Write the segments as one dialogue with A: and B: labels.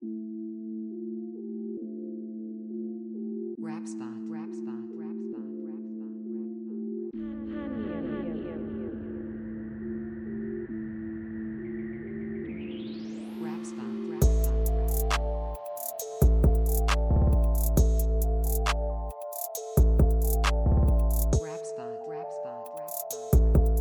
A: Rap spot, rap spot, rap spot, rap spot, rap spot. Rap spot, rap spot. Rap spot, rap spot, rap spot.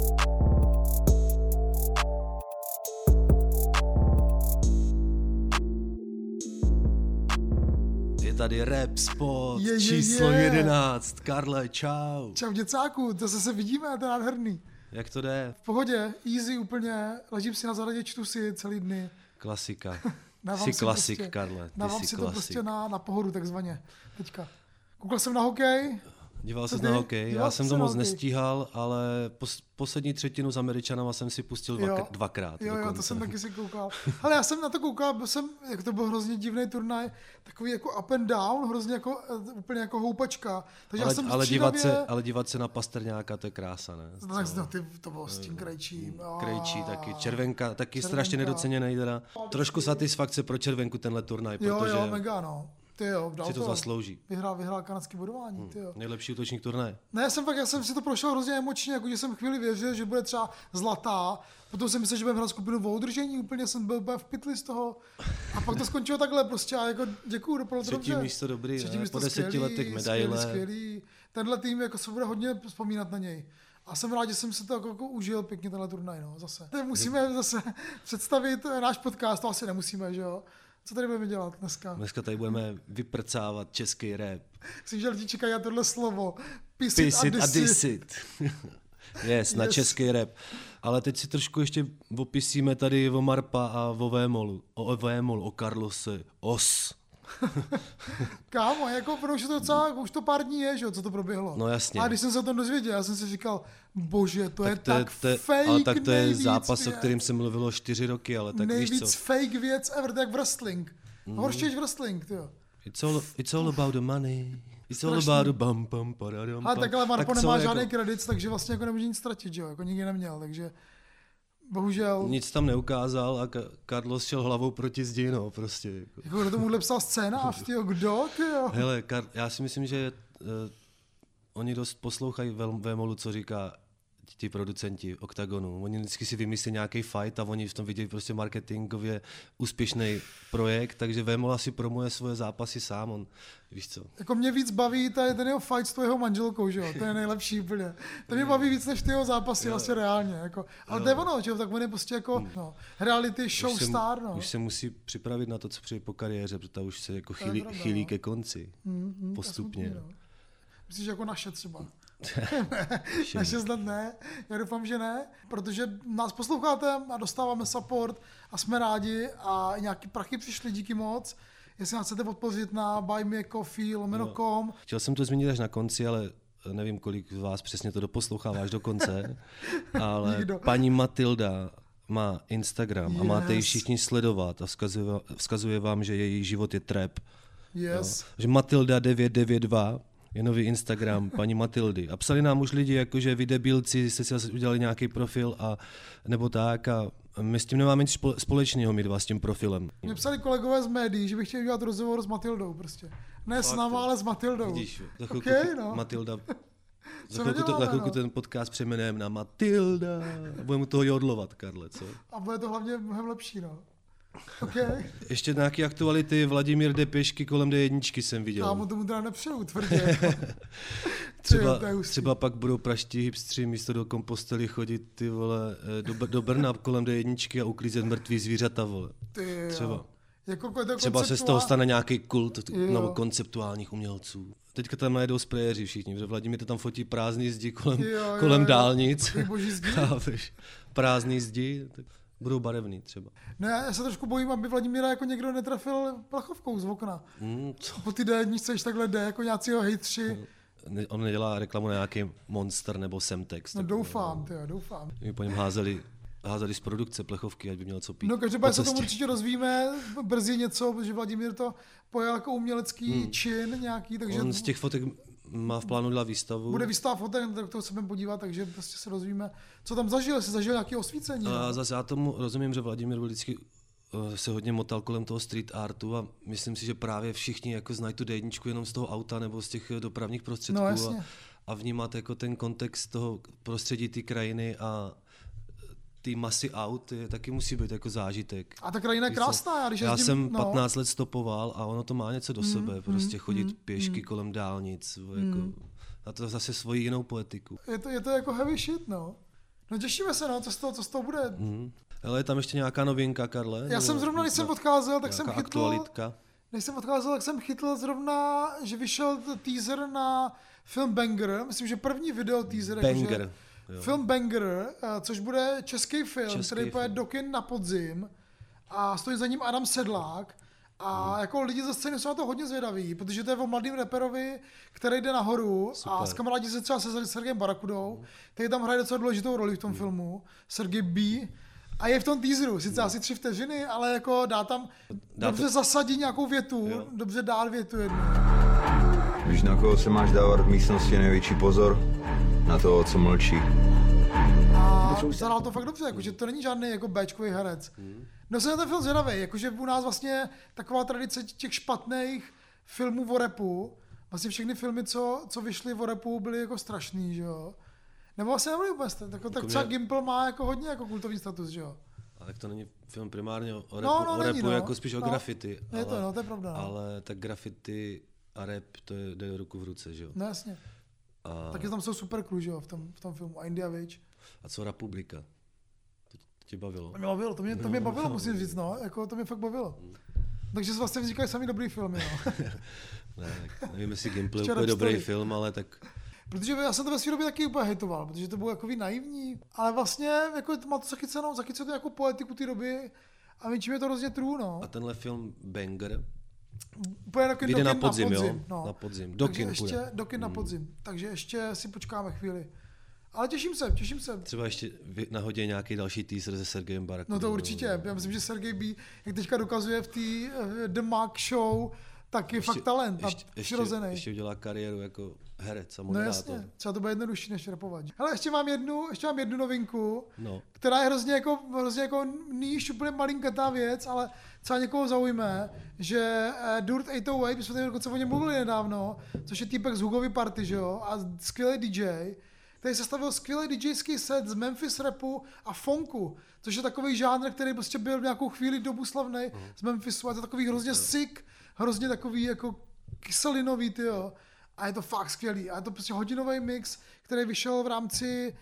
B: Je tady Rap Spot, číslo 11. Karle, čau.
C: Čau děcáku, to se vidíme, to je nádherný.
B: Jak to jde?
C: V pohodě, easy úplně, ležím si na zahradě, čtu si celý dny.
B: Klasika.
C: Dávám
B: Jsi
C: si
B: klasik,
C: prostě,
B: Karle, ty
C: dávám
B: jsi
C: si to
B: klasik.
C: prostě na pohodu takzvaně, teďka. Koukal jsem na hokej.
B: Díval
C: Co
B: jsi
C: ty?
B: na hokej?
C: Díval
B: Já jsem
C: jsi
B: to
C: na
B: moc
C: hokej?
B: nestíhal, ale poslední třetinu s Američanama jsem si pustil dvakrát.
C: Jo,
B: dokonce.
C: to jsem taky si koukal. Ale já jsem na to koukal, jak to byl hrozně divný turnaj, takový jako up and down, hrozně jako, úplně jako houpačka. Takže já jsem
B: ale dívat se na Pastrňáka, to je krása, ne?
C: To bylo s tím Krejčím.
B: Krejčí taky, Červenka, taky
C: Červenka.
B: strašně nedoceněný teda. Trošku satisfakce pro Červenku tenhle turnaj, protože
C: Jo, mega, no. Ty jo, dal
B: si to zaslouží.
C: Vyhrál kanadský bodování, ty jo.
B: Nejlepší útočník turnaje.
C: Ne, já jsem si to prošel hrozně emočně, jako že jsem chvíli věřil, že bude třeba zlatá, potom jsem myslel, že budeme hrát skupinu o udržení, úplně jsem byl v pytli z toho. A pak to skončilo takhle prostě a jako děkuju, dopadlo to dobře.
B: Třetí místo dobrý,
C: Třetí místo
B: po 10 letech medaile.
C: Skvělý. Tenhle tým jako se bude hodně vzpomínat na něj. A jsem rád, že jsem si to jako užil pěkně tenhle turnaj, no, zase. Teď musíme zase představit náš podcast, to asi nemusíme, že jo? Co tady budeme dělat dneska?
B: Dneska tady budeme vyprcávat český rap.
C: Myslím, že lidi čekají na tohle slovo.
B: Pisit a disit. Yes, na český rap. Ale teď si trošku ještě opisíme tady o Marpa a o Vémolu. O Carlose, Os.
C: Kámo, jako už to docela, už to pár dní je, že jo, co to proběhlo.
B: No jasně.
C: A když jsem se o tom dozvěděl, já jsem si říkal, bože, to je tak fake,
B: ale tak to je
C: nejvíc
B: zápas,
C: věc.
B: o kterým se mluvilo 4 roky, ale tak
C: nejvíc
B: víš co.
C: fake věc ever, tak v wrestling. Horší než v wrestling, tyjo.
B: It's all about the money. It's all
C: Strašný.
B: about the bum bum paradum.
C: A takhle Marpo
B: co
C: nemá
B: jako-
C: žádný kredit, takže vlastně jako nemůže nic ztratit, že jo, jako nikdy neměl, takže bohužel.
B: Nic tam neukázal a Carlos šel hlavou proti zdi, no, prostě.
C: Jako kdo tomuhle psal scénář, tyjo, kdo, tyjo?
B: Hele, já si myslím, že oni dost poslouchají Vémolu, co říká ti producenti Oktagonu. Oni vždycky si vymyslí nějaký fight a oni v tom vidějí prostě marketingově úspěšný projekt, takže Vémola si promuje svoje zápasy sám, on, víš co.
C: Jako mě víc baví ten jeho fight s tvojou manželkou, že jo, to je nejlepší úplně. To mě baví víc než ty jeho zápasy vlastně reálně, jako. Ale to je ono, že jo, tak on je prostě jako reality show star, no.
B: Už se musí připravit na to, co přijde po kariéře, protože ta už se jako
C: je pravda,
B: chýlí
C: no.
B: ke konci, postupně.
C: To je smutný, no. Myslíš, jako naše třeba? Naše snad ne, já doufám, že ne, protože nás posloucháte a dostáváme support a jsme rádi a nějaký prachy přišly, díky moc. Jestli nás chcete podpořit na buymeacoffee.com.
B: Chtěl jsem to zmínit až na konci, ale nevím, kolik z vás přesně to doposlouchá až do konce, ale
C: Nikdo.
B: paní Matilda má Instagram a máte ji
C: Yes.
B: všichni sledovat a vzkazuje vám, že její život je trap.
C: Yes.
B: Jo. Že Matilda 992 je nový Instagram paní Matildy. A psali nám už lidi, jakože vy debilci jste si udělali nějaký profil a nebo tak a my s tím nemáme nic společného, my dva s tím profilem.
C: Mě psali kolegové z médií, že bych chtěl dělat rozhovor s Matildou prostě. Ne s náma, ale s Matildou.
B: Vidíš, za chvilku
C: Okay, no.
B: Matilda,
C: Co neděláme,
B: za chvilku
C: no.
B: ten podcast přejmenujeme na Matilda a budeme mu toho jodlovat, Karle, co?
C: A bude to hlavně mnohem lepší, no. Okay.
B: Ještě nějaké aktuality, Vladimír jde pěšky kolem D1 jsem viděl.
C: Kámo, tomu teda nepřeju tvrdě. Tyjo, to je hustý.
B: Třeba pak budou praští hipstři místo do kompostely chodit ty vole, do Brna kolem D1 a uklízet mrtvý zvířata, vole.
C: Ty,
B: Třeba.
C: Jako
B: Třeba se z toho stane nějaký kult nebo konceptuálních umělců. Teďka tam najedou sprejeři všichni, protože Vladimír to tam fotí prázdný zdi kolem dálnic.
C: Boží zdi.
B: Chápeš? Prázdný zdi, tak budou barevný třeba.
C: No já se trošku bojím, aby Vladimíra jako někdo netrafil plechovkou z okna. Po ty D1 již takhle jde, jako nějací hejtři.
B: On nedělá reklamu na nějaký Monster nebo Semtex.
C: No doufám, doufám.
B: My po něm házeli z produkce plechovky, ať by měl co pít.
C: No každopádně se tomu určitě rozvíme brzy něco, protože Vladimír to pojel jako umělecký čin nějaký, takže...
B: On z těch fotek má v plánu dělat výstavu.
C: Bude výstava fotek, tak to se budeme podívat, takže prostě se rozvíme, co tam zažil, jestli zažil nějaké osvícení.
B: A zase já tomu rozumím, že Vladimír byl vždycky se hodně motal kolem toho street artu a myslím si, že právě všichni jako znají tu D1 jenom z toho auta nebo z těch dopravních prostředků a vnímat jako ten kontext toho prostředí té krajiny a ty masy aut taky musí být jako zážitek.
C: A ta krajina je krásná.
B: Já jsem 15 let stopoval a ono to má něco do sebe, prostě chodit pěšky kolem dálnic, jako, a to zase svoji jinou poetiku.
C: Je to jako heavy shit, no. No těšíme se, no, co z toho bude.
B: Ale je tam ještě nějaká novinka, Karle?
C: Já jsem zrovna, než jsem odcházel, tak jsem chytl...
B: aktualitka?
C: Než jsem odcházel, tak jsem chytl zrovna, že vyšel teaser na film Banger. Myslím, že první video teaser.
B: Banger.
C: Film Banger, což bude český film, který pojede do kin na podzim a stojí za ním Adam Sedlák a jako lidi ze scény jsou na to hodně zvědaví, protože to je o mladým raperovi, který jde nahoru. Super. A s kamarádí se třeba se Sergejem Barakudou, který tam hraje docela důležitou roli v tom filmu, Sergej B. A je v tom teaseru, sice asi 3 vteřiny, ale jako dobře zasadí nějakou větu, dobře dát větu jednu.
D: Víš, na koho se máš dávat v místnosti největší pozor? Na toho, co mlčí.
C: A zahrál to fakt dobře, jakože to není žádný jako béčkový herec. No jsem na ten film zvědavý, jakože u nás vlastně taková tradice těch špatných filmů o rapu, vlastně všechny filmy, co vyšly o rapu, byly jako strašný, že jo. Nebo vlastně nebyly úplně tak třeba Gimple má jako hodně jako kultovní status, že jo.
B: Ale tak to není film primárně o rapu, jako spíš o graffiti.
C: Je to je pravda.
B: Ale tak graffiti a rap, to jde ruku v ruce, že jo.
C: No jasně. Taky tam jsou super crew, že jo, v tom filmu. A India Witch.
B: A co Republika? To tě bavilo?
C: To mě bavilo, musím říct, no. Jako, to mě fakt bavilo. Takže vlastně vznikají sami dobrý filmy, no.
B: Ne, nevím, jestli Gimple je úplně dobrý film, ale tak...
C: Protože já jsem to ve své době taky úplně hejtoval, protože to bylo takový naivní, ale vlastně jako, má to zachycuje to jako poetiku té doby a většinou je to hrozně true, no.
B: A tenhle film Banger
C: vyjde
B: na podzim, jo?
C: No.
B: Na podzim.
C: Do kin na podzim, takže ještě si počkáme chvíli. Ale těším se.
B: Třeba ještě nahodě nějaký další teaser se Sergejem Barakudou.
C: No to určitě, já myslím, že Sergej B., jak teďka dokazuje v té The Mark Show, tak je fakt talent, přirozený.
B: Ještě udělá kariéru jako herec a
C: moderátor.
B: moderátor.
C: No jasně, třeba to bude jednodušší než rapovat. Hele, ještě mám jednu novinku,
B: no.
C: která je hrozně jako níž, úplně malinkatá věc, ale třeba někoho zaujme, že Dirt 808, my jsme tady dokonce o něm mluvili nedávno, což je týpek z Hugovy Party, že jo, a skvělý DJ, který sestavil skvělý DJský set z Memphis rapu a funku, což je takový žánr, který prostě byl v nějakou chvíli dobu slavný z Memphisu, a je to takový hrozně sick, hrozně takový jako kyselinový, tyjo. A je to fakt skvělý. A je to prostě hodinový mix, který vyšel v rámci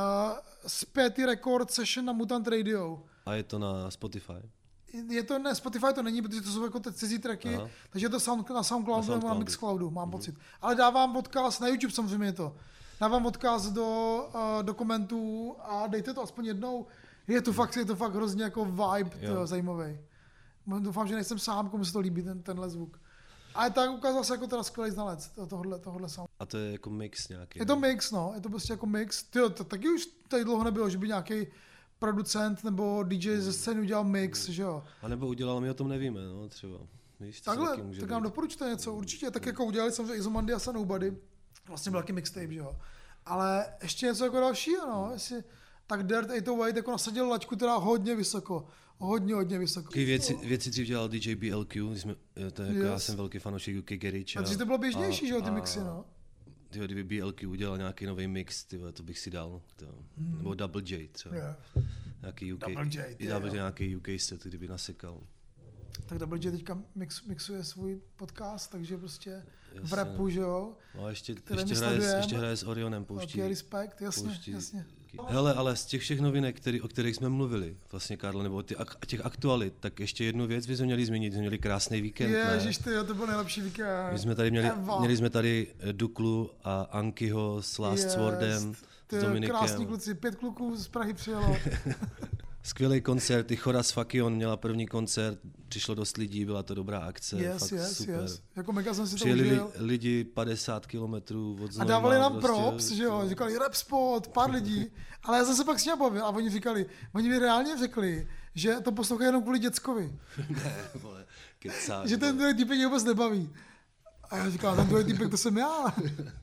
C: Spatty Record Session na Mutant Radio.
B: A je to na Spotify?
C: Spotify to není, protože to jsou jako ty cizí tracky, takže je to na Soundcloudu nebo na Mixcloudu, mám pocit. Ale dávám odkaz, na YouTube samozřejmě je to. Dávám odkaz do komentů a dejte to aspoň jednou. Je to fakt hrozně jako vibe zajímavý. Doufám, že nejsem sám, komu se to líbí, tenhle zvuk. Ale tak ukázal se jako teda skvělý znalec tohle sound.
B: A to je jako mix nějaký?
C: Je to mix, no. Je to prostě jako mix. Tyjo, to taky už tady dlouho nebylo, že by nějaký producent nebo DJ ze scény udělal mix, že jo.
B: A nebo udělal, my o tom nevíme, no, třeba. Víš,
C: takhle, tak nám doporučte něco, určitě. Tak jako udělali samozřejmě Izomandias a Nobody. Vlastně byl taky mixtape, že jo. Ale ještě něco jako dalšího, no. Jestli tak Dirt 808 jako nasadil laťku teda hodně vysoko. Hodně vysoko.
B: Taky věci dřív dělal DJ BLQ, já jsem velký fanoušek UK Garage.
C: A dřív to bylo běžnější, že jo, ty mixy, no.
B: Tyjo, kdyby BLQ udělal nějaký nový mix, tyjo, to bych si dal. Nebo Double J třeba.
C: Yeah.
B: Nějaký UK,
C: Double J,
B: nějaký UK set, kdyby nasekal.
C: Tak Double J teďka mixuje svůj podcast, takže prostě v rapu, že jo.
B: No a ještě hraje s Orionem, pouští.
C: Okay, respekt, jasně.
B: Hele, ale z těch všech novinek, o kterých jsme mluvili, vlastně Karlo, nebo těch aktualit, tak ještě jednu věc bychom měli zmínit, jsme měli krásný víkend.
C: Ježiš, to byl nejlepší víkend.
B: My jsme tady měli jsme tady Duklu a Ankyho s Last Swordem, s Dominikem.
C: Krásní kluci, 5 kluků z Prahy přijelo.
B: Skvělý koncert, i Chora s Fakion měla první koncert, přišlo dost lidí, byla to dobrá akce, super.
C: Jako mega jsem si
B: přijeli
C: to užil.
B: Lidi 50 kilometrů od Znojma.
C: A dávali nám props, že jo, říkali rap spot, pár lidí, ale já jsem se pak s ním bavil a oni mi reálně řekli, že to poslouchají jenom kvůli děckovi.
B: Ne, vole, kecáš.
C: Že ten druhý týpek je vůbec nebaví. A já říkám, ten druhý týpek to jsem já.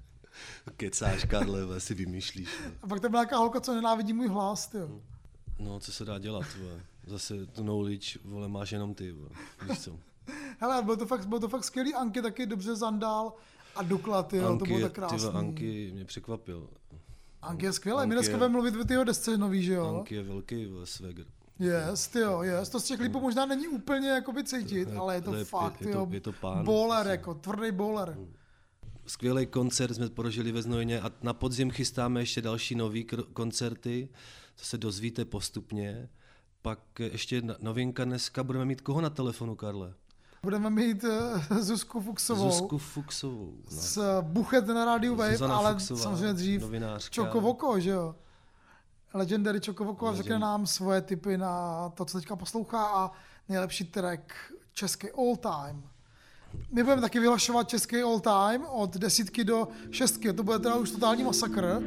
B: Kecáš, Karle, si vymýšlíš.
C: A pak tam byla nějaká holka, co nenávidí můj hlas, tyjo.
B: No, co se dá dělat, tvoje. zase tu knowledge, vole, máš jenom ty, vole. Víš co?
C: Hele, byl to fakt skvělý, Anky taky dobře zandál a Duklad, jo, to bylo tak krásný.
B: Anky mě překvapil.
C: Anky je skvělý, my dneska budeme mluvit o tyho desce nový, že jo?
B: Anky je velký swagger.
C: Yes, to z těch klipů možná není úplně jakoby cítit, ale je to fakt,
B: je to pán.
C: Bowler, jako tvrdý bowler.
B: Skvělý koncert jsme prožili ve Znojmě a na podzim chystáme ještě další nový koncerty, to se dozvíte postupně. Pak ještě novinka dneska, budeme mít koho na telefonu, Karle?
C: Budeme mít Zuzku Fuchsovou.
B: No.
C: Z Buchet na rádiu Wave,
B: Zuzana
C: ale
B: Fuchsová,
C: samozřejmě dřív
B: novinářka.
C: Čokovoko, že jo? Legendary Čokovoko a řekne nám svoje tipy na to, co teďka poslouchá a nejlepší track český all time. My budeme taky vyhlašovat český all time od 10 do 6. To bude teda už totální masakr.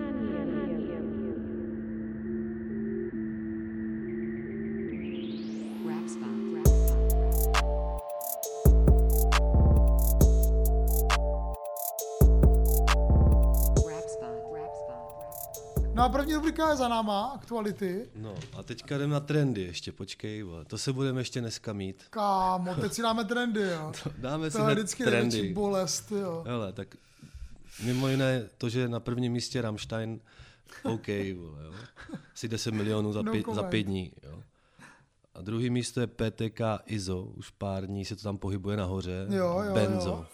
C: No a první rubrika je za náma, aktuality.
B: No a teďka jdeme na trendy ještě, počkej, to se budeme ještě dneska mít.
C: Kámo, teď si dáme trendy, jo.
B: Dáme si
C: to je vždycky
B: trendy.
C: největší bolest, jo.
B: Hele, tak mimo jiné to, že na prvním místě Rammstein, OK, vole, jo. Asi 10 milionů za 5 dní, jo. A druhý místo je PTK ISO, už pár dní se to tam pohybuje nahoře.
C: Jo,
B: Benzo.
C: Jo.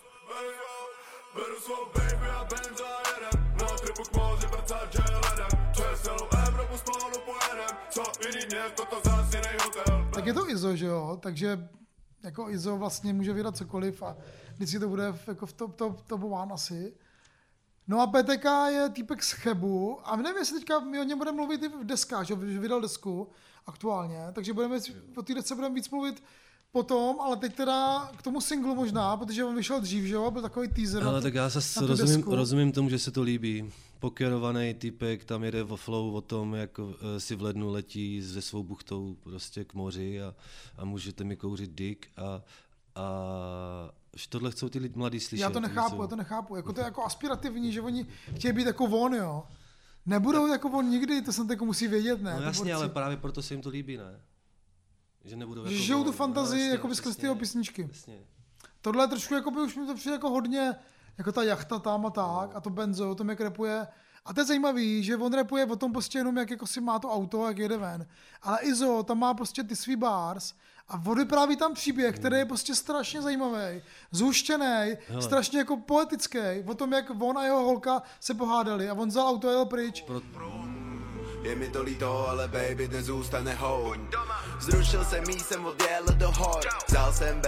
C: Tak je to ISO, že jo, takže jako ISO vlastně může vydat cokoliv a vždycky to bude jako v top one asi. No a PTK je týpek z Chebu a nevím, jestli teďka my o něm budeme mluvit i v deskách, že vydal desku aktuálně, takže o té desce budeme víc mluvit potom, ale teď teda k tomu singlu možná, protože on vyšel dřív, že jo, byl takový teaser.
B: Ale tak já se rozumím tomu, že se to líbí. Pokerovaný typek tam jede o flow o tom, jak si v lednu letí se svou buchtou prostě k moři a můžete mi kouřit dick a tohle chcou ty mladí slyšet.
C: Já to nechápu. Jako to je jako aspirativní, že oni chtějí být jako on, jo. Nebudou jako on nikdy, to jsem jako musí vědět, ne?
B: No jasně, ale právě proto se jim to líbí, ne? Že nebudou jako
C: žijou tu fantazii jako skrz tyho písničky.
B: Jasně.
C: Tohle je trošku, jako by už mi to přijde jako hodně, jako ta jachta tam a tak, a to Benzo, o tom jak rapuje. A to je zajímavý, že on rapuje o tom prostě jenom, jak jako si má to auto, jak jede ven. Ale Izo tam má prostě ty svý bars a vypráví tam příběh, který je prostě strašně zajímavý, zhuštěný, strašně jako poetický, o tom, jak on a jeho holka se pohádali a on vzal auto a jel pryč.
E: Je mi to líto, ale baby dnes zůstane home. Zrušil jsem jí, jsem odjel do hor. Vzal jsem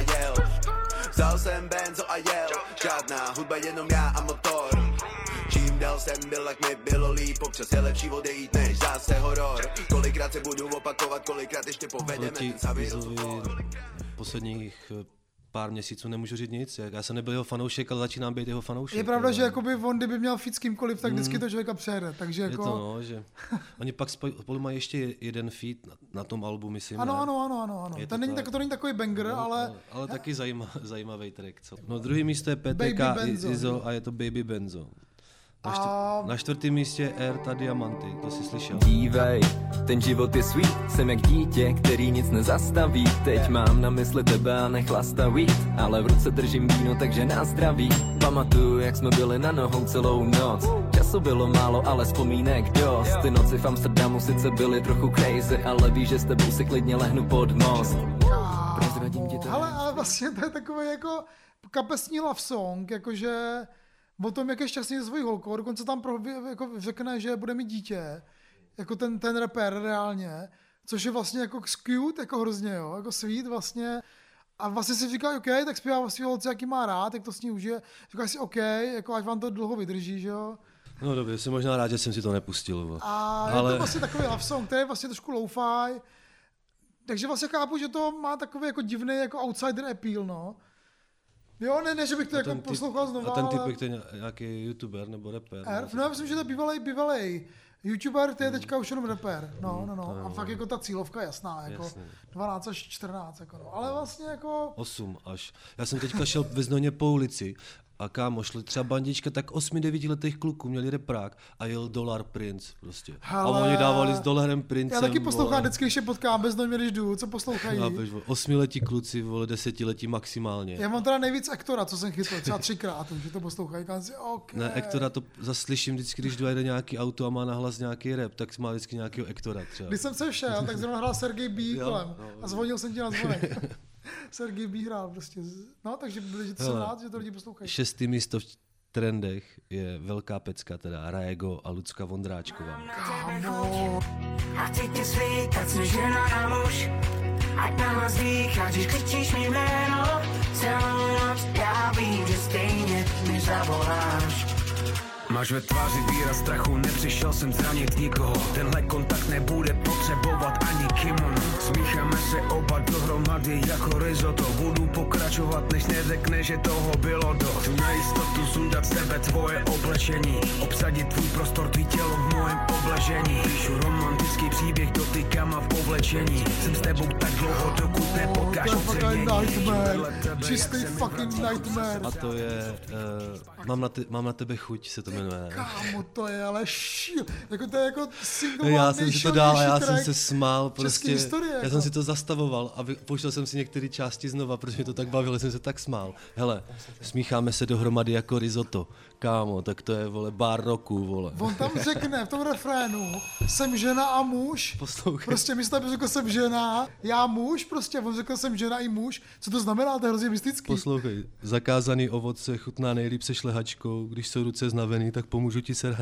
E: benzo a jel. Žádná hudba, jenom já a motor. Čím dál jsem byl, jak mi bylo líp. Občas je lepší odejít, než zase horor. Kolikrát se budu opakovat, kolikrát ještě povedeme ten samý rozhovor.
B: Posledních pár měsíců nemůžu říct nic. Já jsem nebyl jeho fanoušek, ale začínám být jeho fanoušek.
C: Je pravda, že jakoby on, kdyby měl feat s kýmkoliv, tak vždycky to člověka přejede. Takže jako...
B: Je to, no, že... Oni pak spolu mají ještě jeden feat na tom albu, myslím.
C: Ano. To není takový banger, ale...
B: Ale taky zajímavý track. Co? No druhý místo je PTK ISO a je to Baby Benzo. Na čtvrtém místě je Erta Diamanty, to si slyšel.
F: Dívej, ten život je sweet, jsem jak dítě, který nic nezastaví. Teď mám na mysli tebe a nechlastavý, ale v ruce držím víno, takže nás zdraví. Pamatuju, jak jsme byli na nohou celou noc. Času bylo málo, ale vzpomínek dost. Ty noci v Amsterdamu sice byly trochu crazy, ale víš, že s tebou si klidně lehnu pod most. Prozradím ti to.
C: Ale vlastně to je takový jako kapesní love song, jakože... O tom, jak je šťastný se svojí holkou, dokonce tam jako řekne, že bude mít dítě, jako ten rapper reálně, což je vlastně jako cute, jako hrozně, jo, jako sweet vlastně. A vlastně si říká, OK, tak zpívá o svý holce, jaký má rád, jak to s ní užije. Říká si, OK, jako ať vám to dlouho vydrží, že jo.
B: No dobře, jsem možná rád, že jsem si to nepustil.
C: Ale... je to vlastně takový love song, který je vlastně trošku lo-fi. Takže vlastně chápu, že to má takový jako divný jako outsider appeal, no. Jo, ne, že bych to jako poslouchal znova,
B: a ten typek to je nějaký youtuber nebo rapper?
C: No já myslím, že to je bývalej youtuber, to je teďka už jenom rapper. No. A fakt jako ta cílovka jasná, jako jasný. 12 až 14, jako no. Ale vlastně jako...
B: 8 až. Já jsem teďka šel ve Znojmě po ulici A kámo, šli třeba bandička tak 8-9 letých kluků, měli reprák a jel Dollar Prince prostě.
C: Hele,
B: a oni dávali s Dolarem Princem.
C: Já taky poslouchám vždycky, když je potkám bez domě, když jdu, co poslouchají.
B: 8letí kluci, vole, 10letí maximálně.
C: Já mám teda nejvíc Ektora, co jsem chytl, třeba 3krát, že to poslouchají. Okay.
B: Ne, Ektora to zaslyším vždycky, když dojede nějaký auto a má nahlas nějaký rap, tak má vždycky nějakého Ektora třeba.
C: Když jsem se šel, tak zrovna hrál Sergej B. kolem a zvonil jsem ti na zvonek. Sergej B. hrál prostě. No, takže jsem rád, že to lidi poslouchají.
B: 6. místo v trendech je velká pecka, teda Raego a Lucka Vondráčková.
C: Kámo.
G: A ty ty svíkat, jsi žena a muž, ať na nás dýcháš, když křičíš mi jméno celou noc, já vím, že stejně mi zavoláš.
H: Máš ve tváři výraz strachu, nepřišel jsem zranit nikoho. Tenhle kontakt nebude potřebovat ani kimono. Smícháme se oba dohromady jako risotto. Budu pokračovat, než neřekne, že toho bylo dost. Tu na jistotu sundat z tebe tvoje oblečení, obsadit tvůj prostor, tvý tělo v mojem obležení. Píšu romantický příběh, dotykám a v povlečení. Jsem s tebou tak dlouho, dokud nepotkáš ocenění.
C: Čistý fucking nightmare.
B: A to je mám na tebe chuť, se to jmenuje.
C: Kámo, to je ale jako to je jako single.
B: Já jsem si to dal a já jsem se smál prostě.
C: Historie,
B: já jsem si to zastavoval a pouštěl jsem si některé části znova, protože mě to tak bavilo, jsem se tak smál. Hele, smícháme se dohromady jako risotto. Kámo, tak to je, vole, bar roku, vole.
C: On tam řekne v tom refrénu, jsem žena a muž.
B: Poslouchej.
C: Prostě místo, aby řekl jsem žena, já muž, prostě on řekl jsem žena i muž. Co to znamená? To je hrozně mystický.
B: Poslouchej, zakázaný ovoce chutná nejlíp se šlehačkou, když jsou ruce znavený, tak pomůžu ti se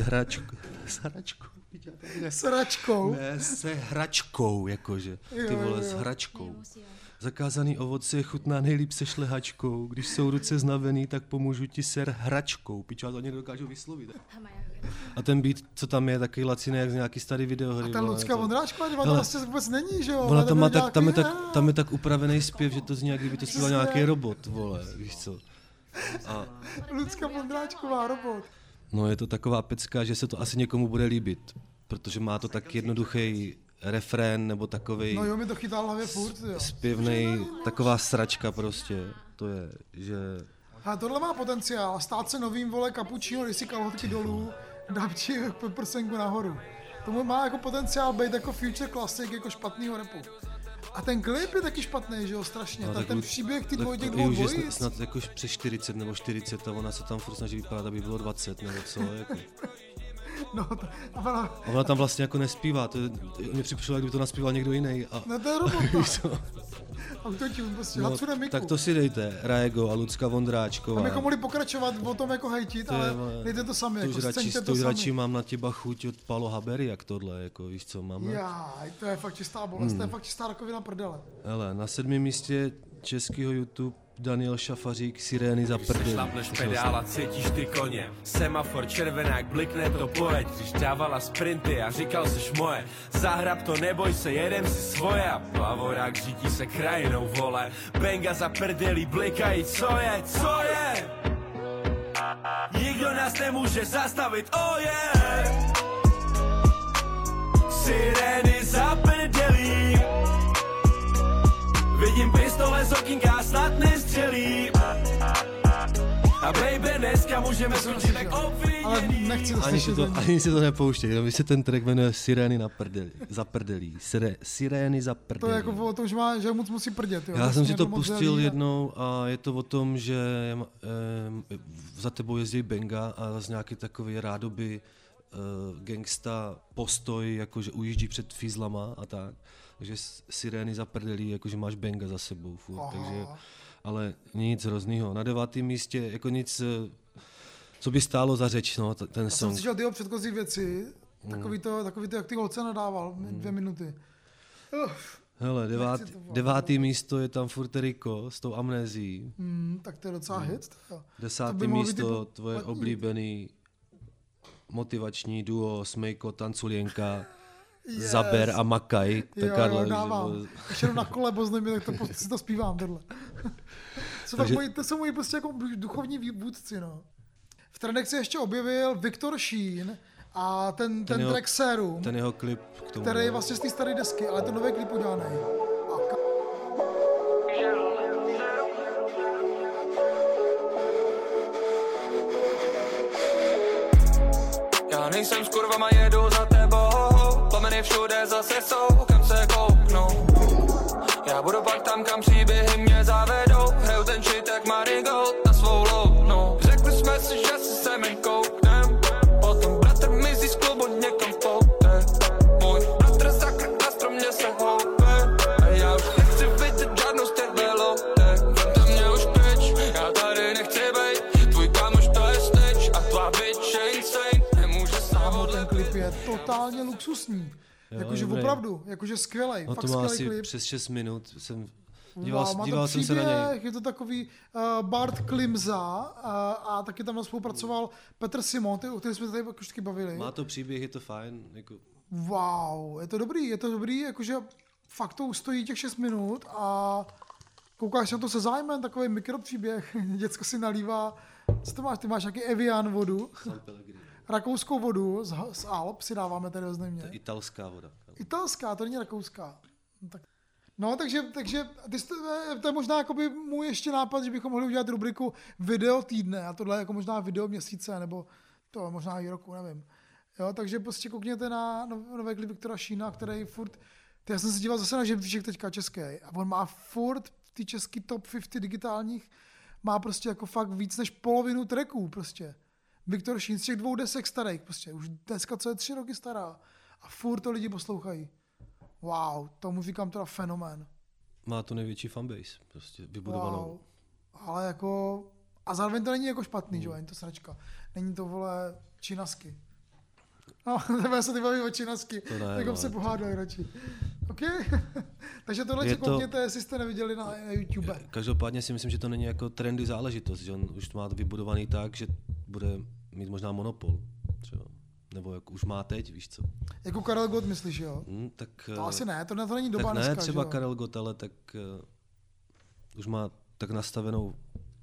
B: hračkou. Ne, se hračkou, jakože. Ty vole, s hračkou. Zakázaný ovoce chutná nejlíp se šlehačkou, když jsou ruce znavený, tak pomůžu ti se hračkou. Pičo, já to ani nedokážu vyslovit. A ten beat, co tam je, takový laciný, jak z nějaký starý videohry.
C: A ta Lucka Vondráčková, to vlastně vůbec není, že jo?
B: Ona tam je tak upravený zpěv, že to zní, jak kdyby to zpíval nějaký robot, vole, víš co. A
C: Lucka Vondráčková, robot.
B: no, je to taková pecka, že se to asi někomu bude líbit, protože má to tak jednoduchý refrén, nebo takovej...
C: No jo, mi to chytá hlavě furt, jo.
B: Zpěvnej, taková sračka prostě, to je, že...
C: A tohle má potenciál, stát se novým, vole, Cappuccino, když si kalhotky dolů, dám ti prsenku nahoru. Tomu má jako potenciál být jako future classic, jako špatnýho rapu. A ten klip je taky špatný, že jo, strašně. No, ten příběh, ty těch dvou dvojic.
B: Snad jako přes 40 nebo 40 a ona se tam furt snaží vypadat, aby bylo 20 nebo co, jako.
C: No,
B: ona tam vlastně jako nespívá, mě přišlo, kdyby to naspíval někdo jiný.
C: No to je robot. Autotune, prostě, Hatsune Miku.
B: Tak to si dejte, Raego a Lucka Vondráčková.
C: A bychom mohli pokračovat o tom jako hejtit, ale dejte to sami, jako sceňte to sami.
B: Radši mám na těba chuť od Palo Habery, jak tohle, jako víš co, mám.
C: Jaj, to je fakt čistá bolest, to je fakt čistá rakovina prdele.
B: Hele, na 7. místě českého YouTube Daniel Šafařík, Sirény za prdel.
I: Šlapneš pedál a cítíš ty koně. Semafor červenák, blikne to pojeď. Když dávala sprinty a říkal seš moje. Zahrab to, neboj se, jedem si svoje. A Bavorák řídí se krajinou, vole. Benga za prdelí, blikají, co je, co je? Nikdo nás nemůže zastavit, oh yeah. Sirény za prdelí. Vidím pistole z okýnka, snad nestřelí. A baby, dneska můžeme skončit tak obvinění.
C: Ale nechci to slyšet.
B: Ani si to nepouštěj, jenom se ten track jmenuje Sirény na prdeli, za prdelí. Sirény za prdelí.
C: To je jako o tom, že moc musí prdět. Jo?
B: Já jsem si to pustil jednou a je to o tom, že za tebou jezdí Benga a z nějaký takový rádoby gangsta postoj, jakože ujíždí před fízlama a tak. Takže Sirény za prdelí, jakože máš Benga za sebou furt, takže, ale nic hroznýho. Na 9. místě jako nic, co by stálo za řeč, no, ten song.
C: Já jsem slyšel ty předchozí věci, takový to, jak ty holce nadával, 2 minuty.
B: Hele, 9. místo je tam furt Rico s tou amnézií.
C: Tak to je docela hit.
B: 10. místo, tvoje oblíbený motivační duo Smejko, Tanculienka. Yes. Zaber a Makaj.
C: Jo, dávám. Když jedu na kole Boznými, tak to, si to zpívám, tohle. To jsou moji prostě jako duchovní vůdci, no. V trendech se ještě objevil Viktor Sheen a ten track Serum.
B: Ten jeho klip k tomu.
C: Který je vlastně z té staré desky, ale to nový klip udělaný.
F: Já nejsem s kurvama, jedu za tebou. Plameny všude zase jsou, kam se kouknou. Já budu pak tam, kam příběhy mě zavedou. Hraju ten shit jak Marigold na svou lounou. Řekli jsme si, že si se mi kouknem. Potom bratr mizí z klubu někam v poutě. Můj bratr zakrát na stromě se houpe. A já už nechci vidět žádnou z těch veloutek. Vemte mě už pryč, já tady nechci bejt. Tvůj kamoš to je snitch a tvá bitch je insane. Nemůže sám
C: Ten klip je totálně luxusní. Jakože opravdu, jakože skvělej,
B: no
C: fakt
B: to má
C: skvělej
B: asi
C: klip.
B: přes 6 minut, jsem
C: Wow,
B: díval jsem se na něj.
C: Je to takový Bart Klimza a taky tam spolupracoval Petr Simon, o kterém jsme tady už taky bavili.
B: Má to příběh, je to fajn. Jako...
C: Wow, je to dobrý, jakože fakt to stojí těch 6 minut a koukáš na to se zájmem, takový mikropříběh, děcko si nalívá, co to máš, ty máš nějaký Evian vodu, rakouskou vodu z Alp si dáváme tady oznámě.
B: To je italská voda.
C: Italská, to není rakouská. No, takže to je možná jakoby můj ještě nápad, že bychom mohli udělat rubriku video týdne a tohle je jako možná video měsíce, nebo to možná i roku, nevím. Jo, takže prostě koukněte na nové klip Viktora Šína, který furt, já jsem se díval zase na žebříček teďka český a on má furt ty český top 50 digitálních, má prostě jako fakt víc než polovinu tracků prostě. Viktor Šín z těch 2 desek starých prostě, už dneska co je 3 roky stará a furt to lidi poslouchají. Wow, tomu říkám teda fenomén.
B: Má to největší fanbase, prostě vybudovanou.
C: Wow. Ale jako, a zároveň to není jako špatný, že jo, není to sračka. Není to, vole, činasky. No, tebe se ty baví o činasky, jako se pohádají radši. OK? Takže tohle si koukněte, jestli jste neviděli na YouTube.
B: Každopádně si myslím, že to není jako trendy záležitost, že on už má vybudovaný tak, že bude mít možná monopol třeba. Nebo jak už má teď, víš co.
C: Jako Karel Gott myslíš, jo?
B: Tak,
C: to asi ne, to není doba
B: tak ne,
C: dneska,
B: třeba
C: že
B: Karel Gott, ale tak už má tak nastavenou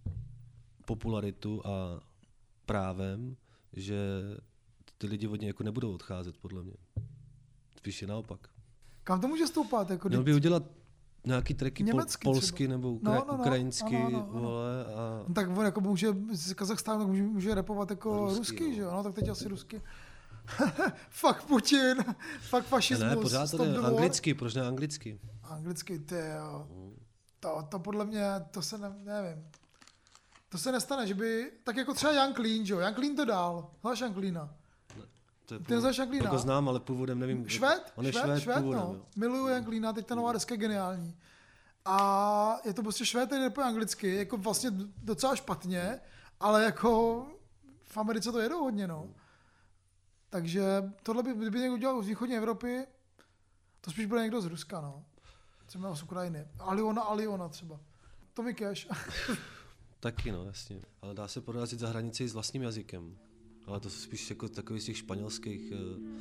B: popularitu a právem, že ty lidi od něj jako nebudou odcházet, podle mě. Spíš je naopak.
C: Kam to může stoupat? Jako
B: měl by udělat nějaký tracky polsky
C: třeba.
B: nebo ukrajinsky, vole. A...
C: No, tak on jako může z Kazachstánu může rapovat jako rusky, že jo? No tak teď asi rusky. Fuck Putin, fuck fašismus.
B: Ne, pořád to je anglicky, proč ne anglicky?
C: Anglicky, ty jo. To podle mě, to se nevím. To se nestane, že by, tak jako třeba Jan Klín, že jo? Jan Klín to dál, znáš Jan Klína? Ty neznáš Jan Klína?
B: Jako znám, ale původem nevím.
C: Švéd,
B: původem,
C: no. Miluju Jan Klína, teď ta nová deska je geniální. A je to prostě Švéd, který rapuje anglicky, jako vlastně docela špatně, ale jako v Americe to jedou hodně, no. Takže tohle kdyby někdo udělal z východní Evropy, to spíš bude někdo z Ruska, no. Třeba z Ukrajiny. Aliona třeba. Tommy Cash.
B: Taky, no, jasně. Ale dá se prorazit za hranici s vlastním jazykem. Ale to spíš jako takový z těch španělských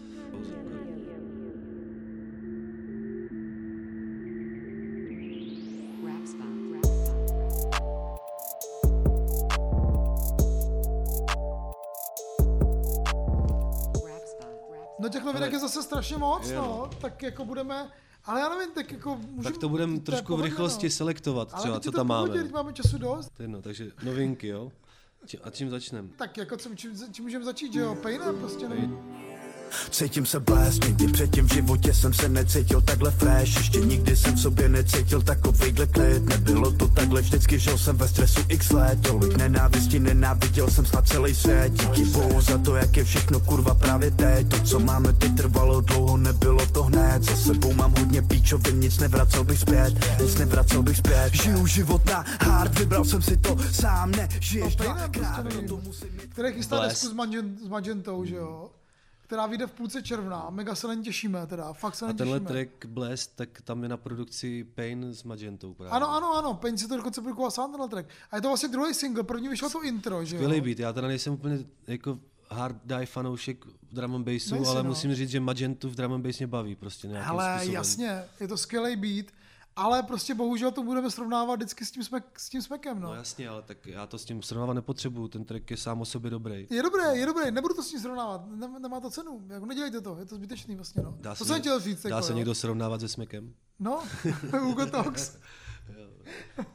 C: No těch novinek je zase strašně moc, no. Tak jako budeme, ale já nevím, tak jako můžeme...
B: Tak to budeme trošku v rychlosti selektovat třeba, co tam máme.
C: Ale máme času dost.
B: No, takže novinky, jo. A čím začneme?
C: Tak jako čím můžeme začít, že jo? Painem prostě nevím.
H: Cítím se blést, nikdy předtím v životě jsem se necítil takhle fresh. Ještě nikdy jsem v sobě necítil takovýhle klid. Nebylo to takhle, vždycky žil jsem ve stresu x let. Tolik nenávisti, nenáviděl jsem snad celý svět. Díky bohu za to, jak je všechno kurva právě teď. To, co máme teď, trvalo dlouho, nebylo to hned. Za sebou mám hodně píčovin, nic nevracel bych zpět. Žiju život na hard, vybral jsem si to sám, nežiješ dvakrát.
C: Který chystá desku s Magentou, že jo? Která vyjde v půlce června, mega se na ní těšíme teda, fakt se na ní těšíme.
B: A tenhle track Blast, tak tam je na produkci Pain s Magentou právě.
C: Ano, Pain si to dokonce produkoval sám tenhle track. A je to vlastně druhý single, první vyšlo to intro, že jo?
B: Skvělý beat, já teda nejsem úplně jako hard die fanoušek drum and bassu, ale musím říct, že Magentu v drum and bass mě baví prostě nějakým způsobem.
C: Jasně, je to skvělý beat. Ale prostě bohužel to budeme srovnávat vždycky s tím smekem, no.
B: No jasně, ale tak já to s tím srovnávat nepotřebuju, ten track je sám o sobě dobrý.
C: Je dobrý, nebudu to s tím srovnávat, nemá to cenu, jako nedělejte to, je to zbytečný vlastně, no.
B: Dá se někdo srovnávat se smekem?
C: No, Hugo Talks.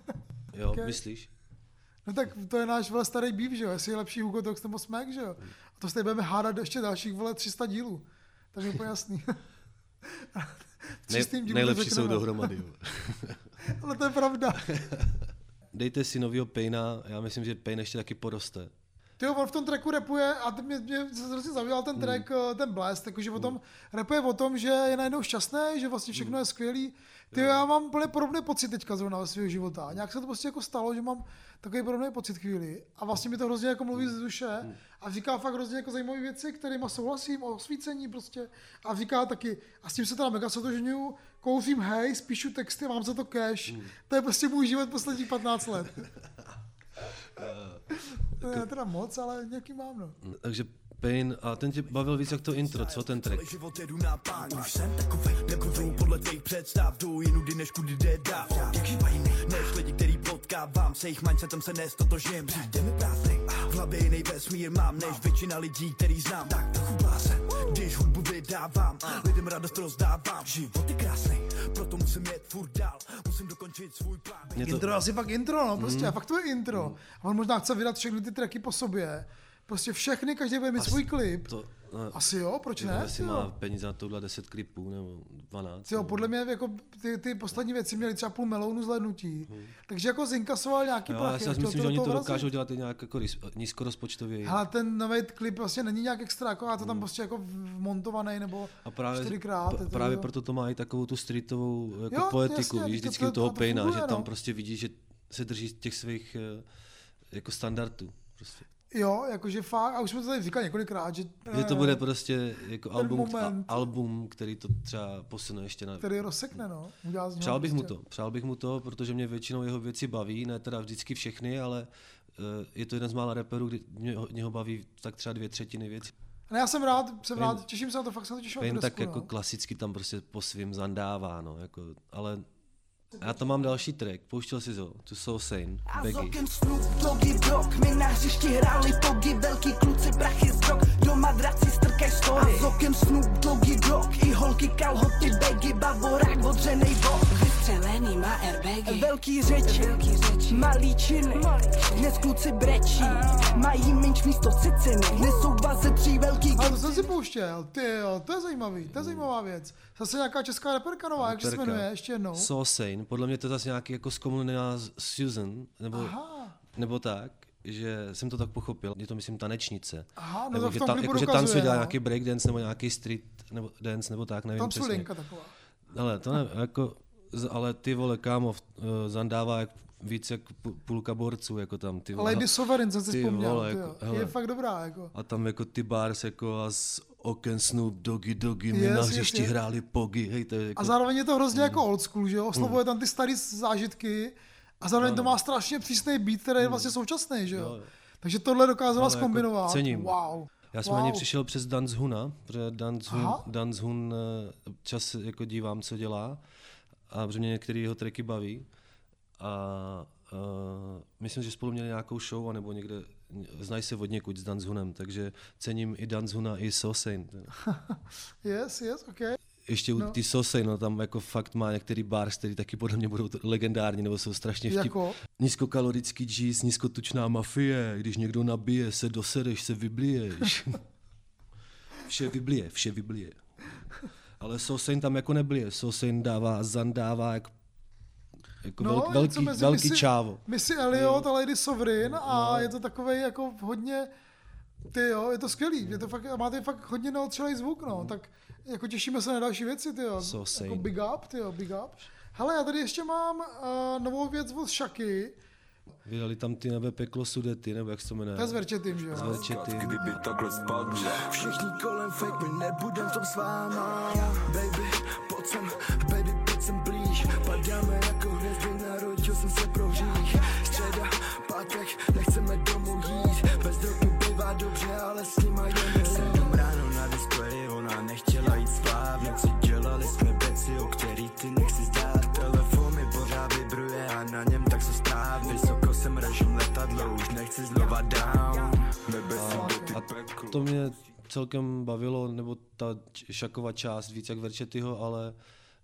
B: Jo, okay. Myslíš?
C: No tak to je náš starý beef, že jo, jestli je lepší Hugo Talks nebo smek, že jo. A to se tady budeme hádat ještě dalších, vole, 300 dílů. Tak je úplně jasný.
B: Nejlepší jsou dohromady.
C: Ale to je pravda.
B: Dejte si novýho Paina, já myslím, že Pain ještě taky poroste.
C: Tyjo, on v tom tracku rapuje a mě hrozně zaujal ten track, ten Blast, jakože o tom rapuje o tom, že je najednou šťastný, že vlastně všechno je skvělý. Tyjo, já mám úplně podobný pocit teďka zrovna ve svého života. Nějak se to prostě jako stalo, že mám takový podobný pocit chvíli a vlastně mi to hrozně jako mluví z duše a říká fakt hrozně jako zajímavé věci, kterýma souhlasím, o osvícení prostě a říká taky, a s tím se teda mega sotožňuju, kouřím hej, spíšu texty, mám za to cash. To je prostě můj život posledních 15 let. To je teda moc, ale nějaký mám, no.
B: Takže Pain, a ten tě bavil víc jak to intro, co ten track?
E: Život jedu na pán, už jsem takovej, nebudu podle těch představ, jdu jinudy než kudy jde dáv. Jak živají než lidi, který potkávám, se jich mindsetem se nestotožním. Přijde mi prázdnej, v hlavě jiný vesmír mám, než většina lidí, který znám. Tak trochu blázen, když hudbu vydávám, lidem radost rozdávám. Život je krásnej, proto musím jet furt dál, musím dokončit svůj plán.
C: Intro asi fakt intro, no, prostě, a fakt to je intro. A on možná chce vydat všechny ty tracky po sobě. Prostě všechny, každý bude mít svůj klip. Asi jo, proč ne?
B: Asi má peníze na tohle 10 klipů nebo 12.
C: Jo, podle mě jako ty poslední věci měly třeba půl melounu zhlédnutí. Takže jako zinkasoval nějaký prachy.
B: Já si myslím, že oni to dokážou dělat i nějak jako nízkorozpočtově.
C: Ale ten nový klip vlastně není nějak extra, jako a to tam prostě jako montovaný nebo
B: a právě,
C: 4x.
B: Právě proto to má i takovou tu streetovou jako poetiku, víš, vždycky u toho Paina, že tam prostě vidíš, že se drží těch svých jako standardů. Prostě.
C: Jo, jakože fakt, a už jsme to tady říkali několikrát, že
B: to bude prostě jako album, který to třeba posune ještě na...
C: Který rozsekne, no.
B: Přál bych mu to, protože mě většinou jeho věci baví, ne teda vždycky všechny, ale je to jeden z mála rapperů, kdy mě ho baví tak třeba 2/3 věcí.
C: No já jsem rád, těším se na to, fakt se na to těším.
B: Pain tak jako klasicky tam prostě po svým zandává, no, jako, ale... Já tam mám další track, pouštěl si ho, tu So Sane, Baggy. A z okem Snoop Doggy Dogg, my na hřišti hráli pogy, velký kluci prachy z drog, doma draci strkaj story. A z okem Snoop Doggy Dogg, i holky kalhoty Baggy, bavorák odřenej bok. Vystřelený má airbagy, velký řeči, malý činy, dnes kluci brečí, mají menš místo ciciny, nesou baze 3 velký...
C: Ale to jsem si pouštěl, tyjo, to je zajímavý, to je zajímavá věc. Zase nějaká česká reperka nová, jak se jmenuje, ještě jednou.
B: So Sane, podle mě to je zase nějaký jako zkomuněná Susan, nebo tak, že jsem to tak pochopil, je to myslím tanečnice.
C: Aha, no
B: nebo,
C: to v tom klipu
B: jako,
C: dokazuje,
B: tancuje, dělá nějaký breakdance nebo nějaký street nebo dance nebo tak, nevím přesně.
C: Tanculinka taková.
B: Ale to ne, jako, ale ty vole, kámo, zandává víc jak půlka borců, jako tam ty vole.
C: Lady Sovereign jsem si vzpomněl,
B: vole, jako,
C: je fakt dobrá, jako.
B: A tam jako ty bars, jako a z oken Snoop Doggy, my na hřišti hráli pogy, hej, to je jako...
C: A zároveň je to hrozně jako old school, že jo, oslovuje tam ty starý zážitky a zároveň to má strašně přísný beat, který je vlastně současný, že jo. Takže tohle dokázala zkombinovat.
B: Jako cením.
C: Wow.
B: Já jsem ani přišel přes Dance Huna, protože Dance Hun čas jako dívám, co dělá a protože mě některé jeho tracky baví a myslím, že spolu měli nějakou show anebo někde, znají se od někud s Dance Hunem, takže cením i Dance Huna i So Sane.
C: Yes, okay.
B: Ještě u ty So Sane, no, tam jako fakt má některý bars, který taky podle mě budou legendární, nebo jsou strašně vtip.
C: Jako?
B: Nízkokalorický džíz, nízkotučná mafie, když někdo nabije, se dosereš, se vybliješ. Vše vyblije. Ale So Sane tam jako neblije, So Sane zandává jako velký čávo.
C: Missy Elliott a Lady Sovereign a je to takovej jako hodně, je to skvělý, máte fakt hodně neotřelej zvuk, no, tak jako těšíme se na další věci, jako big up. Hele, já tady ještě mám novou věc od Shaky.
B: Vydali tam ty nebe peklo Sudety, nebo jak se to jmenuje?
C: To je s Verčetým, že jo?
B: S Verčetým.
E: Kdyby takhle spadne. Všichni kolem fake, my nebudem v tom s váma. Baby, pojď sem blíž. Padáme jako hvězdy, narodil jsem se pro hřích. Středa, pátek, nechceme domů jít. Bez drog mi bývá dobře, ale s nima jen 7 ráno na displeji, ona nechtěla jít spát. V noci dělali jsme věci, o který ty nechci zdát. Telefon mi pořád vibruje a na něm tak se správně. Vysoko jsem režim letadlo, už nechci znova down.
B: A to mě celkem bavilo, nebo ta Shakova část víc jak Verčetyho, ale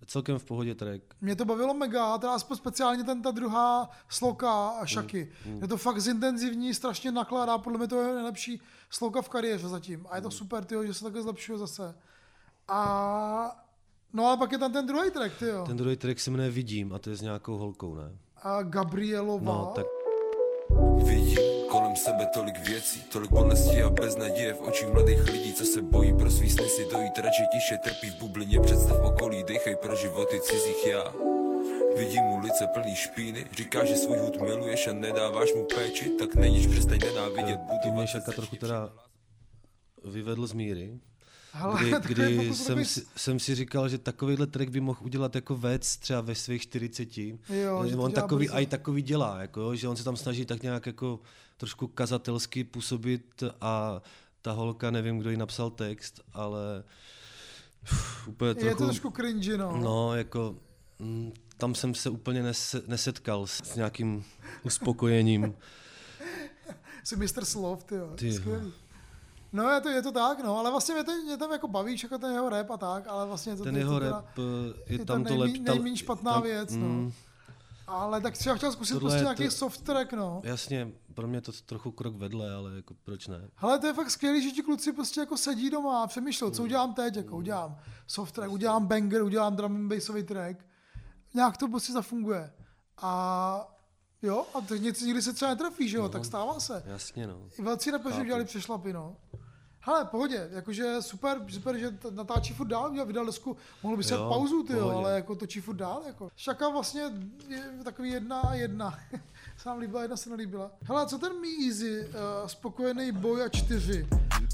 B: Celkem v pohodě track.
C: Mě to bavilo mega, teda aspoň speciálně ta druhá sloka a šaky. Je to fakt zintenzivní, strašně nakládá, podle mě to je nejlepší sloka v kariéře zatím. A je to super, tyjo, že se takhle zlepšuje zase. A no ale pak je tam ten druhý track, tyjo.
B: Ten druhý track se jmenuje Vidím a to je s nějakou holkou, ne?
C: A Gabrielová.
B: No, tak...
J: Vidím kolem sebe tolik věcí, tolik bolesti a beznaděje v očích mladých lidí, co se bojí pro svý sny si dojít, radši tiše trpí v bublině představ okolí, dejchej pro životy cizích já. Vidím ulice plný špíny, říkáš, že svůj hud miluješ a nedáváš mu péči, tak neníž, přestaň nenávidět,
B: Ty mě Šaka trochu teda vyvedl z míry.
C: Hele,
B: Kdy jsem si říkal, že takovýhle track by mohl udělat jako Vec třeba ve svých 40.
C: Jo,
B: on takový dělá, jako, že on se tam snaží tak nějak jako trošku kazatelsky působit a ta holka, nevím, kdo jí napsal text, ale úplně trochu...
C: Je to trošku cringy, no.
B: No, jako tam jsem se úplně nesetkal s nějakým uspokojením.
C: Jsi mistr slov, tyjo. Skvělý. No je to tak, no, ale vlastně mě tam jako baví jako ten jeho rap a tak, ale vlastně
B: ten jeho rap je tam to
C: nejméně špatná věc, no. Ale tak třeba chtěl zkusit prostě nějaký soft track, no.
B: Jasně, pro mě to trochu krok vedle, ale jako proč ne?
C: Hele, to je fakt skvělý, že ti kluci prostě jako sedí doma a přemýšlel, co udělám teď, jako udělám soft track, udělám banger, udělám drum and bassový track. Nějak to prostě zafunguje. A jo, a teď někdy se třeba netrafí, že jo, tak stává se.
B: Jasně, no.
C: I velcí rapeři udělali přešlapy, no. Hele, pohodě, jakože super, že natáčí furt dál, vydal desku, mohl by si dát pauzu, tyjo, ale jako točí furt dál, jako. Šaka vlastně je takový 1:1. Se nám líbila, jedna se nelíbila. Hele, co ten Me Easy, Spokojený boj a 4?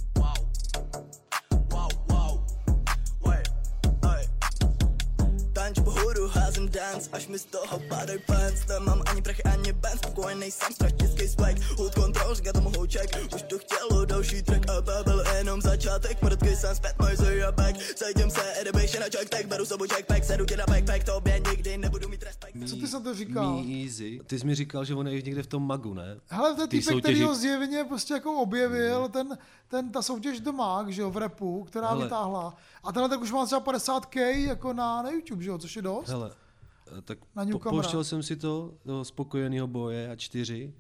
K: Tanč pohodu, házím dance, až mi z toho padají pants. Nemám ani prachy, ani band, spokojenej jsem, straštický swag. Hold control, říká tomu houček, už to chtělo další track a to byl jenom začátek. Mrtkej jsem zpět, noise a back. Sejdem se, edebation a check, tak beru sobou jackpack, sedu tě na backpack, tobě nikdy nebudu mít respekt.
C: Co ty jsem to říkal?
B: Me Easy. Ty jsi mi říkal, že on je někde v tom Magu, ne?
C: Hele, to je týpek, který ho zjevně prostě jako objevil, ta soutěž The Mag, že jo, v rapu, která vytáhla. A tenhle tak už má třeba 50k jako na YouTube, že jo, což je dost.
B: Hele, tak pouštěl jsem si toho Spokojenýho boje a 4,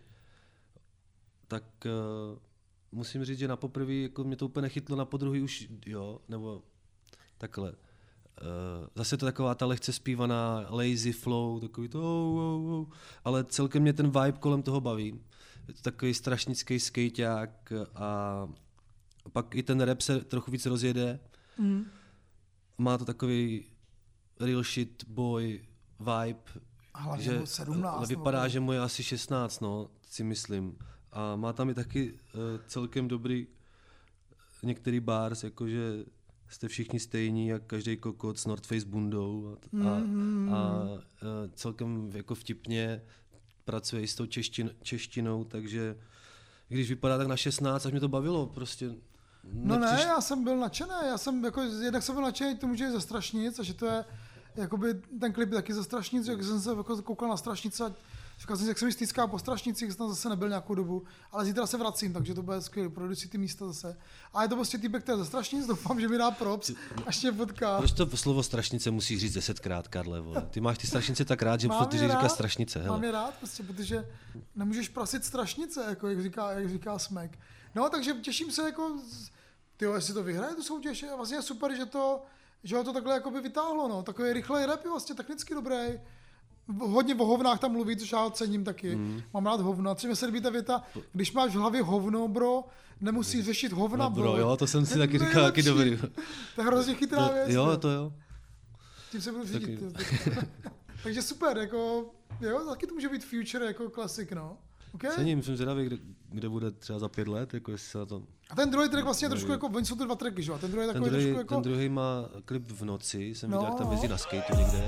B: tak musím říct, že na poprvé jako mě to úplně nechytlo, na podruhý už jo, nebo takhle. Zase to taková ta lehce zpívaná lazy flow, takový to ale celkem mě ten vibe kolem toho baví. Je to takový strašnický skejťák a pak i ten rap se trochu víc rozjede. Má to takový real shit boy vibe.
C: Hlavně že 17.
B: Vypadá, že mu je asi 16, no, si myslím. A má tam i taky celkem dobrý některý bars, jakože jste všichni stejní, jak každý kokot s North Face bundou a celkem jako vtipně pracuje i s tou češtinou, takže když vypadá tak na 16, až mě to bavilo prostě.
C: No ne, já jsem byl nadšený, jednak jsem byl nadšený tomu, že je ze Strašnic a že to je, jakoby ten klip taky ze Strašnic, jak jsem se jako koukal na Strašnice a říkal jsem si, jak jsem stýská po Strašnicích, jsem tam zase nebyl nějakou dobu, ale zítra se vracím, takže to bude skvělé, projdu si ty místa zase. A je to prostě týpek, který je ze Strašnic, doufám, že mi dá props, až mě potká.
B: Proč to slovo Strašnice musíš říct 10krát, Karle, vole? Ty máš ty Strašnice tak rád, že ty říká Strašnice, hele.
C: Mám je rád, prostě, protože nemůžeš prasit Strašnice, jako jak říká Smek. No, takže těším se, jako, tyjo, jestli to vyhraje tu soutěž, je vlastně super, že ho to takhle jakoby vytáhlo, no. Takový rychlej rap je vlastně technicky dobrý. Hodně o hovnách tam mluví, což já cením taky. Mám rád hovna. Třeba se líbí ta věta, když máš v hlavě hovno, bro, nemusíš řešit hovna,
B: no, bro. Jo, to jsem si taky říkal, taky dobrý.
C: To je hrozně chytrá věc.
B: Jo, to jo.
C: Tím se budu řídit. Takže super, jako, jo, taky to může být future jako klasik, no. Okay.
B: Cením, jsem zvědavý, kde bude třeba za 5 let, jako jestli se na to...
C: A ten druhý track vlastně trošku jako, oni jsou to 2 tracky, že jo? Ten druhý je takový trošku jako...
B: Ten druhý má klip v noci, jsem viděl, jak tam jezdí na skateu někde.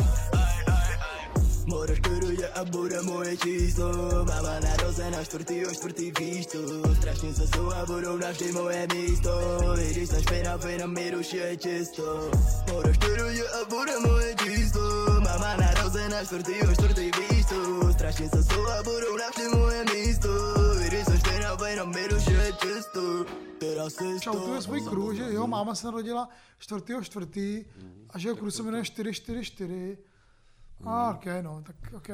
K: Mora štyruje a bude moje číslo. Mama narozená 4.4. víš to. Strašnice jsou a budou navždy moje místo. I když jsem špinavý, na mi duši je čisto. Mora štyruje a bude moje číslo. Mama narozená 4.4. víš to. Strašnice jsou a budou navždy moje místo. I když jsem špinavý, na mi duši je čisto.
C: šautuje svůj crew, že jeho máma se narodila 4.4. a že jeho crew se jmenuje 444. OK, no, tak OK.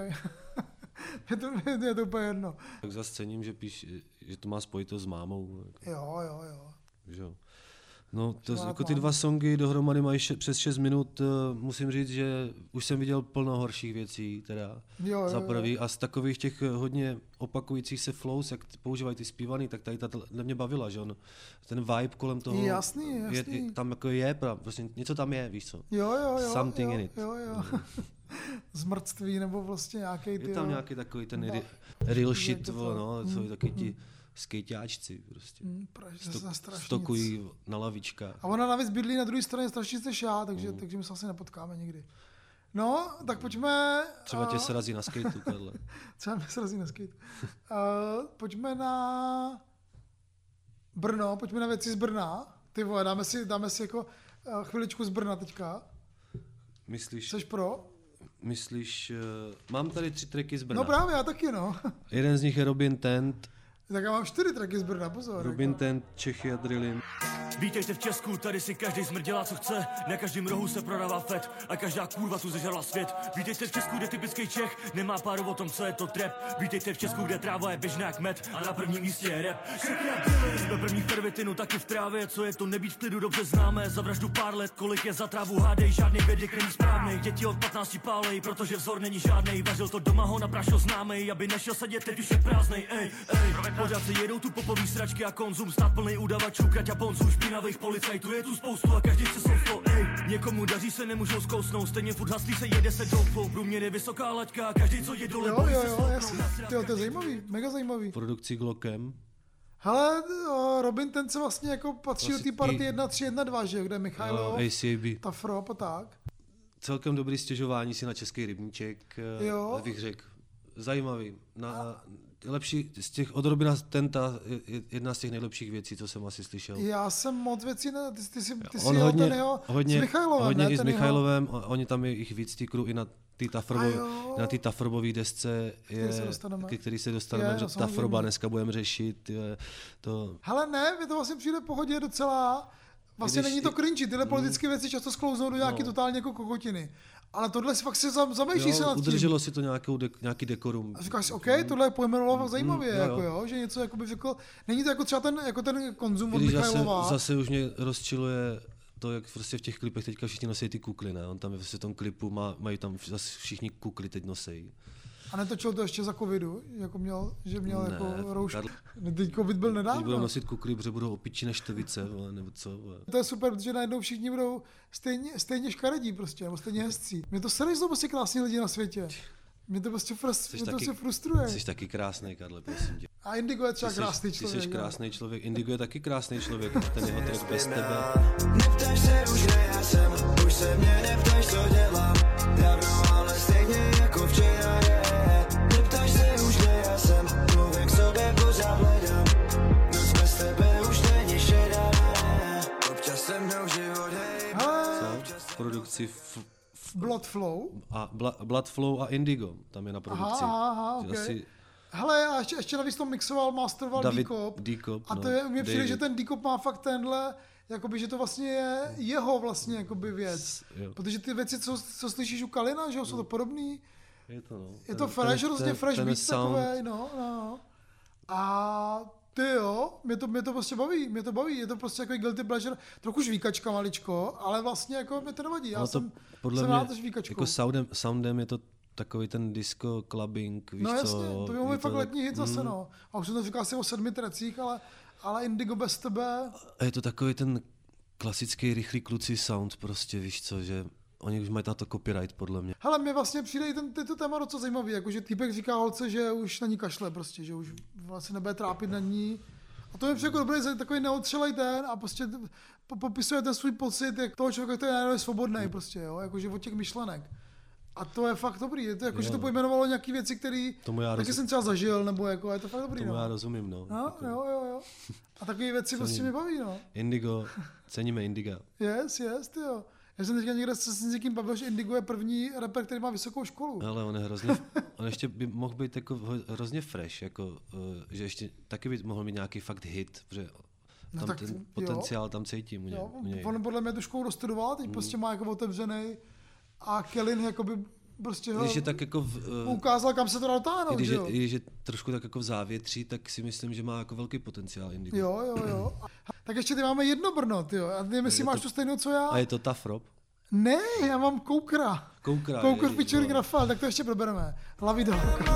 C: je to úplně jedno.
B: Tak zase cením, že to má spojitost s mámou.
C: Jo.
B: Že? No, to, jako ty dva songy dohromady mají přes 6 minut, musím říct, že už jsem viděl plno horších věcí, teda za prvý. A z takových těch hodně opakujících se flows, jak používají ty zpívaný, tak tady ta mě bavila, že on, ten vibe kolem toho,
C: jasný.
B: tam jako je, prostě něco tam je, víš co?
C: Jo.
B: Something in it.
C: Jo. Zmrtství nebo vlastně nějaký ty...
B: Je tam nějaký takový ten real shit, no, jsou taky ti skejťáčci prostě. Stokují na lavičkách.
C: A ona navíc bydlí na druhé straně strašně než já, takže my se asi nepotkáme nikdy. No, tak pojďme...
B: Třeba tě srazí na skateu, Karle.
C: Třeba mě srazí na skateu. Pojďme na Brno, pojďme na věci z Brna. Ty vole, dáme si jako chviličku z Brna teďka.
B: Myslíš?
C: Jseš pro?
B: Myslíš, mám tady 3 tracky z Brna.
C: No právě, já taky, no.
B: Jeden z nich je Robin Tent.
C: Tak já mám 4 tracky z Brna, pozor.
B: Robin Tent, Čechy a Drillin.
L: Vítejte v Česku, tady si každý smrdělá, co chce. Na každém rohu se prodává fet a každá kurva tu zežrala svět. Vítejte v Česku, kde typický Čech nemá páru o tom, co je to trap. Vítejte v Česku, kde tráva je běžná jak med a na prvním místě je rap. Jsme první v pervitinu, taky v trávě, co je to nebýt v klidu, dobře známe. Za vraždu pár let, kolik je za trávu, hádej, žádný věděk není správnej. Děti od 15 pálej, protože vzor není žádnej. Vařil to doma, ho naprašil známej, aby nešel sedět, teď už je prázdnej. Pořád si jedou tu popový sračky a konzum, stát plný udavačů, kraťa bonzů, špinavých policajtů, je tu spoustu a každý chce souflo, někomu daří se, nemůžou zkousnout, stejně furt haslí se, jede se doufou, průměr je vysoká laťka, každý co je dole,
C: jo, jasně, to je zajímavý, mega zajímavý.
B: Produkcí Glockem.
C: Hele, Robin ten se vlastně jako patří do té party 1-3-1-2, že jo, kde Michailov, Tafrop a tak.
B: Celkem dobrý stěžování si na český rybníček, bych řekl, zajímavý. Lepší z těch od Robina Tenta jedna z těch nejlepších věcí, co jsem asi slyšel.
C: Já jsem moc věcí, ty jsi
B: hodně,
C: s Michailovem,
B: hodně
C: ne?
B: I s Michailovem, oni tam je jich víc, ty crew i na té Tafrobové desce, ke který se dostaneme, že Tafroba dneska budeme řešit. To...
C: Hele ne, mi to vlastně přijde v pohodě docela, vlastně není to cringy, tyhle politické věci často sklouznou do nějaký totálně jako kokotiny. Ale tohle si fakt se zamýšlí se nad tím.
B: Udrželo si to nějaký dekorum.
C: A říkáš si, OK, tohle je pojmenovalo fakt zajímavě, že něco jako bych řekl, není to jako třeba ten konzum od Michailova.
B: Zase už mě rozčiluje to, jak prostě v těch klipech teďka všichni nosí ty kukly, ne? On tam v tom klipu mají tam zase všichni kukly teď nosejí.
C: A netočil to ještě za covidu, jako měl jako roušku. Teď covid byl nedávno.
B: Teď budou nosit kukly, protože budou opičí než števice, nebo co.
C: To je super, protože najednou všichni budou stejně škaredí prostě, nebo stejně hezcí. Mě to sere, že jsou prostě krásní lidi na světě. Mě to prostě frustruje.
B: Jsi taky krásný, Karle, prosím tě.
C: A Indigo je třeba krásný člověk.
B: Ty jsi krásný člověk. Indigo je taky krásný člověk. Ten jeho track Bez tebe.
M: Neptáš se už, kde já jsem, už se mě neptáš, co dělám. Dávno, ale stejně jako včera je. Neptáš se už, kde já jsem, mluvím k sobě, pořád hledám. Noc bez tebe už není šedá, ne. Občas se mnou život, hej.
B: V produkci
C: Bloodflow.
B: Bloodflow a Indigo tam je na produkci.
C: Aha, okay. Hele, a ještě navíc to mixoval, masteroval D-Cop. A to je, mě přijde, že ten D-Cop má fakt tenhle, jakoby, že to vlastně je jeho vlastně jakoby věc. Protože ty věci, co slyšíš u Kalina, že jsou to podobný.
B: Je to, no.
C: Je to fresh, hrozně fresh beat takovej, no. A ty jo, mě to prostě baví, je to prostě jako guilty pleasure, trochu žvíkačka maličko, ale vlastně jako mě to nevadí, já jsem rád žvíkačkou.
B: Jako soundem je to takový ten disco clubbing, víš co?
C: No jasně, to by mohl fakt letní hit zase, no. A už jsem to říkal asi o 7 tracích, ale Indigo Bez tebe.
B: A je to takový ten klasický rychlý kluci sound prostě, víš co, že oni už mají tato copyright, podle mě.
C: Hele, mě vlastně přijde i to téma docela zajímavý, jakože týpek říká holce, že už na ní kašle prostě, že už vlastně nebude trápit na ní. A to je přijde jako dobrý, takový neotřelej ten a prostě popisuje ten svůj pocit, jak toho člověka, který je svobodný prostě, jo, jakože od těch myšlenek. A to je fakt dobrý, je to jako, že to pojmenovalo nějaký věci, které taky jsem třeba zažil, nebo jako, je to fakt dobrý,
B: tomu já rozumím, no.
C: Jo. A takové věci prostě mě baví, no.
B: Indigo, ceníme Indiga.
C: Yes, tyjo. Já jsem teďka někde se s někým bavil, že Indigo je první rapper, který má vysokou školu.
B: Ale on je hrozně, on ještě by mohl být jako hrozně fresh, jako, že ještě taky by mohl mít nějaký fakt hit, protože
C: No
B: tam ten potenciál tam cítím u něj.
C: On podle mě tu školu dostudoval, teď prostě má jako otevřený a Kellyn jakoby prostě
B: když je tak jako
C: ukázal, kam se to dá dotáhnout.
B: Když je trošku tak jako v závětří, tak si myslím, že má jako velký potenciál Indigo.
C: Jo. Tak ještě ty máme jedno Brno, tyjo. A nevím, jestli máš tu stejnou, co já.
B: A je to Tough Rob?
C: Ne, já mám Koukra. Koukr featuring Rafael, tak to ještě probereme. Lavido.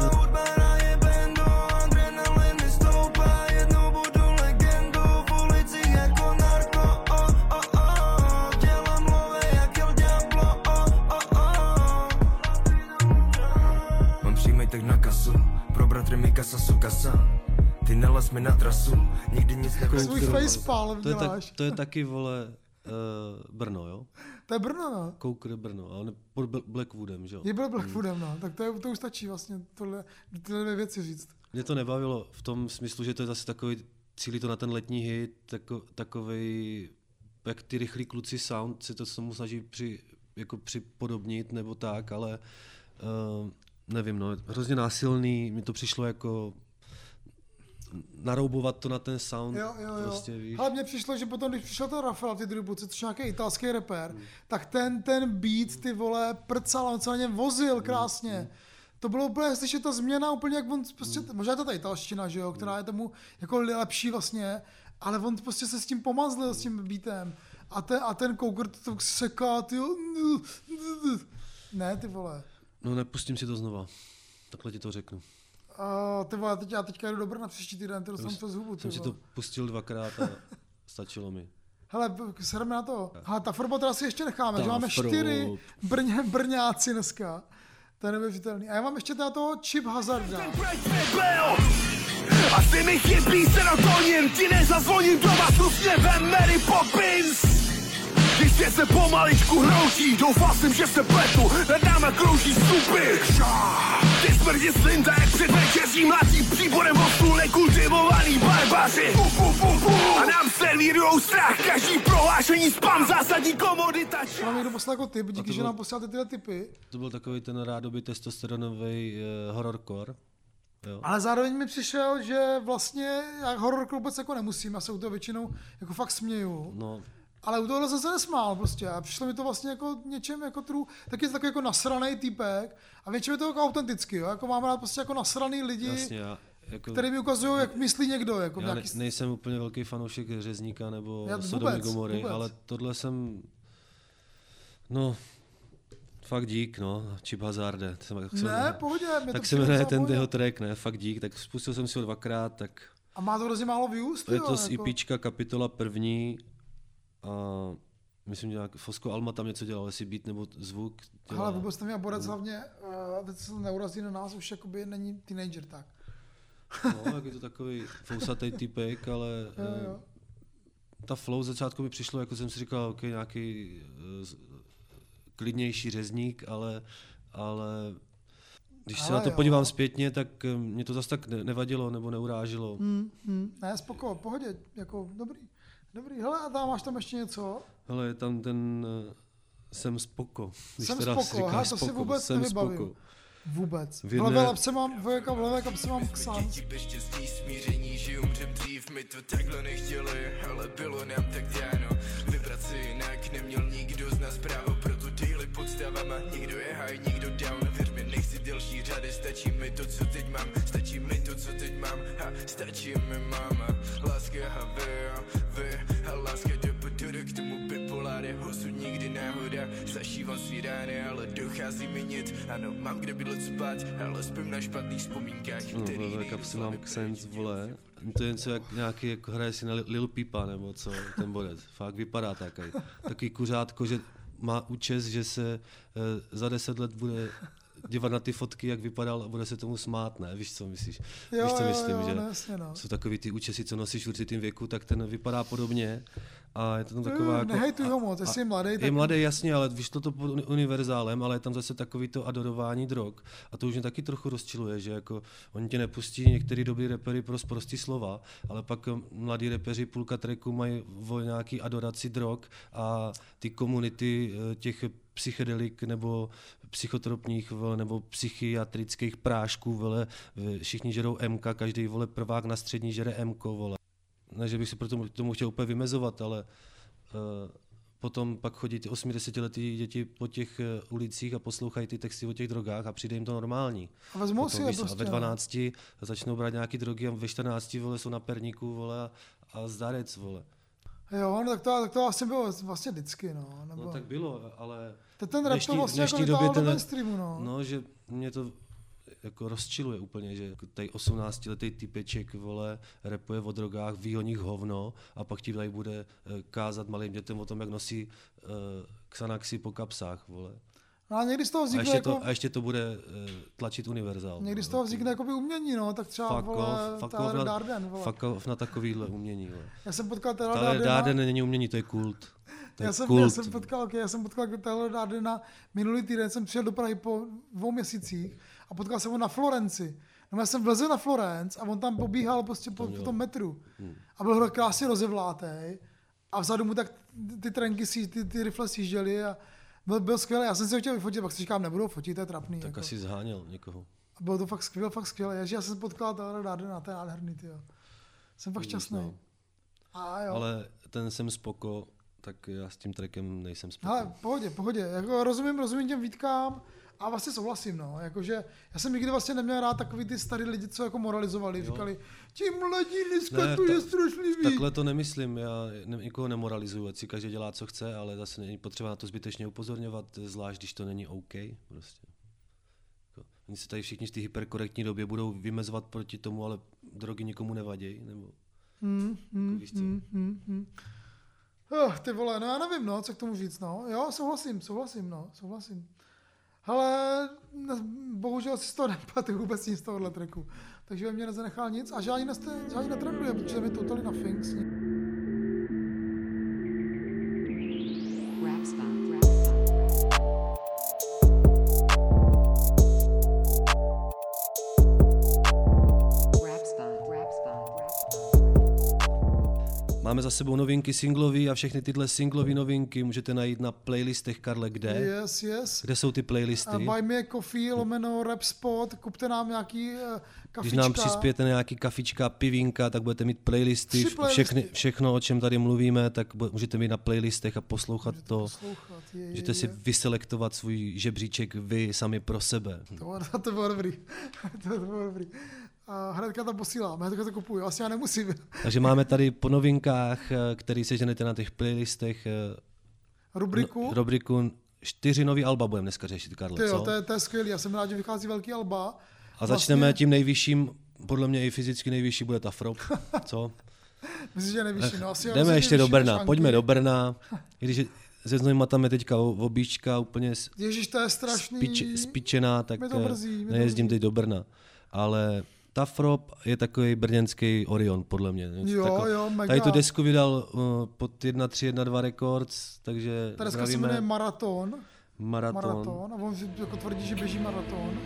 H: Tak na kasu, pro bratry mi kasa. Ty neles mi na trasu, nikdy nic
C: Svůj facepalm děláš.
B: To je taky, vole, Brno, jo?
C: To je Brno, no.
B: Koukr Brno, ale pod Blackwoodem, že jo?
C: Je byl Blackwoodem, no. Tak to už stačí vlastně tyhle dvě věci říct.
B: Mě to nebavilo v tom smyslu, že to je zase takový, cílí to na ten letní hit, takovej, jak ty rychlí kluci sound se to tomu snaží připodobnit nebo tak, ale nevím, no, hrozně násilný, mi to přišlo jako naroubovat to na ten sound.
C: Jo.
B: Prostě, víš.
C: Ale mně přišlo, že potom, když přišel ten Rafael v té distribuci, což je nějaký italský rapper, tak ten beat, ty vole, prcal, on se na něm vozil krásně. To bylo úplně slyšet ta změna úplně, jak on prostě, možná je to ta italština, že jo, která je tomu jako lepší vlastně, ale on prostě se s tím pomazlil, s tím beatem. A ten Koukr to seká, tyjo. Ne, ty vole.
B: No nepustím si to znova, takhle ti to řeknu.
C: Ty vole, já teďka jdu do Brna příští týden, to dostanu přes hubu.
B: Jsem si to pustil 2krát a stačilo mi.
C: Hele, srme na to. Hele, ta forma teda si ještě necháme, že máme 4 Brňáci dneska. To je neuvěřitelný. A já mám ještě teda toho Chip Hazarda.
H: Asi mi chybí serotonin, ti nezazvoním do vás úsměvem Mary Poppins. Když se pomaličku hrouší, doufal jsem, že se pletu, nad náma krouží stupy. Ty smrdí slinda, jak před večeří mladí příborem osu nekultivovaný barbaři. A nám servírujou strach, každý prohlášení spam, zásadní komodita.
C: Nám někdo poslal jako tip, díky, že nám posíláte tyhle tipy.
B: To byl takový ten rádoby testosteronový horrorcore. Jo.
C: Ale zároveň mi přišel, že vlastně já hororcore vůbec jako nemusím, já se u toho většinou jako fakt směju.
B: No.
C: Ale u tohohle jsem se nesmál prostě a přišlo mi to vlastně jako něčem jako taky takový jako nasranej týpek a většinou je to jako autenticky, jo? Jako mám rád prostě jako nasraný lidi,
B: jasně, jako,
C: který mi ukazují, jak myslí někdo. Jako
B: já
C: nějaký...
B: nejsem úplně velký fanoušek Řezníka nebo Sodomy Gomory, ale tohle jsem, no, fakt dík, no, Chip Hazarde.
C: Pohodě.
B: Tak se jmenuje ten jeho track, ne, fakt dík, tak spustil jsem si ho 2krát, tak...
C: A má to hrozně málo views,
B: to je to z EPčka kapitola 1. A myslím, že Fosko Alma tam něco dělal, jestli beat nebo zvuk.
C: Ale vůbec tam je borec hlavně, teď se neurazí na nás, už jakoby není teenager, tak.
B: No, jak je to takový fousatý typek, ale ta flow začátku mi přišlo, jako jsem si říkal, okay, nějaký klidnější Řezník, ale když se na to podívám zpětně, tak mě to zase tak nevadilo nebo neurážilo.
C: Ne, pohodě, jako dobrý. Hele, a tam máš tam ještě něco?
B: Hele, je tam ten Jsem spoko.
C: Jsem spoko, to si vůbec nevybavím. Vůbec. V levé kapse mám Xans.
E: Bez štěstí, smíření, že umřem dřív, my to takhle nechtěli, ale bylo nám tak dáno. Vybrat si jinak neměl nikdo z nás právo, proto daily podstavama, nikdo je high, nikdo down. Věř mi, nechci delší řady, stačí mi to, co teď mám, stačí mi máma. Láska a vy, a láska do potudu, k tomu bipoláry, hosud nikdy náhoda. Zašívám svý rány, ale dochází mi nic, ano, mám kde bydlet spát, ale spím na špatných vzpomínkách, který
B: no, kapsu mám Xens, vole. To je něco jak nějaký, jako hraje si na Lil Peepa, nebo co, ten borec. Fakt vypadá takový kuřátko, že má účes, že se za 10 let bude dívat na ty fotky, jak vypadal a bude se tomu smát, ne? Víš, co myslíš? Víš, co myslím, že
C: jasně, no.
B: Jsou takový ty účesy, co nosíš v určitým věku, tak ten vypadá podobně. A je to tam taková jako...
C: Nehejtuj ho moc, jestli je mladý.
B: Je mladý, jasně, ale víš to univerzálem, ale je tam zase takový to adorování drog. A to už mě taky trochu rozčiluje, že jako oni tě nepustí některý dobrý rapery pro sprostý slova, ale pak mladí rapeři půlka tracku mají o nějaký adoraci drog a ty komunity těch psychedelik nebo psychotropních nebo psychiatrických prášků, vole, všichni žerou MK, každý vole prvák na střední žere MK, vole. ne, že bych se tomu chtěl úplně vymezovat, ale potom pak chodí ty 80letý děti po těch ulicích a poslouchají ty texty o těch drogách a přijde jim to normální.
C: A vezmou si je prostě.
B: A ve 12 začnou brát nějaký drogy a ve 14 vole, jsou na perníku vole, a zdarec, vole.
C: Jo, no tak to asi bylo vlastně vždycky, no. Nebo...
B: No tak bylo, ale
C: ten rap to vlastně jako vytáhl do mainstreamu, no.
B: No, že mě to jako rozčiluje úplně, že tady 18letý typeček, vole, rapuje o drogách, ví o nich hovno a pak ti tady bude kázat malým dětem o tom, jak nosí Xanaxy po kapsách, vole.
C: No a někdy z toho vznikne
B: a ještě to bude tlačit Univerzál.
C: Někdy z toho vznikne jakoby umění, no, tak třeba Tyler Darden, vole.
B: Fuck off na takovýhle umění, vole.
C: Já jsem potkal
B: Tyler Darden není umění, to je kult.
C: Já jsem potkal Tyler Dardena minulý týden, jsem přijel do Prahy po 2 měsících a potkal jsem ho na Florenci. No já jsem vlezl na Florence a on tam pobíhal prostě po tom metru. A byl krásně rozevlátej a vzadu mu tak ty trenky, ty rifle sjížděly a byl skvělý. Já jsem si ho chtěl vyfotit, pak si říkám, nebudu fotit, to je trapný.
B: Tak
C: jako.
B: asi zháněl někoho.
C: A bylo to fakt skvělé. Já jsem potkal Tyler Dardena, to je nádherný, tyjo. Jsem fakt šťastný.
B: Ale ten jsem spoko, tak já s tím trackem nejsem spokojený.
C: Ale pohodě. Jako rozumím těm výtkám a vlastně souhlasím, no. Jakože já jsem nikdy vlastně neměl rád takový ty starý lidi, co jako moralizovali, říkali, ti mladí dneska tu je strašlivý.
B: Takhle to nemyslím, já nikoho nemoralizuju, ať si každý dělá, co chce, ale zase není potřeba na to zbytečně upozorňovat, zvlášť když to není OK. Prostě. Oni se tady všichni v té hyperkorektní době budou vymezovat proti tomu, ale drogy nikomu nevadí, nebo... Víš co?
C: Ty vole, no já nevím, no, co k tomu říct, no. Jo, souhlasím. Hele, bohužel si z toho nepamatuju vůbec nic z tohohle tracku. Takže mě nezanechal nic a žádný netrenduje, protože mi totally nothing s ním.
B: Máme za sebou novinky singlový a všechny tyhle singlové novinky můžete najít na playlistech, Karle, kde?
C: Yes.
B: Kde jsou ty playlisty?
C: Buy me a coffee, /rap spot, kupte nám nějaký kafička.
B: Když nám přispějete nějaký kafička, pivínka, tak budete mít playlisty. Všechno, o čem tady mluvíme, tak můžete mít na playlistech a poslouchat to. Můžete si vyselektovat svůj žebříček vy sami pro sebe.
C: To bylo dobrý. A hnedka tam posílám, hnedka to kupuju, asi já nemusím.
B: Takže máme tady po novinkách, který seženete na těch playlistech, rubriku 4 nový alba budeme dneska řešit, Karle, co?
C: To je skvělý, já jsem rád, že vychází velký alba.
B: A začneme tím nejvyšším, podle mě i fyzicky nejvyšší bude ta Frop, co?
C: Myslím, že nejvyšší, no asi.
B: Jdeme ještě do Brna, pojďme do Brna, i když se Znojma tam je teďka objížďka úplně
C: Ježiš, to je strašný.
B: Spičená, tak nejezdím teď do Brna, ale ta Frop je takový brněnský Orion, podle mě.
C: Jo, mega.
B: Tady tu desku vydal pod 1.3.1.2 Records, takže
C: ta deska se jmenuje Maraton. A on jako tvrdí, že běží maraton.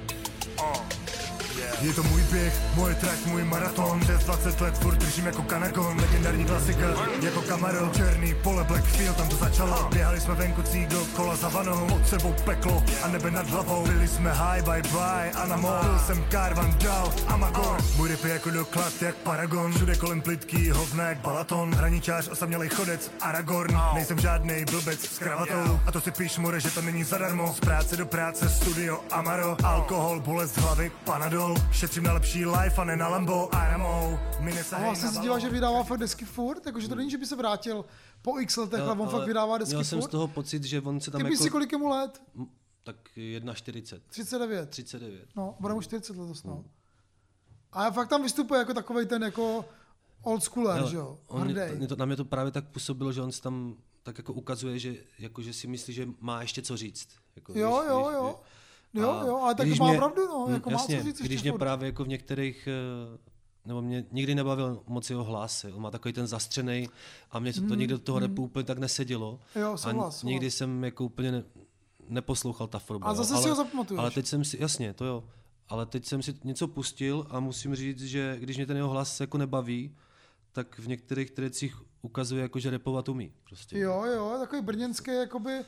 H: Je to můj běh, moje trať, můj maraton. Přes 20 let furt držím jako Kanagon. Legendární klasika, jako Camaro. Černý pole, Blackfield, tam to začalo. Běhali jsme venku cík kola za vanou. Pod sebou peklo a nebe nad hlavou. Byli jsme high, bye, Anamor. Byl jsem Karvan, Dal, Amagor. Můj rap je jako doklad, jak Paragon. Všude kolem plitký, hovna jak Balaton. Hraničář, osamělej chodec, Aragorn. Nejsem žádnej blbec s kravatou. A to si píš, more, že to není zadarmo. Z práce do práce, studio Amaro. Alkohol, bolest hlavy, Panadol. Šetřím na lepší life a ne na Lambo a Ramou.
C: A vlastně se díval, že vydává fakt desky furt, jakože to není, že by se vrátil po x letech, ale on fakt vydává desky
B: měl
C: furt.
B: Jsem z toho pocit, že on se tam
C: Ty si kolik je mu let?
B: Tak 1,40.
C: 39. No, bude mu 40 letos, no. A fakt tam vystupuje jako takovej ten jako old schooler, že jo?
B: Na mě to právě tak působilo, že on se tam tak jako ukazuje, že si myslí, že má ještě co říct. Jako,
C: jo, ale tak má pravdu, no, jako
B: jasně,
C: má co říct.
B: Když mě právě jako v některých, nebo mě nikdy nebavil moc jeho hlas, on má takový ten zastřenej a mě to někdy do toho rapu úplně tak nesedělo.
C: Jo, souhlas.
B: Nikdy jsem jako úplně neposlouchal ta Froba.
C: A zase si ho zapamatuješ.
B: Ale teď jsem si, jasně, to jo, ale teď jsem si něco pustil a musím říct, že když mě ten jeho hlas jako nebaví, tak v některých trecích ukazuje, jako, že rapovat umí. Prostě.
C: Jo, takový brněnský, jakoby,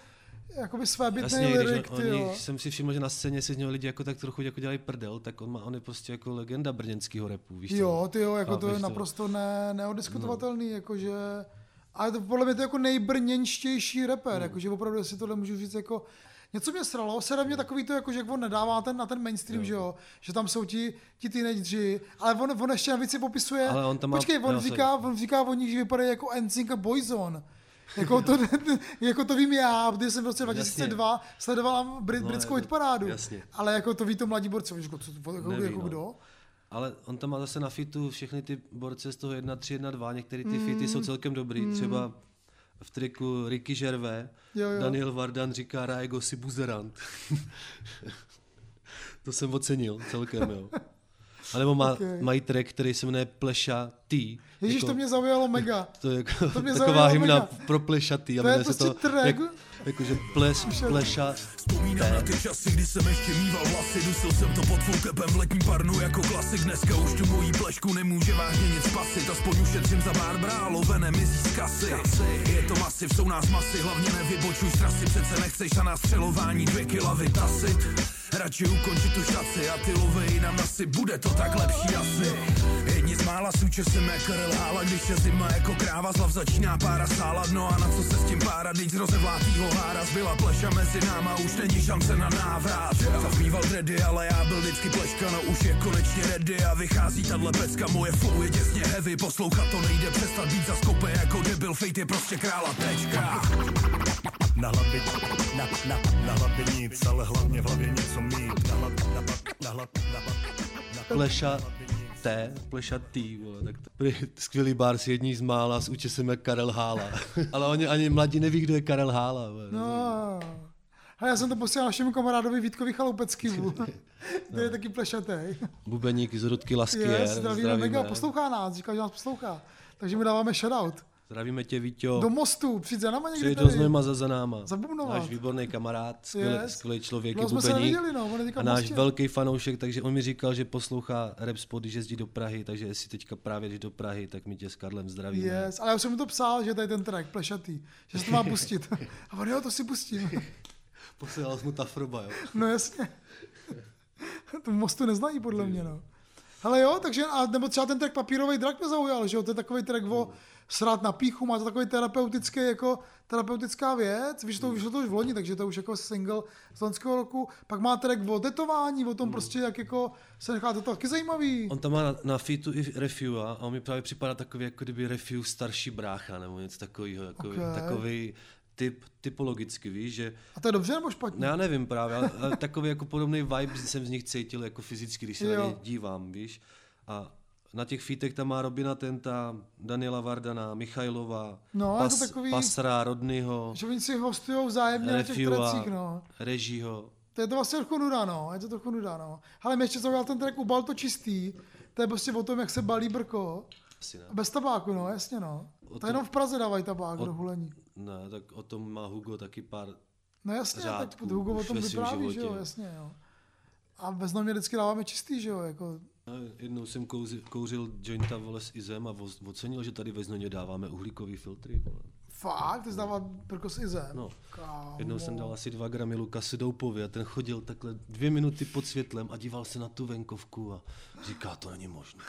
C: jakoby svébytný
B: Jasně,
C: lyrik, ty jo.
B: když jsem si všiml, že na scéně si z něho lidi jako tak trochu jako dělají prdel, tak on je prostě jako legenda brněnského rapu, víš co?
C: Jo, ty jo, jako to je
B: Chápeš
C: naprosto neodiskutovatelný, jakože... Ale to podle mě to je jako nejbrněnštější rapper, jakože opravdu, jestli tohle můžu říct, jako... Něco mě sralo, sere mě takový to, jako, že on nedává na ten mainstream, že jo, že tam jsou ti teenageři, ale on ještě navíc si popisuje,
B: ale on tam
C: počkej, on říká o nich, že vypadají jako NSYNC a Boyzone. Jako to vím já, když jsem v roce 2002 sledoval britskou hitparádu, ale jako to ví to mladí borci, jako kdo?
B: Ale on tam má zase na fitu všechny ty borce z toho 1-3-1-2, některé ty fity jsou celkem dobrý, třeba v triku Ricky Gervais, Daniel Vardan říká Raego si buzerant. To jsem ocenil celkem, jo. A nebo mají track, který se jmenuje Plesha T.
C: Ježíš,
B: jako,
C: to mě zaujalo mega.
B: To je jako taková hymna pro Plesha T.
C: To je prostě track.
B: Jakože Plesha
H: Vzpomínám na ty časy, kdy jsem ještě mýval vlasy, dusil jsem to pod foukepem v letním parnu jako klasik. Dneska už tu mojí plešku nemůže vážně nic spasit, aspoň ušetřím za pár brálové nemizí z kasy. Je to masiv, jsou nás masy, hlavně nevybočuj z trasy, přece nechceš na nás přelování 2 kila vytasit. Radši ukončit tu štaci a ty lovej nám asi, bude to tak lepší asi. Jedni z mála suče jsem jak Karel Hála, když je zima jako kráva, zlav začíná pára sálat. No a na co se s tím párat, když z rozevlátýho hára zbyla pleša mezi náma, už není šance na návrat. Zazmíval dready, ale já byl vždycky pleška, no už je konečně ready a vychází tahle pecka. Moje flow je děsně heavy, poslouchat to nejde, přestat být zaskoupej jako debil, fate je prostě krála tečka.
N: Na hlavě nic, ale hlavně v hlavě něco mít.
B: Plesha T, tak skvělý bars, jední z mála s účesem jak Karel Hála. Ale oni ani mladí neví, kdo je Karel Hála.
C: No. A já jsem to posílal našemu kamarádovi Vítkovi Chaloupeckému. To je taky plešatej.
B: Bubeník z Rudky Laskier.
C: Zdravíme mega, poslouchá nás, říkal, že nás poslouchá. Takže mu dáváme shoutout.
B: Zdravíme tě, Víťo.
C: Do Mostu, přijď za náma někdy
B: tady.
C: Přijď
B: do Znojma za náma.
C: Zabubnovat.
B: Náš výborný kamarád, skvělý člověk,
C: no,
B: je bubeník.
C: A
B: náš velký fanoušek, takže on mi říkal, že poslouchá Rap Spot, když jezdí do Prahy, takže jestli teďka právě jdeš do Prahy, tak my tě s Karlem zdravíme.
C: Yes, ale já jsem mu to psal, že tady ten track, plešatý, že se to má pustit. A on, jo, to si pustím.
B: Posílal jsi mu Tafroba, jo?
C: No jasně. To Mostu neznají podle mě, no. Hele jo, takže, nebo třeba ten track Papírovej drak mě zaujal, že jo, to je takový track o srát na píchu, má to takový terapeutický, jako terapeutická věc, vyšlo to už v loni, takže to už jako single z loňského roku, pak má track o tetování, o tom prostě, jak jako se nechá to taky zajímavý.
B: On tam má na featu i Refue a on mi právě připadá takový, jako kdyby Refue starší brácha, nebo něco takového, jako takový typologicky, víš, že...
C: A to je dobře nebo špatně?
B: Já nevím právě, ale takový jako podobný vibe jsem z nich cítil jako fyzicky, když se na ně dívám, víš. A na těch featech tam má Robina Tenta, Daniela Vardana, Michailova, Pasra, Rodneyho,
C: že oni si hostujou vzájemně na těch tracích, no.
B: Režího.
C: To je to vlastně trochu nuda, no. Je to trochu nuda, no. Ale mě ještě zaujal ten track Ubal to čistý, to je prostě o tom, jak se balí brko. Bez tabáku, no, jasně, no. To jenom v Praze dávají tabák do hulení.
B: Ne, tak o tom má Hugo taky pár
C: no jasně,
B: řádků,
C: tak Hugo o tom vypráví, že jo, jasně, jo. A ve Znojmě vždycky dáváme čistý, že jo, jako...
B: Jednou jsem kouřil jointa vole s Izem a ocenil, že tady ve Znojmě dáváme uhlíkový filtry. Vole.
C: Fakt? Ty jsi dával brko s Izem?
B: No. Jednou jsem dal asi 2 gramy Lukasi Doupovi a ten chodil takhle 2 minuty pod světlem a díval se na tu venkovku a říká, to není možné.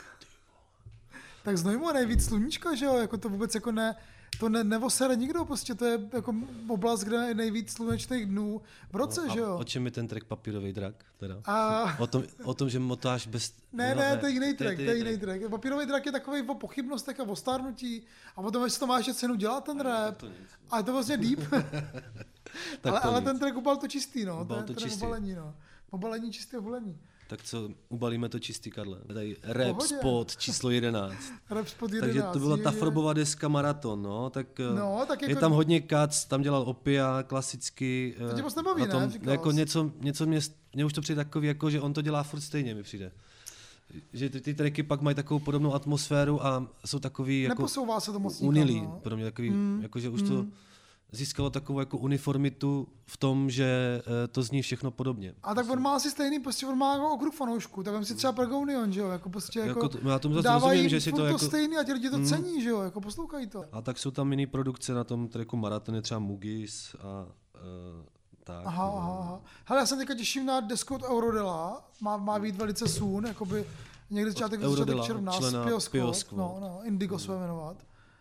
C: Tak Znojmo je nejvíc sluníčka, že jo, jako to vůbec jako to nevosere nikdo, prostě to je jako oblast, kde je nejvíc slunečných dnů v roce, že jo.
B: O čem je ten track Papírovej drak, teda? O tom, že motáš bez...
C: Ne, to je jiný track, to je jiný track. Papírovej drak je takový o pochybnostech a o stárnutí a potom, jestli to máš cenu dělat ten rap, a je to vlastně deep. ale ten track Ubal to čistý, no, to je track obalení, no. Obalení čistého hulení.
B: Tak co, ubalíme to čistý, Karle. Tady Rap Spot číslo 11.
C: Rap Spot 11.
B: Takže to byla ta Frobova deska Maraton, no. Tak jako... je tam hodně cuts, tam dělal Opia klasicky.
C: To tě moc nebaví,
B: tom,
C: ne? Říkal
B: jako něco mě už to přijde takový, jako, že on to dělá furt stejně, mi přijde. Že ty tracky pak mají takovou podobnou atmosféru a jsou takový jako
C: neposouvá se to moc
B: unilý,
C: no.
B: pro mě takový, jako že už to získalo takovou jako uniformitu v tom, že to zní všechno podobně.
C: A tak on má asi stejný, prostě on má jako okruh fanoušků, tak vem si třeba Pergonion, že jo, jako prostě jako
B: já tomu zase
C: dávají
B: rozumím, že si to jako
C: stejný a ti lidi to cení, že jo, jako poslouchají to.
B: A tak jsou tam jiný produkce na tom tracku Maraton, je třeba Mugis a tak.
C: Aha. Hele, já se teďka těším na desku od Eurodela, má být velice soon, jakoby někdy začátek června, z Pioskvot, no, Indigo se jmenovat.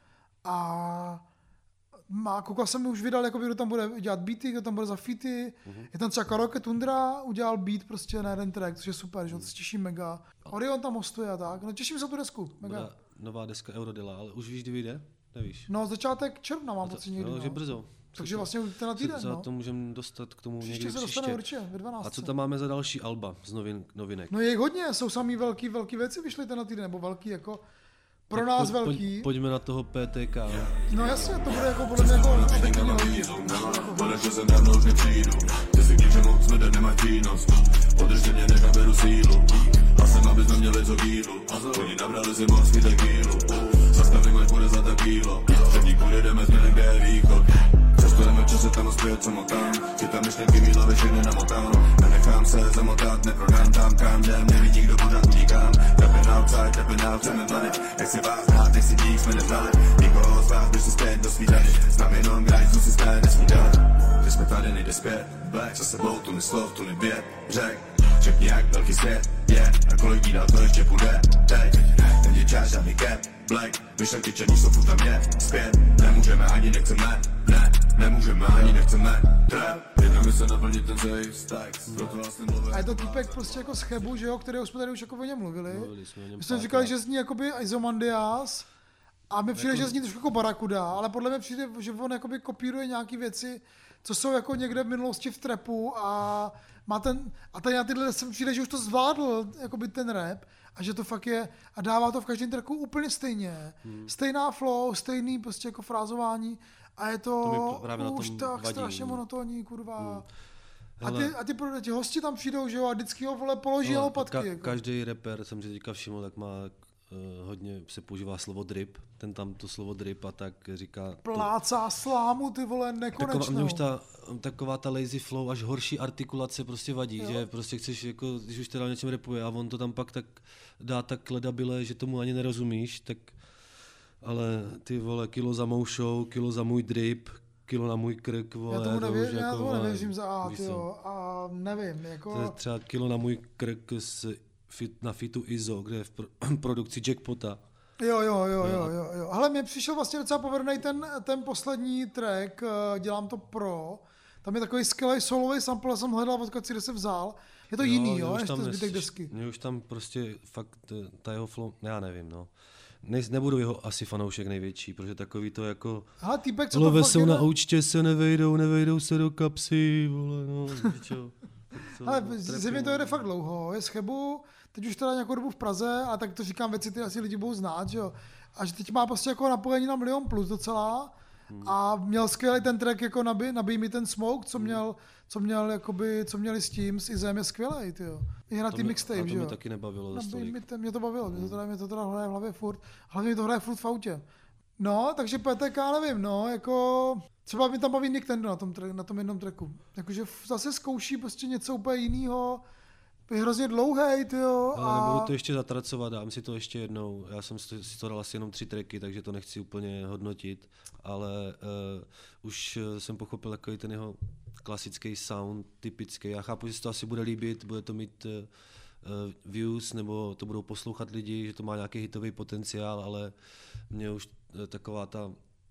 C: A koukal jsem mi už vydal, jakoby, kdo tam bude dělat beaty, kdo tam bude za featy. Je tam třeba Karaoke Tundra, udělal beat prostě na jeden track, což je super, že to se těším mega. Orion tam hostuje a tak, no těším se na tu desku, mega.
B: Bude nová deska Eurodela, ale už víš, kdy vyjde? Nevíš?
C: No začátek června mám pocit někdy.
B: No, že brzo.
C: Takže vlastně tenhle týden,
B: za to můžeme dostat k tomu
C: příště
B: někdy
C: se dostane určitě, ve 12.
B: A co tam máme za další alba z novinek?
C: No je jich hodně, jsou samý velký věci vyšly tenhle týden, nebo velký jako pro nás velký.
B: Pojďme na toho PTK.
C: No jasně, to bude jako podle mě jako
O: Podle, že jsem dávno už nepřijdu. Ty si k ničemu smrde nemají přínos. Podržte mě, než naberu sílu. A jsem, aby jsme měli co kýlu. Oni nabrali si moc tequílu. Zastavím, ať bude za takýlo. Před nikou jedeme směrem, kde je východ. Cestujeme v čase tam a zpět, co motám. Chytám myšlenky, mý hlavy všechny namotám. Nenechám se zamotat, neprodám tam, kam jdem. Nevidí, kdo pořád utíkám. Tapping out, chceme mladit. Nechci vás hrát, nechci dík, jsme neznali. Nikoho z vás, běž si zpět do svý dany. Znám jenom grind, co si stále nesmí dát. Když jsme tady, nejde zpět. Black za sebou, tu slov, tu věd. Řekni jak velký svět je. A kolik dál to ještě půjde. Teď, není čas, žádný cap. Black, myšlenky černí jsou furt tam je. Zpět, nemůžeme ani nechceme. Nemůžeme ani nechceme. Trap, jednáme se naplnit ten safe stacks.
C: A je to týpek prostě jako z Chebu, že jo, kterého jsme tady už jako o něm mluvili. My jsme říkali, že zní jakoby Izomandias. A mi přijde, že zní trošku jako Barakuda, ale podle mě přijde, že on jakoby kopíruje nějaký věci, co jsou jako někde v minulosti v trapu a má tady na tyhle se přijde, že už to zvládl, jakoby ten rap a že to fakt je a dává to v každém tracku úplně stejně. Stejná flow, stejný prostě jako frázování a je to už tak strašně monotónní, kurva. A ty hosti tam přijdou, že jo, a vždycky ho vole položí lopatky. Jako.
B: Každý rapper, jsem si teďka všiml, tak má hodně se používá slovo drip, ten tam to slovo drip a tak říká...
C: Plácá slámu, ty vole, nekonečnou.
B: Mě už taková ta lazy flow, až horší artikulace prostě vadí, jo. Že prostě chceš, jako, když už teda něčem rapuje a on to tam pak tak dá tak ledabile, že tomu ani nerozumíš, tak ale ty vole, kilo za mou show, kilo za můj drip, kilo na můj krk, vole.
C: Já tomu nevěřím za A, tyjo, a nevím, jako...
B: To je třeba kilo na můj krk na fitu Izo, kde je v produkci Jackpota.
C: Jo. Hele, mě přišel vlastně docela povedený ten poslední track, Dělám to pro. Tam je takový skvělý solový sample, jsem hledal, odkud si kde se vzal. Je to jiný, jo, než to zbytek desky.
B: Mě už tam prostě fakt ta jeho flow, já nevím, no. Nebudu jeho asi fanoušek největší, protože takový to jako...
C: Aha, týpek, co
B: love jsou na účtě, se nevejdou se do kapsy, vole, no, čo.
C: Ale země to jede fakt dlouho, je z Chebu, teď už teda nějakou dobu v Praze, a tak to říkám věci, ty asi lidi budou znát, že jo. A že teď má prostě jako napojení na 1 000 000 plus docela a měl skvělý ten track jako Nabij mi ten smoke, co měli s tím, s Izem je skvělej, tyjo. Je na tým mixtape, že jo.
B: To mě taky nebavilo dost tolik.
C: Mě to bavilo, mě to teda hraje v hlavě furt, hlavně mi to hraje furt v autě. No, takže PTK nevím, no, jako... Třeba mi tam baví Nick Tendo na tom jednom tracku. Jakože zase zkouší prostě něco úplně jinýho, je hrozně dlouhej, tyjo.
B: Ale nebudu to ještě zatracovat, dám si to ještě jednou. Já jsem si to dal asi jenom 3 tracky, takže to nechci úplně hodnotit, ale už jsem pochopil takový ten jeho klasický sound, typický. Já chápu, že se to asi bude líbit, bude to mít views, nebo to budou poslouchat lidi, že to má nějaký hitový potenciál, ale mě už taková ta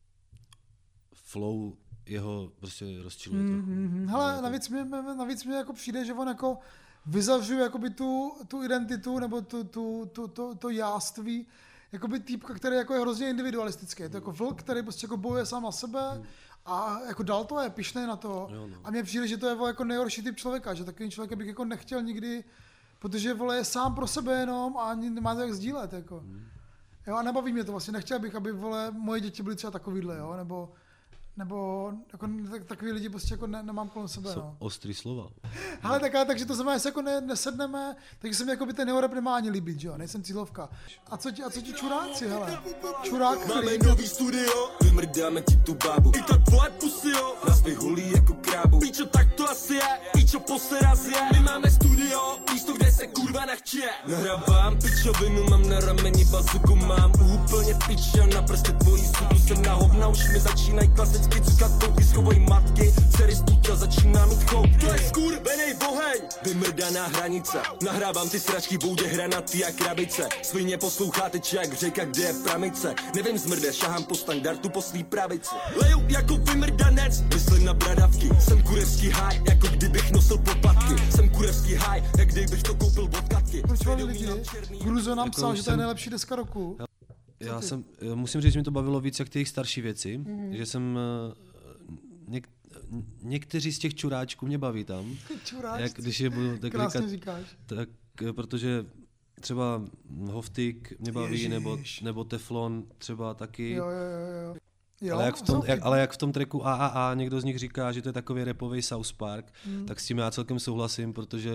B: flow jeho prostě rozčiluje.
C: Hele, navíc mě jako přijde, že on jako vyzařuje jakoby tu identitu nebo to jáství, jakoby týpka, který jako je hrozně individualistický. Je to jako vlk, který prostě jako bojuje sám na sebe a jako dal to je pyšnej na to. Jo, no. A mně přijde, že to je jako nejhorší typ člověka, že takový člověk bych jako nechtěl nikdy, protože vole je sám pro sebe jenom a ani nemá to jak sdílet. Jako. Jo, a nebaví mě to vlastně, nechtěl bych, aby vole moje děti byly třeba takovýhle, jo, nebo jako takový lidi prostě jako nemám kolem sebe, no.
B: Ostrý slova.
C: Hele, takže to znamená, že se jako nesedneme, takže se mi jako by ten rap nemá ani líbit, že jo, nejsem cílovka. A co ti čuráci, hele? Čurák, který...
P: Máme nový studio, vymrdáme ti tu bábu. I ta tvoje pusy, jo, nás vyhulí jako krábu. Píčo, tak to asi je, píčo, poseraz je. My máme studio, místo, kde se kurva nechče. Nahrávám pičovinu, mám na rameni bazuku mám úplně pič a na prstě tvojí suku jsem na hovna, už mi začínají klasicky cukat touky, schovají matky, dcery z půjča začíná mít choutky. Skurvenej boheň, vymrdaná hranice, nahrávám ty sračky, boudě hranatý jak krabice, svině posloucháte jak řeka, kde je pramice, nevím zmrde, šahám po standardu po svý pravici. Leju jako vymrdanec, myslím na bradavky, jsem kurevský haj, jako kdybych nosil poplatky, jsem kurevský haj, jak kdybych to koupil od Katky.
C: Proč vám lidi? Gruzo nám psal, že to je nejlepší deska roku.
B: Musím říct, že mi to bavilo víc jak ty starší věci, že jsem někteří z těch čuráčků mě baví tam. Jak když je budu tak
C: krásně
B: říkat, tak protože třeba Hoftik mě baví, nebo Teflon třeba taky.
C: Jo,
B: ale jak v tom tracku AAA někdo z nich říká, že to je takový rapový South Park, tak s tím já celkem souhlasím, protože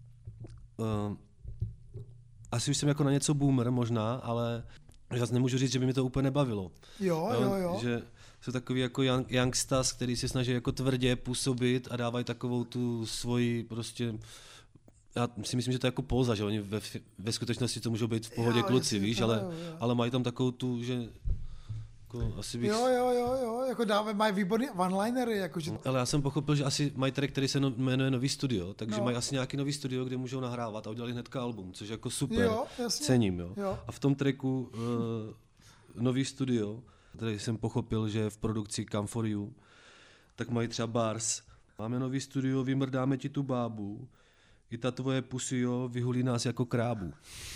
B: asi už jsem jako na něco boomer možná, ale já nemůžu říct, že by mi to úplně nebavilo.
C: Jo.
B: Že jsou takový jako youngstas, který se snaží jako tvrdě působit a dávají takovou tu svoji prostě. Já si myslím, že to je jako póza, že oni ve skutečnosti to můžou být v pohodě kluci, víš, ale mají tam takovou tu, že jako asi bych...
C: Jo, jako mají výborný one-linery, jakože...
B: Ale já jsem pochopil, že asi mají track, který se jmenuje Nový studio, takže mají asi nějaký nový studio, kde můžou nahrávat a udělali hnedka album, což jako super, cením, jo. A v tom tracku Nový studio, který jsem pochopil, že je v produkci Come For You, tak mají třeba bars. Máme nový studio, vymrdáme ti tu bábu, i ta tvoje pusy, jo, vyhulí nás jako krábu.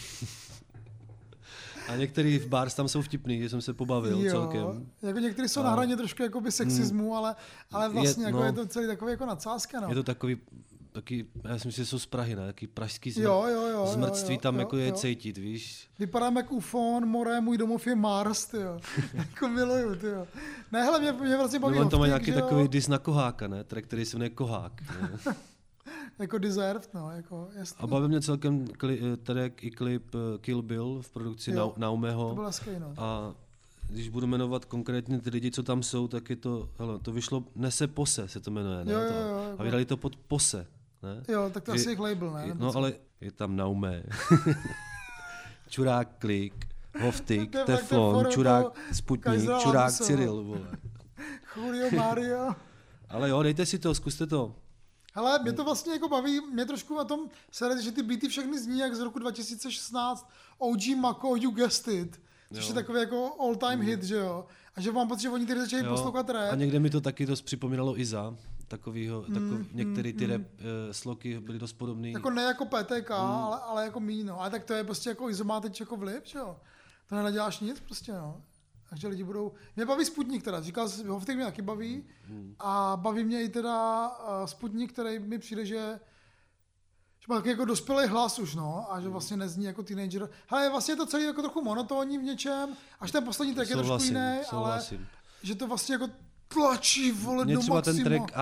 B: A některý v bars tam jsou vtipný, že jsem se pobavil celkem.
C: Jako některý jsou na hraně trošku jakoby sexismu, ale vlastně je to celý takový jako nadsázka. No.
B: Je to takový, taky, já si myslím, že jsou z Prahy, ne? Taký pražský zmrtství tam jako je cítit, víš.
C: Vypadám jak ufon, more, můj domov je Mars, tyjo. Jako miluju, tyjo. Ne, hele, mě vlastně baví
B: Hoftik, to má nějaký takový dis na Koháka, ne? Track, který se jmenuje Kohák.
C: Jako Deserved, no, jako jasný.
B: A baví mě celkem track i klip Kill Bill v produkci Naumeho.
C: To bylo hezký, no.
B: A když budu jmenovat konkrétně ty lidi, co tam jsou, tak je to, hele, to vyšlo Nese Pose, se to jmenuje, ne?
C: Jo,
B: a vydali to pod Pose, ne?
C: Jo, tak to asi jejich label, ne?
B: No, ale je tam Naume, Čurák Klik, Hoftik, Teflon, Čurák Sputnik, Čurák Cyril, vole.
C: Julio Mario.
B: Ale jo, dejte si to, zkuste to.
C: Hele, mě to vlastně jako baví, mě trošku na tom se, že ty beaty všechny zní jak z roku 2016 OG Mako, You Guessed It, což je takový jako all time hit, že jo? A že mám pocit, že oni tady začali poslouchat rap.
B: A někde mi to taky dost připomínalo Iza, některé ty rap sloky byly dost podobný.
C: Jako ne jako PTK, ale jako míno. Ale tak to je prostě jako Izo má teď jako vliv, že jo? To nenaděláš nic prostě, no. Takže lidi budou... Mě baví Sputnik teda, říkal jsi, Hoftik mě taky baví a baví mě i teda Sputnik, který mi přijde, že má taky jako dospělý hlas už, no, a že vlastně nezní jako teenager. Hele, vlastně je to celý jako trochu monotónní v něčem, až ten poslední track je trošku jiný, ale že to vlastně jako tlačí, vole, do maxima.
B: Mě třeba ten track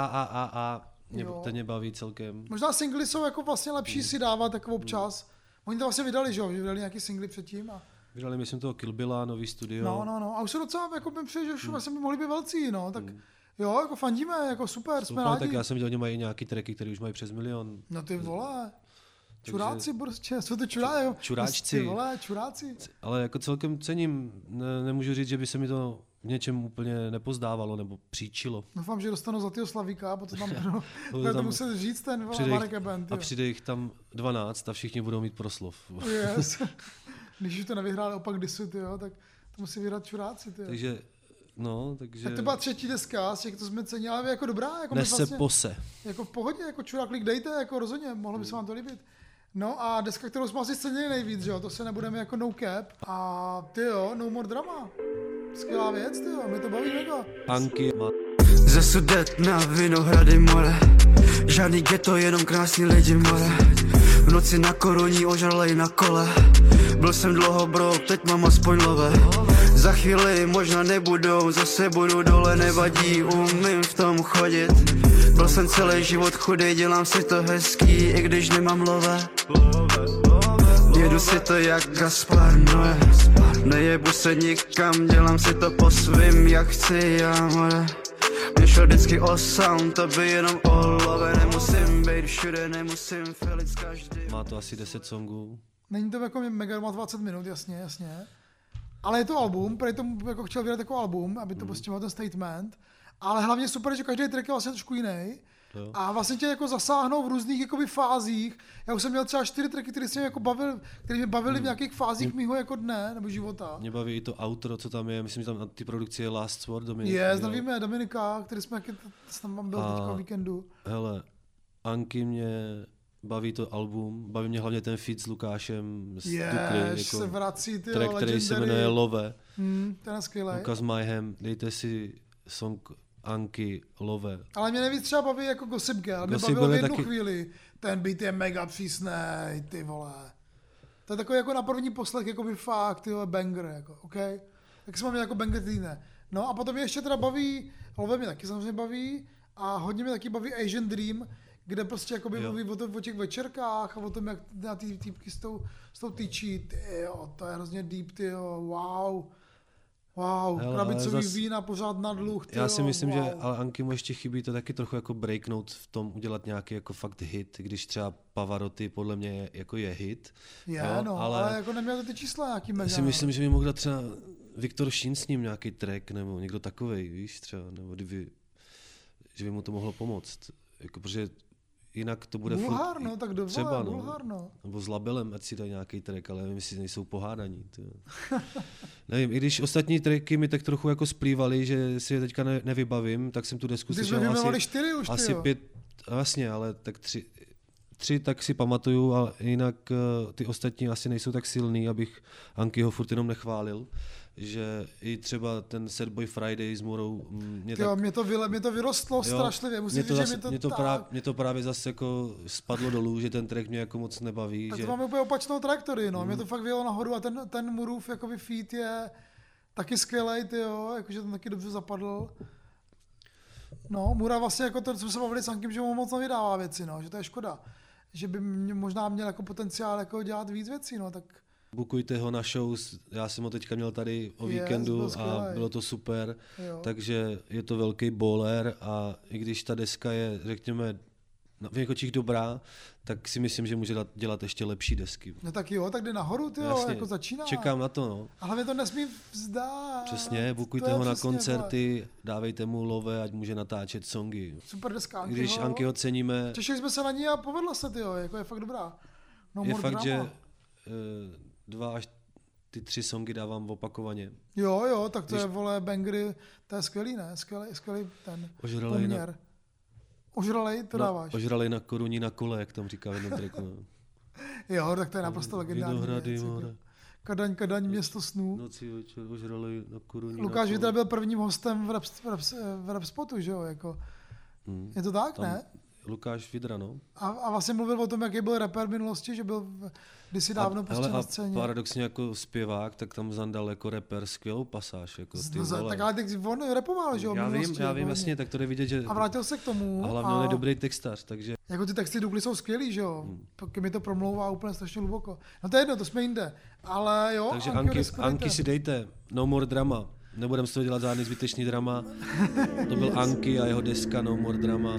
B: ten mě baví celkem.
C: Možná singly jsou jako vlastně lepší si dávat jako občas. Oni to vlastně vydali, že jo, vydali nějaký singly předtím a
B: vydali, myslím, toho Kill Billa, nový studio.
C: No. A už se docela, jako mi přijde, že už vlastně by mohli být velcí, no. Tak jo, jako fandíme, jako super, jsme rádi.
B: Tak já jsem viděl, že mají nějaký tracky, které už mají přes 1 000 000.
C: No ty vole. Čuráci, prostě, jsou to čuráčci. Vole, čuráci.
B: Ale jako celkem cením, nemůžu říct, že by se mi to v něčem úplně nepozdávalo nebo příčilo.
C: Doufám, že dostanu za tyho Slavíka, potom tam budete muset říct ten Marek Ebent.
B: A přijde jich tam 12 a všichni budou mít proslov.
C: Yes. Když už to nevyhráli opak disu, tyjo, tak to musí vyhrát čuráci. Tyjo.
B: Takže.
C: Tak to byla 3. deska, z těch to jsme cenili, ale jako dobrá. Jako
B: Nese
C: vlastně,
B: Pose.
C: Jako v pohodě, jako Čurák Klik dejte, jako rozhodně, mohlo by se vám to líbit. No a deska, kterou jsme asi cenili nejvíc, že jo, to se nebudeme jako No Cap. A tyjo, No More Drama. Skvělá věc, tyjo, mě to baví mega.
B: Anky.
M: Ze Sudet na Vinohrady more, žádný ghetto, jenom krásný lidi more. V noci na koruní ožralej na kole, byl jsem dlouho bro, teď mám aspoň love. Za chvíli možná nebudou, zase budu dole, nevadí, umím v tom chodit. Byl jsem celý život chudý, dělám si to hezký, i když nemám love. Jedu si to jak Gaspar Noé, nejebu se nikam, dělám si to po svým, jak chci já, more. Mě šel vždycky o sound, to by jenom o love, nemusím být všude, nemusím filit s každým.
B: Má to asi 10 songů.
C: Není to jako mega, má 20 minut, jasně. Ale je to album, protože to jako chtěl vydat jako album, aby to prostě měl ten statement. Ale hlavně super, že každý track je vlastně trošku jiný. A vlastně tě jako zasáhnou v různých jakoby fázích. Já už jsem měl třeba 4 tracky, které mě bavily v nějakých fázích mýho jako dne nebo života.
B: Mě baví i to outro, co tam je, myslím, že tam na ty produkci je Last Sword Dominika.
C: Víme, Dominika, který jsme tam byl teďka o víkendu.
B: Hele, Anky mě baví to album, baví mě hlavně ten feat s Lukášem z Dukly, jako
C: se vrací, ty
B: track, který se jmenuje Love.
C: Ten je skvělej.
B: Lukas Mayhem, dejte si song Anky Love.
C: Ale mě nejvíc třeba baví jako Gossip Girl. Mě bavilo v jednu chvíli. Ten beat je mega přísnej, ty vole. To je takový jako na první poslech, jako by fakt, ty vole, banger, jako, OK? Tak se mám jako banger týdne. No a potom mě ještě teda baví, Love mě taky samozřejmě baví a hodně mě taky baví Asian Dream, kde prostě jakoby mluví o těch večerkách a o tom, jak na ty týpky s tou tyčí, tyjo, to je hrozně deep, tyjo, wow, krabicový vína pořád na dluh, tyjo,
B: já si myslím, že ale Anky mu ještě chybí to taky trochu jako breaknout v tom, udělat nějaký jako fakt hit, když třeba Pavarotti podle mě je hit.
C: Ale jako neměl ty čísla nějaký mega.
B: Já si myslím, že by mohl dát třeba Viktor Šín s ním nějaký track, nebo někdo takovej, víš, třeba, nebo že by mu to mohlo pomoct, jako, protože jinak to bude
C: Bulhár, no, tak
B: třeba,
C: Bulhár, no.
B: Nebo s Labelem, ať si dají nějaký track, ale nevím, jestli nejsou pohádaní. Nevím, i když ostatní tracky mi tak trochu jako splývaly, že si je teďka nevybavím, tak jsem tu desku slyšel asi 5, vlastně, ale tak 3 tak si pamatuju a jinak ty ostatní asi nejsou tak silný, abych Ankyho furt jenom nechválil. Že i třeba ten Sad Boy Friday s Murou
C: mě to vyrostlo strašlivě, musím říct, že
B: mě to právě zase jako spadlo dolů, že ten track mě jako moc nebaví.
C: Tak
B: že...
C: to máme úplně opačnou trajektorii, no. Mě to fakt vyjelo nahoru a ten Murův jakoby feat je taky skvělej, tyjo, jakože ten taky dobře zapadl. No, Mura vlastně jako to, co jsme se bavili s Ankem, že mu moc nevydává věci, no, že to je škoda. Že by možná měl jako potenciál jako dělat víc věcí, no, tak...
B: Bukujte ho na show, já jsem ho teďka měl tady o víkendu a bylo to super, takže je to velký bowler a i když ta deska je, řekněme, v něch očích dobrá, tak si myslím, že může dělat ještě lepší desky.
C: No tak jo, tak jde nahoru, ty jo, jako začíná.
B: Čekám na to, no.
C: A hlavně to nesmí vzdát.
B: Přesně, bukujte ho na koncerty, dávejte mu Love, ať může natáčet songy.
C: Super deska Ankyho.
B: Když Ankyho ceníme.
C: Těšili jsme se na ní a povedlo se, ty jo, jako je fakt dobrá. No,
B: je fakt, drama. Že 2 až 3 songy dávám opakovaně.
C: Jo, tak to je, vole, bangry, to je skvělý, ne? Skvělý ten poměr. Ožralej to dáváš.
B: Ožralej na koruní na kole, jak tam říká v jednom tracku.
C: Jo, tak to je naprosto legendární věc. Kadaň, město snů.
B: Noci večer, ožralej na koruní
C: Lukáš Vidra byl prvním hostem v rap spotu, že jo? Jako. Je to tak, ne?
B: Lukáš Vidra, no.
C: A vlastně mluvil o tom, jaký byl rapper v minulosti, že byl kdysi dávno prostě na scéně.
B: A paradoxně jako zpěvák, tak tam zandal jako rapper skvělou pasáž. Jako
C: tak ale on rapoval, že jo?
B: Já vím, jasně, tak to jde vidět, že...
C: A vrátil se k tomu.
B: A hlavně on je dobrý textař, takže...
C: Jako ty texty Dukly jsou skvělý, že jo? Pokud mi to promlouvá úplně strašně hluboko. No to je jedno, to jsme jinde. Ale jo,
B: takže Anky si dejte, No More Drama. Nebudem z toho dělat žádný zbytečný drama. To byl Anky a jeho deska No More Drama.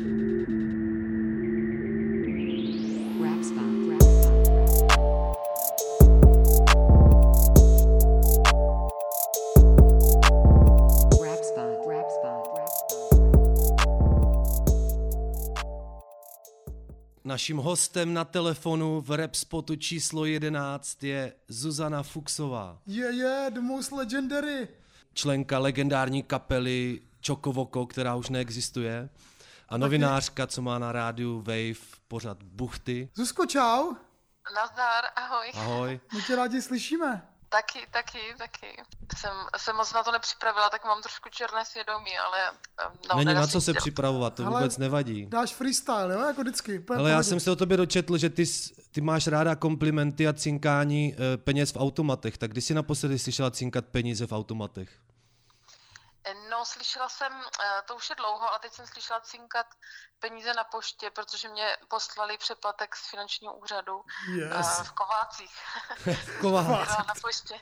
B: Naším hostem na telefonu v rap spotu číslo 11 je Zuzana Fuchsová.
C: The most legendary.
B: Členka legendární kapely Čokovoko, která už neexistuje. A novinářka, co má na rádiu Wave pořad Buchty.
C: Zuzko, čau.
Q: Nazdar, ahoj.
B: Ahoj.
C: My tě rádi slyšíme.
Q: Taky. Jsem moc na to nepřipravila, tak mám trošku černé svědomí, ale...
B: Není na co se připravovat, to vůbec nevadí.
C: Dáš freestyle, jo, jako vždycky.
B: Ale já jsem se o tobě dočetl, že ty máš ráda komplimenty a cinkání peněz v automatech, tak kdy jsi naposledy slyšela cinkat peníze v automatech?
Q: No, slyšela jsem, to už je dlouho, ale teď jsem slyšela cinkat peníze na poště, protože mě poslali přeplatek z finančního úřadu v Kovácích.
B: Kovácích.
Q: Na poště.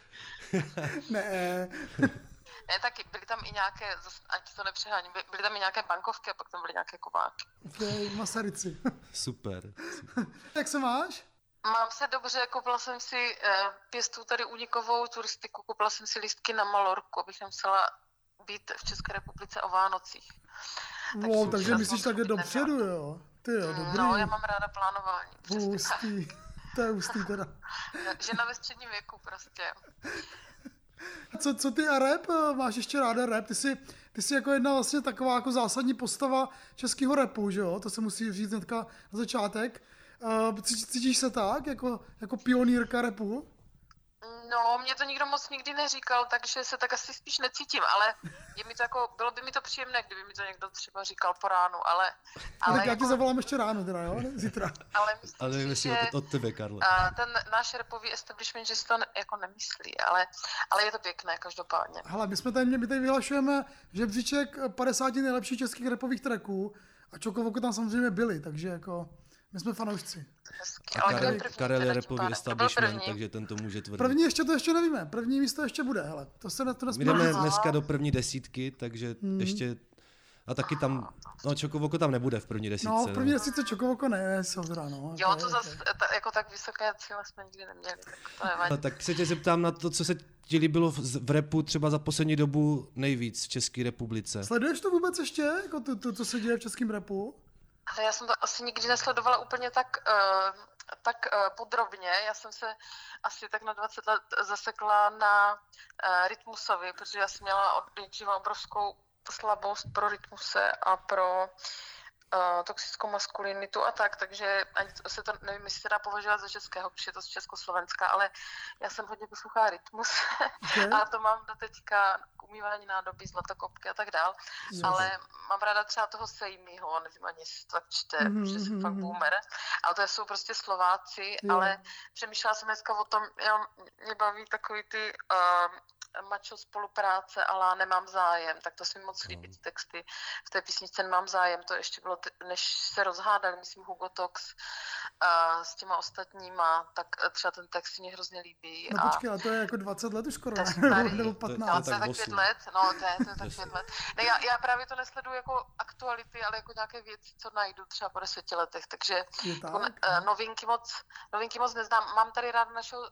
Q: Ne, taky byly tam i nějaké, ať to nepřeháním, byly tam i nějaké bankovky a pak tam byly nějaké kováky.
C: Masaryci.
B: Super.
C: Jak se máš?
Q: Mám se dobře, koupila jsem si pěstu tady unikovou turistiku, koupila jsem si lístky na Malorku, abych nemusela být v České republice o Vánocích.
C: Takže myslíš takhle dopředu, jo? Ty jo, dobrý.
Q: No, já mám ráda plánování.
C: Hustý, to je hustý teda.
Q: Žena ve středním věku prostě.
C: Co ty a rap? Máš ještě ráda rap? Ty jsi jako jedna vlastně taková jako zásadní postava českého rapu, že jo? To se musí říct hnedka na začátek. Cítíš se tak, jako pionýrka rapu?
Q: No, mě to nikdo moc nikdy neříkal, takže se tak asi spíš necítím, ale je mi to jako, bylo by mi to příjemné, kdyby mi to někdo třeba říkal po ránu, ale
C: tak já
Q: jako,
C: ti zavolám ještě ráno teda, jo? Zítra.
Q: Ale myslím
B: si, že od tebe, Karlo.
Q: Ten náš rapový establishment, že si to jako nemyslí, ale je to pěkné každopádně.
C: Hele, my tady vyhlašujeme žebříček 50 nejlepších českých rapových tracků a Čokovoko tam samozřejmě byli, takže jako my jsme fanoušci.
B: A Karel je rapový establishment, takže ten to může tvrdit.
C: První to ještě nevíme, první místo ještě bude, hele.
B: My jdeme dneska do první desítky, takže ještě, a taky tam, no Čokovoko tam nebude v první desítce.
C: No, v první desítce Čokovoko ne, Soudra, no.
Q: Jo, to zase, jako tak vysoké cíle jsme nikdy neměli, tak to nevadí.
B: No, tak se tě zeptám na to, co se ti líbilo v rapu třeba za poslední dobu nejvíc v České republice.
C: Sleduješ to vůbec ještě, jako to co se děje v českém rapu?
Q: Ale já jsem to asi nikdy nesledovala úplně tak podrobně. Já jsem se asi tak na 20 let zasekla na Rytmusovi, protože já jsem měla od nejdříva obrovskou slabost pro Rytmuse a pro toxickou maskulinitu a tak, takže ani se to, nevím, jestli se dá považovat za českého, protože je to z Československa, ale já jsem hodně poslouchala Rytmus a to mám do teďka k umývání nádoby, zlatokopky a tak dál, ale mám ráda třeba toho Sejmího, nevím ani, jestli to tak čte, protože jsem fakt boomer, ale to jsou prostě Slováci, ale přemýšlela jsem dneska o tom, mě baví takový ty macho spolupráce, ale nemám zájem, tak to se mi moc líbí, ty texty v té písničce Nemám zájem, to ještě bylo, než se rozhádali, myslím Hugo Tox s těma ostatníma, tak třeba ten text si mě hrozně líbí.
C: No počkej, ale to je jako 20 let už skoro, nebo 15.
Q: To je tak 5 let, no to je tak 5 let. Ne, já právě to nesleduju jako aktuality, ale jako nějaké věci, co najdu třeba po 10 letech, takže jako, novinky moc neznám. Mám tady rád našeho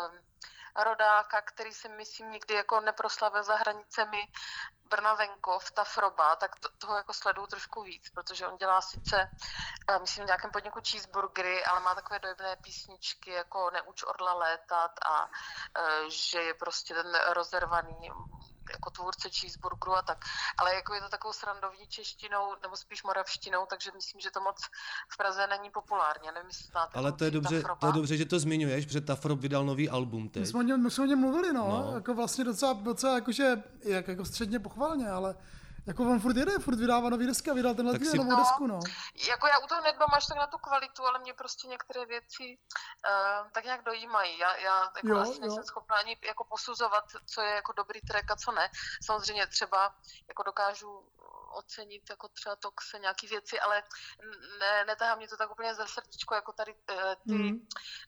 Q: rodáka, který si myslím nikdy jako neproslavil za hranicemi Brna venkov, Tafroba, tak toho jako sleduju trošku víc, protože on dělá sice, myslím, v nějakém podniku cheeseburgery, ale má takové dojemné písničky, jako Neuč orla létat a že je prostě ten rozervaný jako tvůrce cheeseburgeru a tak. Ale jako je to takovou srandovní češtinou, nebo spíš moravštinou, takže myslím, že to moc v Praze není populárně. Nevím, jestli znáte.
B: Ale to je dobře, že to zmiňuješ, protože Tafrob vydal nový album teď.
C: My jsme o něm mluvili, no. Jako vlastně docela jakože, jako středně pochvalně, ale jako on furt vydává nový desky a vydal tenhle novou desku, no.
Q: Jako já u toho nedbám až tak na tu kvalitu, ale mě prostě některé věci tak nějak dojímají. Já jako asi nejsem schopná ani jako posuzovat, co je jako dobrý track a co ne. Samozřejmě třeba jako dokážu ocenit jako třeba Toxe nějaký věci, ale netahá mě to tak úplně za srdíčko, jako tady ty,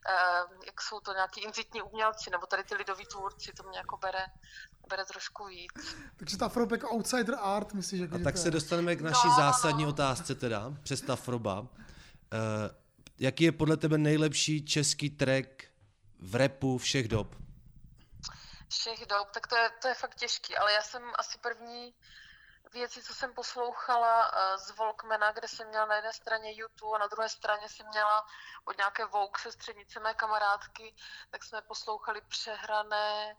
Q: jak jsou to nějaký incitní umělci, nebo tady ty lidoví tvůrci, to mě jako bere trošku víc.
C: Takže Tafrob jako outsider art, myslíš? Jako,
B: a tak se dostaneme k naší zásadní otázce teda, přes Tafroba. Jaký je podle tebe nejlepší český track v rapu všech dob?
Q: Všech dob, tak to je fakt těžký, ale já jsem asi první věci, co jsem poslouchala z Walkmana, kde jsem měla na jedné straně YouTube a na druhé straně jsem měla od nějaké Vogue sestřenice mé kamarádky, tak jsme poslouchali přehrané,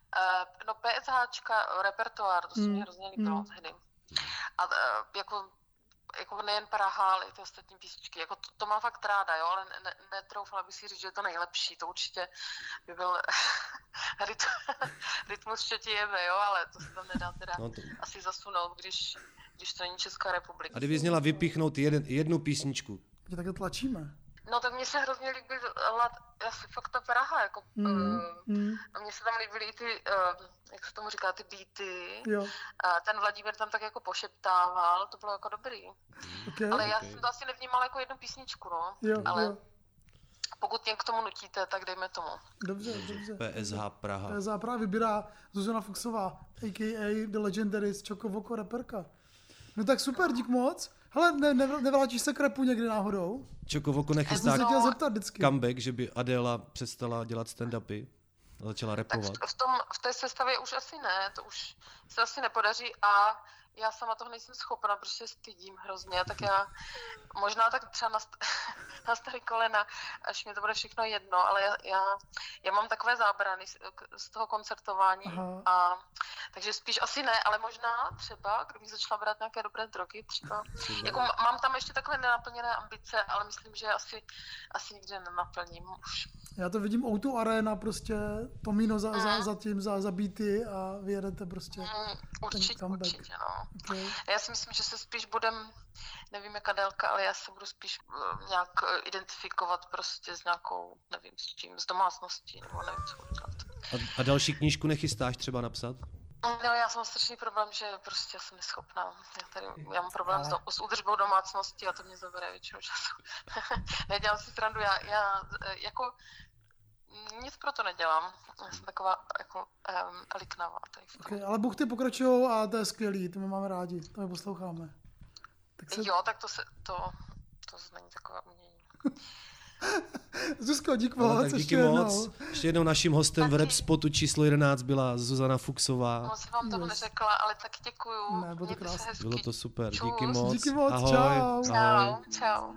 Q: PSHčka, repertoár, to se mi hrozně líbilo tehdy. A jako nejen Praha, ale i ty ostatní písničky. Jako to mám fakt ráda, jo, ale netroufala bych si říct, že je to nejlepší. To určitě by byl Rytmus Štětijeve, jo, ale to se tam nedá teda asi zasunout, když to není Česká republika.
B: A kdyby měla vypíchnout jednu písničku?
C: Že takhle tlačíme.
Q: No tak mně se hrozně líbí asi fakt ta Praha, jako a mně se tam líbily i ty, jak se tomu říká, ty beaty. A ten Vladimír tam tak jako pošeptával, to bylo jako dobrý. Ale já jsem to asi nevnímala jako jednu písničku, no. Ale pokud mě k tomu nutíte, tak dejme tomu.
C: Dobře.
B: PSH Praha.
C: PSH Praha vybírá Zuzana Fuchsová, a.k.a. The Legendary z Čokovoko reperka. No tak super, dík moc. Hele, nevrátíš se k rapu někdy náhodou?
B: Čoko, Voko nechystá
C: Já jsem se chtěl zeptat vždycky.
B: comeback, že by Adéla přestala dělat stand-upy a začala rapovat.
Q: V té sestavě už asi ne, to už se asi nepodaří a já sama toho nejsem schopna, protože stydím hrozně, tak já možná tak třeba na starý kolena, až mi to bude všechno jedno, ale já mám takové zábrany z toho koncertování a takže spíš asi ne, ale možná třeba, kdybych začala brát nějaké dobré drogy třeba. Jako mám tam ještě takové nenaplněné ambice, ale myslím, že asi nikdy nenaplním už.
C: Já to vidím O2 Arena, prostě Tomino za beaty a vyjedete prostě
Q: určitě, no.
C: Okay.
Q: Já si myslím, že se spíš budem, nevím jaká délka, ale já se budu spíš nějak identifikovat prostě s nějakou, nevím s čím, s domácností, nebo nevím co budu dělat.
B: A další knížku nechystáš třeba napsat?
Q: No, já jsem strašný problém, že prostě jsem neschopná. Já mám problém s údržbou domácnosti a to mě zabere většinu času. Nedělám si srandu, já jako nic pro to nedělám. Já jsem taková jako liknavá.
C: Okay, ale buchty pokračujou a to je skvělý, to my máme rádi, to my posloucháme.
Q: Jo, tak to není takové umění.
C: Zuzko, díky moc.
B: Díky moc. Ještě jednou naším hostem v Rap Spotu číslo 11 byla Zuzana Fuchsová.
Q: Moc vám toho neřekla, ale taky děkuju.
C: Ne, bylo to krásné.
B: Bylo to super,
Q: Čus.
B: díky moc.
C: Díky moc,
B: ahoj.
C: čau.
B: Ahoj.
Q: Čau.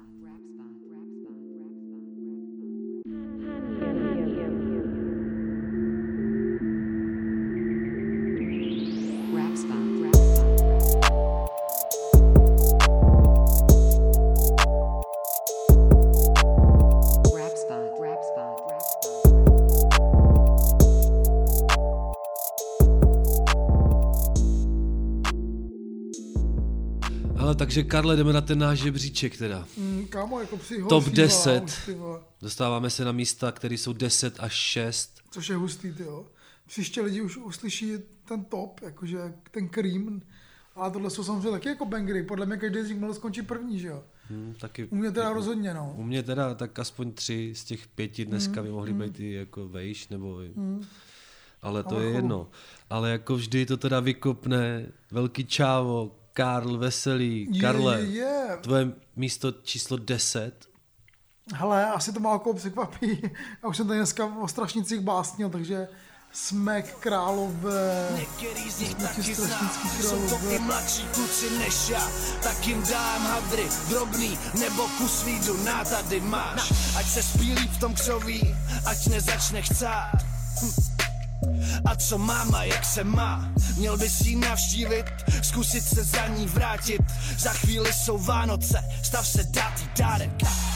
B: Takže Karle, jdeme na ten náš žebříček teda.
C: Kámo, jako
B: Top 10. Dostáváme se na místa, které jsou 10 až 6.
C: Což je hustý, tyjo. Příště lidi už uslyší ten top, jakože ten cream. Ale tohle jsou samozřejmě taky jako bangry. Podle mě každý z nich měl skončit první, že jo?
B: Taky,
C: u mě teda jako, rozhodně, no.
B: U mě teda tak aspoň 3 z těch 5 dneska by mohly být i jako vejš, nebo... Ale to je jedno. Ale jako vždy to teda vykopne velký čávo, Karl Veselý. Karle, tvoje místo číslo 10.
C: Hele, asi to málo překvapí. Já už jsem tady dneska o strašnicích básnil, takže Smek Králové.
H: Některý z nich taky znám, jsou to i mladší kluci než já. Tak jim dám hadry, drobný nebo kus vídu, na tady máš. Ať se spílí v tom křoví, ať nezačne chcát. A co máma, jak se má? Měl bys jí navštívit, zkusit se za ní vrátit. Za chvíli jsou Vánoce, stav se dát jí dárek.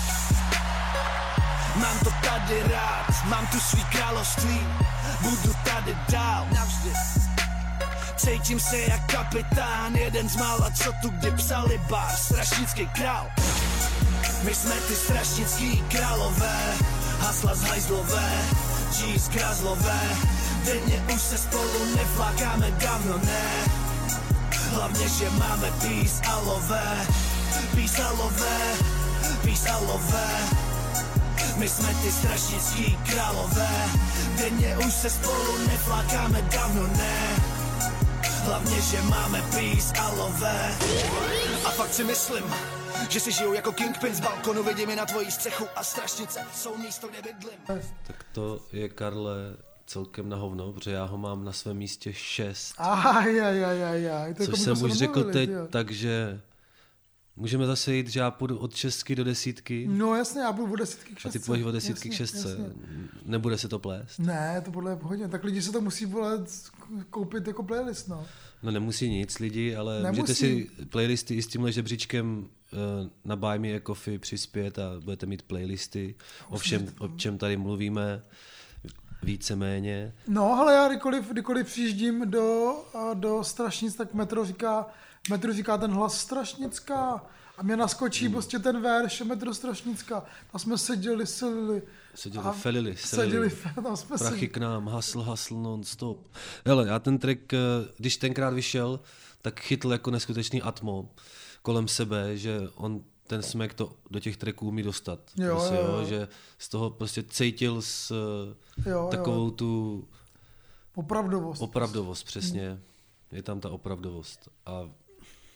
H: Mám to tady rád, mám tu svý království. Budu tady dál, navždy. Cítím se jak kapitán, jeden z mála, co tu kdy psali bar. Strašnický král. My jsme ty strašnický králové, hasla z hajzlové, G's krázlové. Denně už se spolu nevlákáme dávno, ne. Hlavně, že máme peace a love. Peace a love, peace a love. My jsme ty strašnický králové. Denně už se spolu nevlákáme dávno, ne. Hlavně, že máme peace a love. A fakt si myslím, že si žijou jako Kingpin z balkonu, vidím je na tvojí střechu a strašnice jsou místo, kde bydlím.
B: Tak to je, Karle, celkem na hovno, protože já ho mám na svém místě 6. Což jsem už řekl teď, takže můžeme zase jít, že já půjdu od 6 do 10.
C: No jasně, já budu od 10 k 6.
B: A ty půjdeš od 10 k 6. Nebude se to plést?
C: Ne, to podle je pohodně. Tak lidi se to musí koupit jako playlist, no.
B: No nemusí nic lidi, ale můžete si playlisty i s tímhle žebříčkem na Buy Me a Coffee přispět a budete mít playlisty o čem tady mluvíme. Víceméně.
C: No, ale já kdykoliv přijíždím do Strašnic, tak Metro říká ten hlas Strašnická a mě naskočí prostě ten verš Metro Strašnická. Tam jsme seděli,
B: felili.
C: Tam jsme
B: prachy k nám, hasl non-stop. Hele, já ten track, když tenkrát vyšel, tak chytl jako neskutečný atmo kolem sebe, že on ten Smek to do těch tracků umí dostat. Jo. Že z toho prostě cítil takovou tu
C: opravdovost.
B: Přesně. Je tam ta opravdovost. A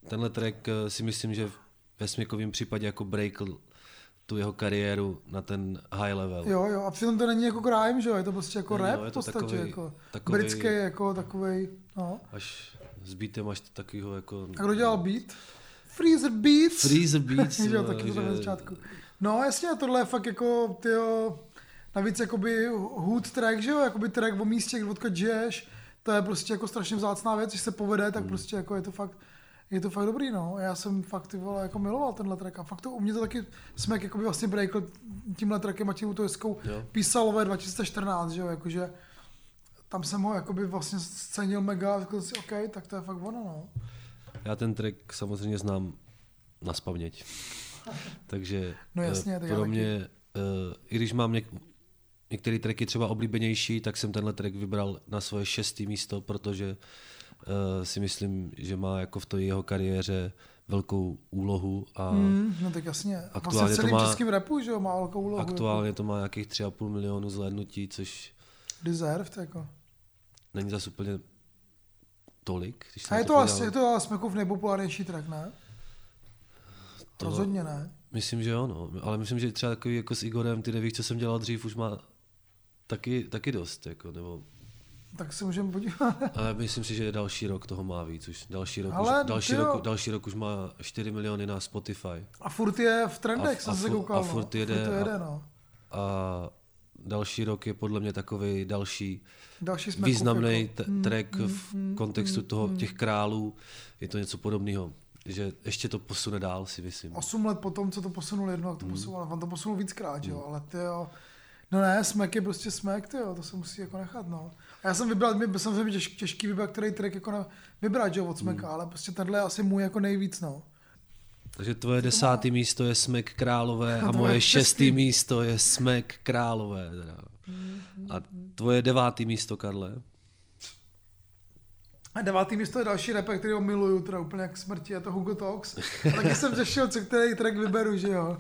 B: tenhle track si myslím, že ve Smekovém případě jako breakl tu jeho kariéru na ten high level.
C: Jo, a přitom to není jako crime, že jo, je to prostě jako rap
B: je
C: v
B: to
C: podstatě,
B: takovej,
C: britský jako takovej, no.
B: Až s beatem až takovýho jako...
C: A kdo dělal beat? Freezer Beats.
B: že
C: jo, taky to tam na začátku. No jasně, tohle je fakt jako, tyjo, navíc jakoby hood track, že jo, jakoby track o místě, odkud žiješ, to je prostě jako strašně vzácná věc, když se povede, tak prostě jako je to fakt dobrý, no. Já jsem fakt ty vole jako miloval tenhle track a fakt to u mě to taky Smek jakoby vlastně breakl tímhle trackem a tím Heskou Písalové 2014, že jo, jakože tam jsem ho jakoby vlastně scenil mega a řekl si, OK, tak to je fakt ono, no.
B: Já ten track samozřejmě znám nazpaměť, takže
C: no jasně,
B: pro mě, i když mám některé tracky třeba oblíbenější, tak jsem tenhle track vybral na svoje 6. místo, protože si myslím, že má jako v té jeho kariéře velkou úlohu a
C: no tak jasně.
B: Aktuálně
C: vlastně v celém českém rapu, že jo, má velkou úlohu.
B: Aktuálně jako to má nějakých 3,5 milionu zhlédnutí, což
C: deserved, jako.
B: Není zas úplně tolik.
C: A je to ale Smekův nejpopulárnější track, ne? To rozhodně ne.
B: Myslím, že jo, no. Ale myslím, že třeba takový jako s Igorem, ty nevíš, co jsem dělal dřív, už má taky dost, jako, nebo...
C: Tak se můžeme podívat.
B: Ale myslím si, že další rok toho má víc už. Další rok už má 4 miliony na Spotify.
C: A furt je v trendech, jsem se koukal.
B: A furt jede, no. A další rok je podle mě takový další významný track v kontextu těch králů. Je to něco podobného. Že ještě to posune dál, si myslím.
C: 8 let potom, co to posunul jedno, tak to posunul. On to posunul víckrát, jo, ale tyjo. No ne, Smek je prostě Smek, tyjo, to se musí jako nechat, no. A já jsem vybral, samozřejmě těžký vybrat, který track jako vybrat, jo, od Smeka, ale prostě tenhle je asi můj jako nejvíc, no.
B: Takže tvoje 10. místo je Smek Králové a moje 6. místo je Smek Králové. Teda. A tvoje 9. místo, Karle?
C: A 9. místo je další rapper, který ho miluju, teda úplně jak smrti, je to Hugo Tox. A taky jsem řešil, co který track vyberu, že jo.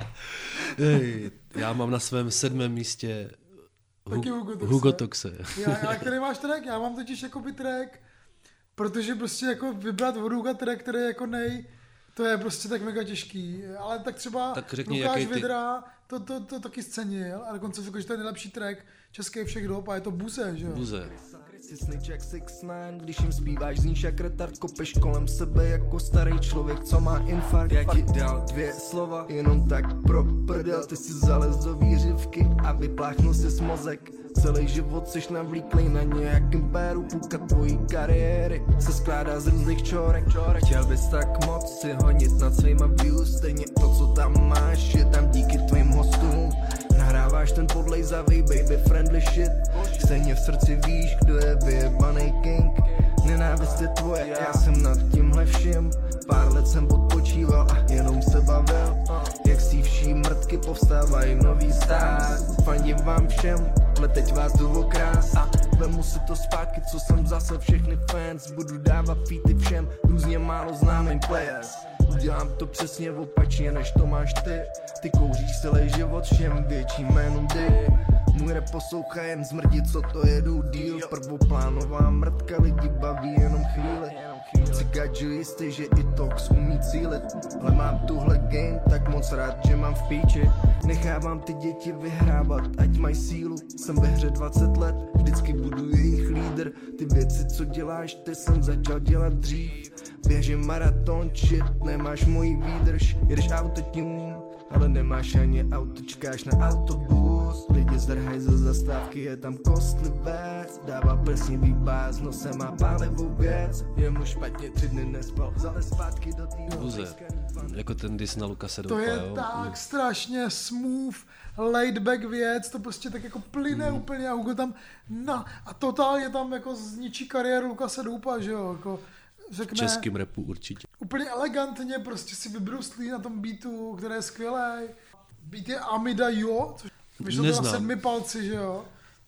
B: Já mám na svém 7. místě Hugo Toxe.
C: Já který máš track? Já mám totiž jakoby track, protože prostě jako vybrat od Huga track, který je jako to je prostě tak mega těžký, ale tak třeba
B: tak řekni,
C: Lukáš Vidra to taky scenil a dokonce řekl, že to je nejlepší track český všech dob a je to Buze, že jo?
B: Buze.
P: Snitch jak 6ix9ine, když jim zpíváš, zníš jak retard, kopeš kolem sebe jako starý člověk, co má infarkt. Já ti dal 2 slova, jenom tak pro prdel, ty si zalez do výřivky a vypláchnul si z mozek. Celý život seš navlíklej na nějakým péru, půlka tvojí kariéry se skládá z různých čorek. Chtěl bys tak moc si honit nad svýma views, stejně to, co tam máš, je tam díky tvým hostům. Nahráváš ten podlejzavý baby friendly shit, stejně v srdci víš, kdo je vyjebanej king. Nenávist je tvoje, já jsem nad tímhle vším, pár let jsem odpočíval a jenom se bavil. Jak sívší mrtky povstávají nový stát, fandím vám všem, ale teď vás jdu okrás a vemu si to zpátky, co jsem zase všechny fans, budu dávat featy všem, různě málo známým players. Udělám to přesně opačně, než to máš ty. Ty kouříš celý život všem větším jménům dy. Můj rap poslouchá jen zmrdit, co to jedou díl. Prvoplánová mrtka, lidi baví jenom chvíli. Chci gadžu jistý, že i Tox umí cílit. Ale mám tuhle game tak moc rád, že mám v píči. Nechávám ty děti vyhrávat, ať mají sílu. Jsem ve hře 20 let, vždycky budu jejich lídr. Ty věci, co děláš, ty jsem začal dělat dřív. Běžím maraton, shit, nemáš můj výdrž. Jedeš autotune, ale nemáš ani auto, čekáš na autobus. Lidi zdrhají ze zastávky, je tam kostlivec. Dává plesnivý bás, nosem má pálivou věc. Jemu špatně 3 dny nespal, zalez zpátky do týho.
B: Buze, jako ten dis na Lukase
C: To je tak strašně smooth, laid back věc, to prostě tak jako plyne úplně a Hugo tam a totálně tam jako zničí kariéru Lukase Doupa, že jo, jako řekne,
B: v českém rapu určitě.
C: Úplně elegantně prostě si vybruslí na tom beatu, který je skvělý. Beat je Amida Jo, což vyšlo to na 7 palci, že jo.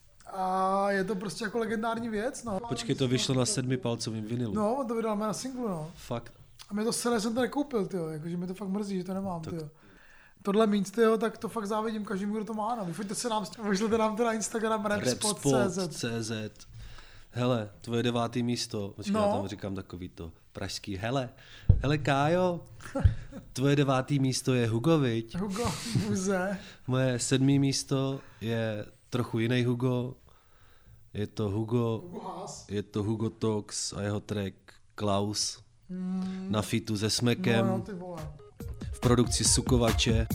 C: A je to prostě jako legendární věc, no.
B: Počkej, to vyšlo na 7 palcovým vinilu.
C: No, to vydal na singlu, no.
B: Fakt.
C: A mě to celé jsem to nekoupil, tyjo, jakože mi to fakt mrzí, že to nemám, tyjo. Tohle mít, tyjo, tak to fakt závidím každému, kdo to má, no. Vyfoďte se nám, vyšlete nám to na Instagram rapspot.cz.
B: Hele, tvoje 9. místo. Počkej, já tam říkám takový to pražský. Hele Kájo, tvoje 9. místo je Hugo, viď?
C: Hugo Buze.
B: Moje 7. místo je trochu jiný Hugo. Je to Hugo Tox a jeho track Klaus na featu se Smekem.
C: No, ty vole.
B: V produkci Sukovače.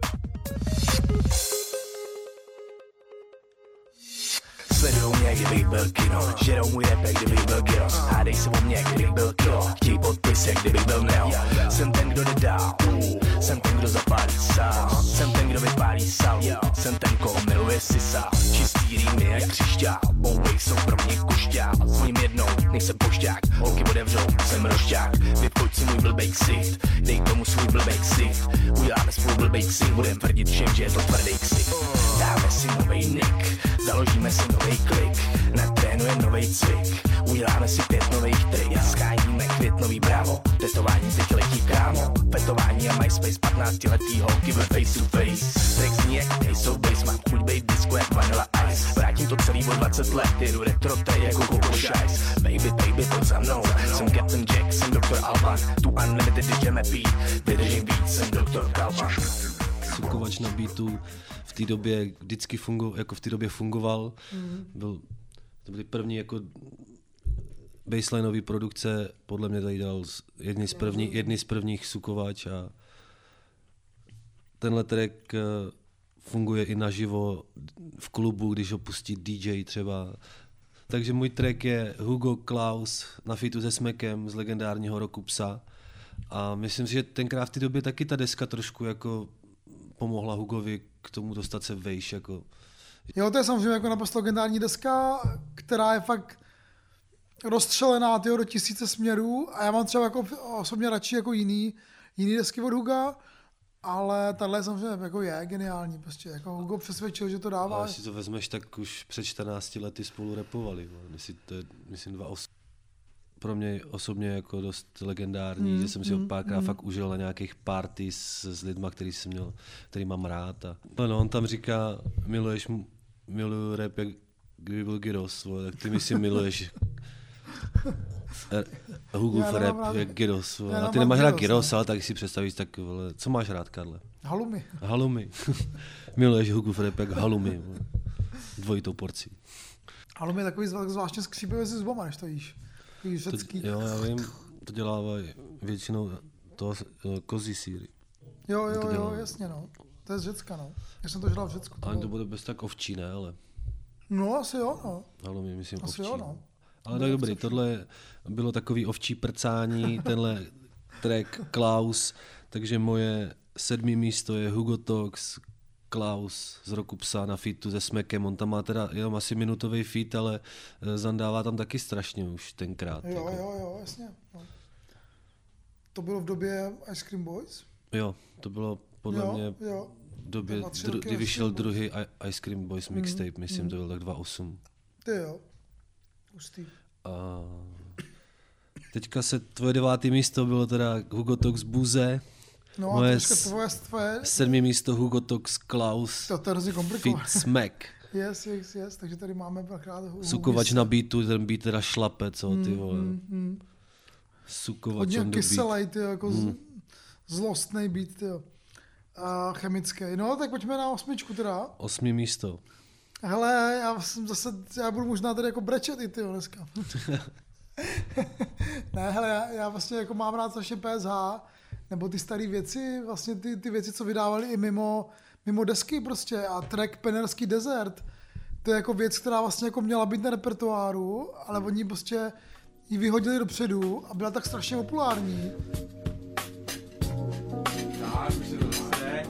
R: Sledujou mě, kdybych byl kino. Žerou můj rap, kdybych byl gyros. Hádej se o mě, kdybych byl kilo. Chtěj podpis, kdybych byl neo. Jsem ten, kdo jde dál. Jsem ten, kdo zapálí sál. Jsem ten, kdo vypálí sal. Jsem ten, koho miluje si sál. Čistý rýmy jak křišťál. Boubej jsou pro mě kušťál. Zvoním jednou, nejsem pošťák. Holky odevřou, jsem rošťák. Vypojď si můj blbej ksicht. Dej tomu svůj blbej ksicht. Uděláme svůj blbej ksicht. Budem tvrdit všem, že je to tvrdý ksicht. Dáme si novej nick. Založíme si novej klik, natrénuje novej cvik, uděláme si 5 nových trik, scháníme květnový bravo, tetování teď letí kámo, petování a MySpace 15letý holky ve face to face, track zní jak Ace of Base, mám chuť bejt disco jak Vanilla Ice, vrátím to celý o 20 let, jedu retro tady jako Coco Shice, baby, pojď za mnou, jsem Captain Jack, jsem Dr. Alban, tu Unlimited jdeme pít, vydržím víc, jsem Dr. Kalban.
B: Sukovač na beatu v té době vždycky fungoval. To byly první jako baselineové produkce, podle mě tady dal jedny z prvních Sukovač a tenhle track funguje i naživo v klubu, když ho pustí DJ třeba. Takže můj track je Hugo Klaus na featu se Smekem z legendárního Roku Psa a myslím si, že tenkrát v té době taky ta deska trošku jako pomohla Hugovi k tomu dostat se vejš. Jako.
C: Jo, to je samozřejmě jako naprosto legendární deska, která je fakt rozstřelená do 1000 směrů a já mám třeba jako osobně radši jako jiný desky od Huga, ale tahle samozřejmě jako je geniální. Prostě jako Hugo přesvědčil, že to dává.
B: Ale jestli to vezmeš, tak už před 14 lety spolu rapovali. Myslím 2008. Pro mě osobně jako dost legendární, že jsem si ho párkrát fakt užil na nějakých party s lidma, který mám rád. A on tam říká, miluju rap, jak kdyby byl gyros, tak ty mi si miluješ Hugův rap jak gyros. A ty nemáš rád gyros, ale tak si představíš, tak vole, co máš rád, Karle? Halumi. Miluješ Hugův rap jak halumi, dvojitou porcí.
C: Halumi je takový zvláštně skřípivý si zubama, než to jíš.
B: Jo, já vím, to dělávají většinou kozí sýry.
C: Jo, jasně, no. To je z Řecka, no. Já jsem to žral v Řecku.
B: Ale to bude bez tak ovčí, ne, ale...
C: No, asi jo, no.
B: Halumi, myslím
C: asi
B: ovčí.
C: Jo, no.
B: Ale tak dobrý, tohle bylo takový ovčí prcání, tenhle track Klaus, takže moje 7. místo je Hugo Tox, Klaus z Roku Psa na featu se Smekem. On tam má teda jenom asi minutový feat, ale zandává tam taky strašně už tenkrát.
C: Jo, jasně. No. To bylo v době Ice Cream Boys?
B: Jo, to bylo podle mě v době, kdy vyšel druhý Ice Cream Boys mixtape, myslím, to byl tak 2008.
C: Ty jo, hustý.
B: A teďka tvoje 9. místo bylo teda Hugo Tox Buze.
C: No
B: moje
C: tvoje
B: 7. místo Hugo Tox Klaus.
C: To je hrozně komplikované.
B: Feat Smek.
C: Yes, takže tady máme párkrát
B: Sukovač na beatu, ten beat teda šlape, co ty vole. Sukovač
C: hodně
B: on the beat.
C: kyselej, ty jako zlostnej beat, ty chemický. No, tak pojďme na 8 teda.
B: 8. místo.
C: Hele, já budu možná tady jako brečet i ty dneska. Ne, hele, já vlastně jako mám rád strašně PSH, nebo ty staré věci, vlastně ty věci, co vydávali i mimo desky prostě a track Penerský desert, to je jako věc, která vlastně jako měla být na repertoáru, ale oni prostě ji vyhodili dopředu a byla tak strašně populární.
S: Tak, už se to dostane.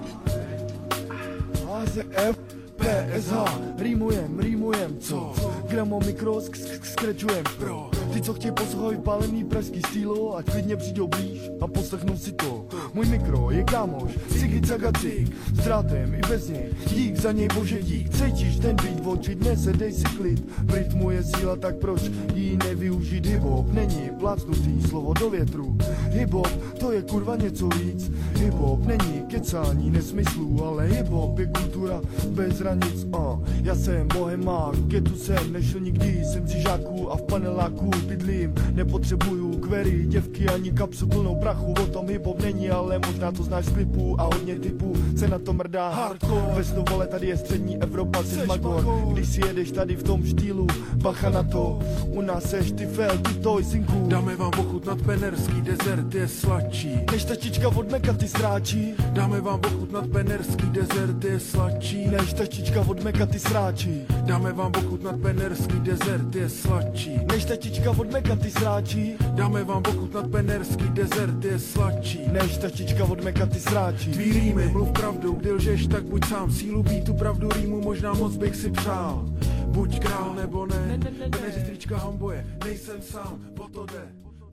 T: AZF, PSH, rýmujem, co? Gramo mikro, skrečujem pro. Ty, co chtějí poslouchat palený pražský stylo, ať klidně přijdou blíž a poslechnou si to. Můj mikro je kámoš, cigy cagacik, s drátem i bez něj, dík za něj bože dík. Cítíš ten beat, oči dnes, dej si klid. V rytmu je síla, tak proč jí nevyužít? Hip-hop není plácnutý slovo do větru. Hip-hop to je kurva něco víc. Hip-hop není kecání nesmyslů, ale hip-hop je kultura bez hranic. Já jsem bohemák, ketu jsem nešel nikdy, jsem si žáků a v paneláku bydlím. Nepotřebuju query, děvky ani kapsu plnou prachu. O tom hip-hop není, ale možná to znáš z klipů a hodně typů se na to mrdá hardcore. Vesnu vole, tady je střední Evropa, jsi magor. Když si jedeš tady v tom štýlu, bacha na to, u nás seš ty fel, ty toj, synku.
H: Dáme vám ochutnat penerský desert, je sladší
T: než tačička od Meka, ty sráči.
H: Dáme vám ochutnat penerský desert, je sladší
T: než tačička od Meka, ty sráči.
H: Dáme vám ochutnat penerský desert, je sladší
T: než tačička od Meka, ty sráči.
H: Dáme vám ochutnat penerský desert, je sladší
T: než tačička od Meka, ty sráči.
H: Tvý rýmy, mluv pravdu, kdy lžeš, tak buď sám. Sílu být tu pravdu rýmu, možná moc bych si přál. Buď král nebo ne, peneři strička hamboje, nejsem sám, o to jde.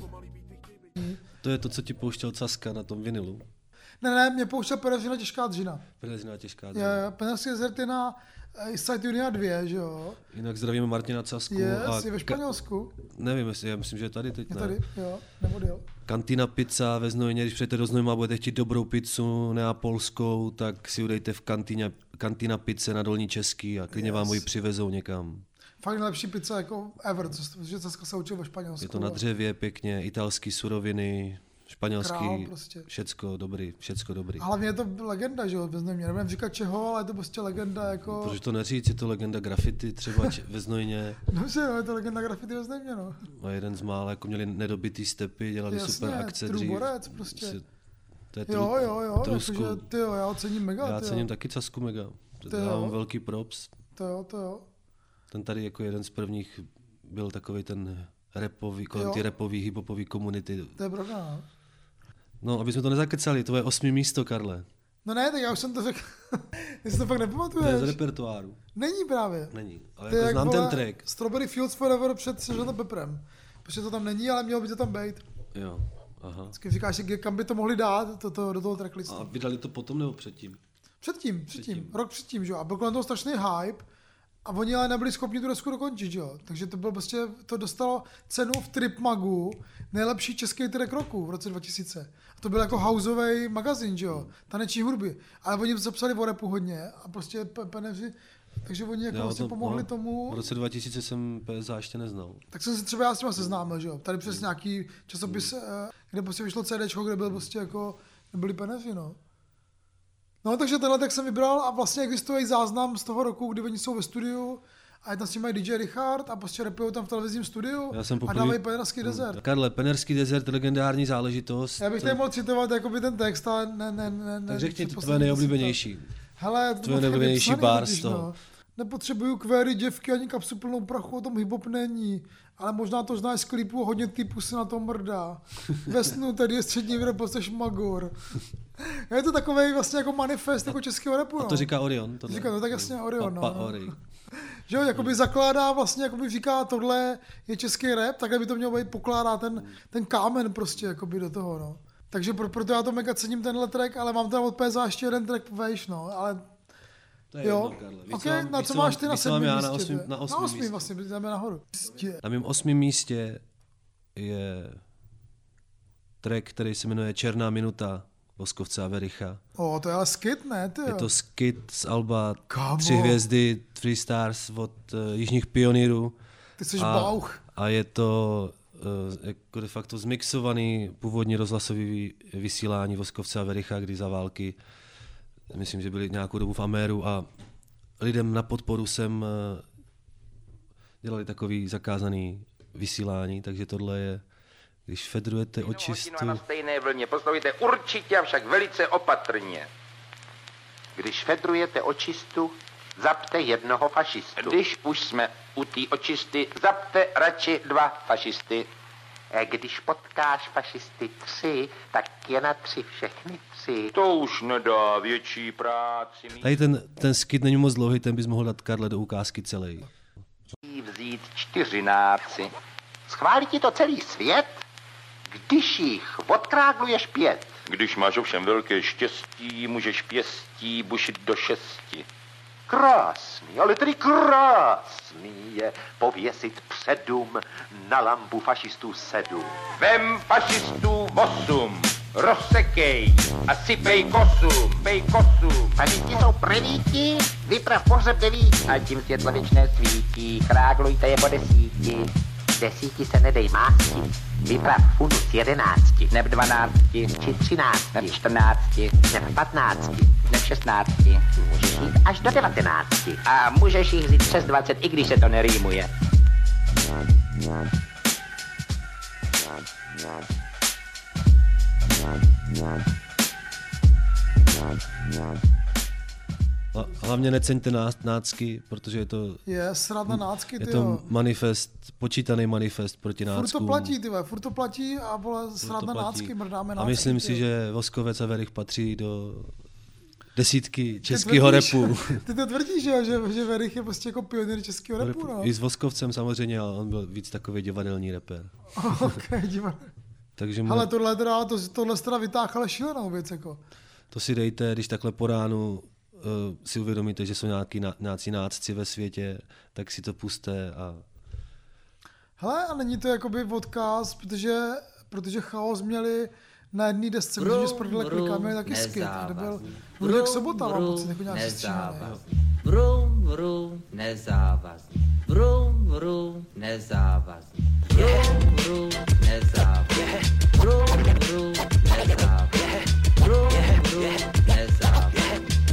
B: To je to, co ti pouštěl Caska na tom vinilu.
C: Ne, mě pouštěl Peneřina těžká dřina.
B: Peneřina těžká dřina.
C: Je, Peneřský desert je na Eastside Unia 2, že jo?
B: Jinak zdravíme Martina Casku.
C: Yes, je ve Španělsku.
B: Nevím, já myslím, že je tady teď.
C: Je tady, jo, neodjel.
B: Kantina pizza ve Znojmě, když přijete do Znojma a budete chtít dobrou pizzu neapolskou, tak si udejte v Kantina pizze na Dolní Český a klidně vám ji přivezou někam.
C: Fakt nejlepší pizza jako ever, že Caska se učil ve Španělsku.
B: Je to na dřevě pěkně, italský suroviny, španělský,
C: Král prostě.
B: všecko dobrý.
C: A hlavně je to legenda, že jo, ve Znojmě, nevím říkat čeho, ale je to prostě legenda jako...
B: Protože to neříct, je to legenda graffiti třeba ve Znojmě.
C: Dobře, no, je to legenda graffiti ve Znojmě, no.
B: A jeden z mála, jako měli nedobitý stepy, dělali
C: jasně,
B: super akce dřív.
C: Borec, prostě.
B: To je
C: jo,
B: Trusku.
C: Takže, tyjo, já ocením mega,
B: já cením taky Casku mega. Dávám velký props.
C: To jo.
B: Ten tady jako jeden z prvních byl takový ten rapový, kolem ty rapový, hiphopový komunity.
C: To je pravda, no.
B: No, aby jsme to nezakecali, to je 8. místo, Karle.
C: No ne, tak já už jsem to řekl, jestli to fakt nepamatuješ.
B: To je z repertoáru.
C: Není právě.
B: Není, ale jako znám ten track.
C: Strawberry Fields Forever před Sgt. Pepperem. Protože to tam není, ale mělo by to tam být.
B: Jo, aha.
C: Vždycky říkáš, kam by to mohli dát do toho tracklistu.
B: A vydali to potom nebo předtím?
C: Předtím. Rok předtím, že jo. A byl kolem toho strašný hype. A oni ale nebyli schopni tu desku dokončit, jo. Takže to bylo prostě, to dostalo cenu v Trip Magu nejlepší český track roku v roce 2000. A to byl jako houseový magazín, že jo. Taneční hudby. Ale oni zapsali o rapu hodně a prostě peneři, takže oni jako vlastně pomohli tomu.
B: V roce 2000 jsem PSA ještě neznal.
C: Tak jsem si třeba já s těma seznámil, že jo. Tady přes nějaký časopis, kde prostě vyšlo CDčko, kde byl prostě jako, nebyli peneři, no. No, takže tenhle tak jsem vybral a vlastně existuje i záznam z toho roku, kdy oni jsou ve studiu a je tam s nimi DJ Richard a prostě rapujou tam v televizním studiu a dávají Penerský desert.
B: Karle, Penerský desert, legendární záležitost.
C: Já bych tady mohl citovat jakoby ten text, ale ne.
B: Tak řekni to tvoje nejoblíbenější.
C: Hele,
B: tvoje nejoblíbenější bar z toho.
C: No. Nepotřebuju kvéry, děvky ani kapsu plnou prachu, o tom hip-hop není. Ale možná to znáš z klipů, hodně typů se na to mrdá. Ve snu tady je střední Evropa, seš magor. Je to takovej vlastně jako manifest jako českého rapu.
B: A to říká Orion.
C: To říká, no tak jasně Orion.
B: Ori.
C: Že jo, jakoby zakládá vlastně, jakoby říká, tohle je český rap, takhle by to mělo být, pokládá ten kámen prostě jakoby do toho, no. Takže proto já to mega cením tenhle track, ale mám tam od PSA ještě jeden track vejš, no, ale
B: to je jedno, Karle.
C: Okay, na co máš ty na 7. místě?
B: Na 8. místě.
C: Vlastně, jdeme nahoru.
B: Na mém 8. místě je track, který se jmenuje Černá minuta Voskovce a Vericha.
C: To je ale skit, ne? Ty
B: je to skit z alba 3 hvězdy, 3 stars od Jižních pionýrů.
C: Ty jsi bauch.
B: A je to jako de facto zmixovaný původní rozhlasový vysílání Voskovce a Vericha, kdy za války myslím, že byli nějakou dobu v Améru a lidem na podporu jsem dělali takový zakázaný vysílání, takže tohle je, když fedrujete očistu...
U: Na stejné vlně, poslouchejte určitě, avšak velice opatrně. Když fedrujete očistu, zapte jednoho fašistu. Když už jsme u té očisty, zapte radši 2 fašisty. Když potkáš fašisty 3, tak je na 3 všechny 3. To už nedá větší práci.
B: Tady ten skit není moc dlouhý, ten bys mohl dát, Karle, do ukázky celý.
U: Vzít 4 náci. Schválí ti to celý svět, když jich odkrágluješ 5.
A: Když máš ovšem velké štěstí, můžeš pěstí bušit do 6.
U: Krásný, ale tedy krásný je pověsit předum na lampu fašistů 7.
A: Vem fašistů 8, rozsekej a sypej kosům,
U: Paníci jsou prevíti, vyprav pohřeb 9.
A: A tím světlo věčné svítí, kráglujte je po 10.
U: 10 se nedej másti, vyprav funus 11.
A: Neb 12,
U: či 13,
A: neb 14,
U: neb 15,
A: neb 16.
U: Můžeš jít až do 19.
A: A můžeš jich vzít přes 20, i když se to nerýmuje.
B: Hlavně neceňte nácky, protože je to...
C: Je srát na nácky,
B: je to manifest, počítaný manifest proti náckům.
C: Furt to platí a vole, srát na nácky, mrdáme nácky.
B: A myslím si, že Voskovec a Verich patří do desítky českého rapu.
C: Ty to tvrdíš, že Verich je prostě jako pionýr českého rapu, no?
B: I s Voskovcem samozřejmě, ale on byl víc takový divadelní rapper.
C: Okay, divadelní.
B: Takže
C: ale tohle teda vytáhl ale šílenou věc, jako.
B: To si dejte, když takhle po ránu si uvědomíte, že jsou nějací nácci ve světě, tak si to puste a...
C: Hele, a není to jakoby odkaz, protože Chaos měli na jedné desce, protože s prdele kliká, měli taky skit, kde byl Luděk Sobota, mám pocit, jako nějak sestříhaný.
V: Vrum, vrum, nezávazný. Vrum, vrum, nezávazný. Vrum, vrum, nezávazný. Vrum, vrum, nezávazný. Vrum, vrum, nezávazný.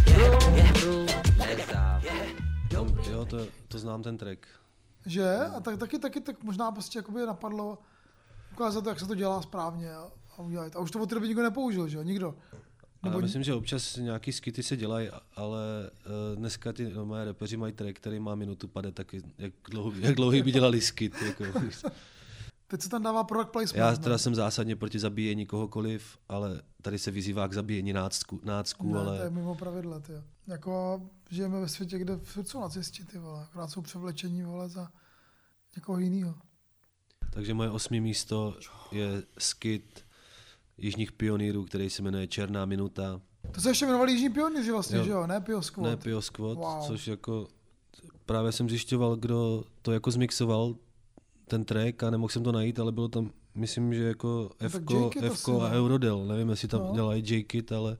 B: Jo, to znám ten track.
C: Že? A taky tak možná prostě jakoby napadlo ukázat to, jak se to dělá správně a udělat. A už to od té doby nikdo nepoužil, že jo? Nikdo.
B: Nebo... Myslím, že občas nějaký skity se dělají, ale dneska ty moje rapeři mají track, který má minutu pade, tak jak dlouhý by dělali skit. Jako.
C: Teď se tam dává product placement.
B: Já teda jsem zásadně proti zabíjení kohokoliv, ale tady se vyzývá k zabíjení nácků,
C: ne,
B: ale...
C: to je mimo pravidla, ty. Jako žijeme ve světě, kde jsou nacisti, ty vole, akorát jsou převlečení, vole, za někoho jinýho.
B: Takže moje 8. místo je skit Jižních pionýrů, který se jmenuje Černá minuta.
C: To se ještě jmenovali Jižní pionýři vlastně, jo. Že jo? Ne Pio Squad.
B: Ne Pio Squad,
C: wow.
B: Což jako právě jsem zjišťoval, kdo to jako zmixoval, ten track, a nemohl jsem to najít, ale bylo tam, myslím, že jako Fko a Eurodel. Nevím, jestli tam dělají J-Kid, ale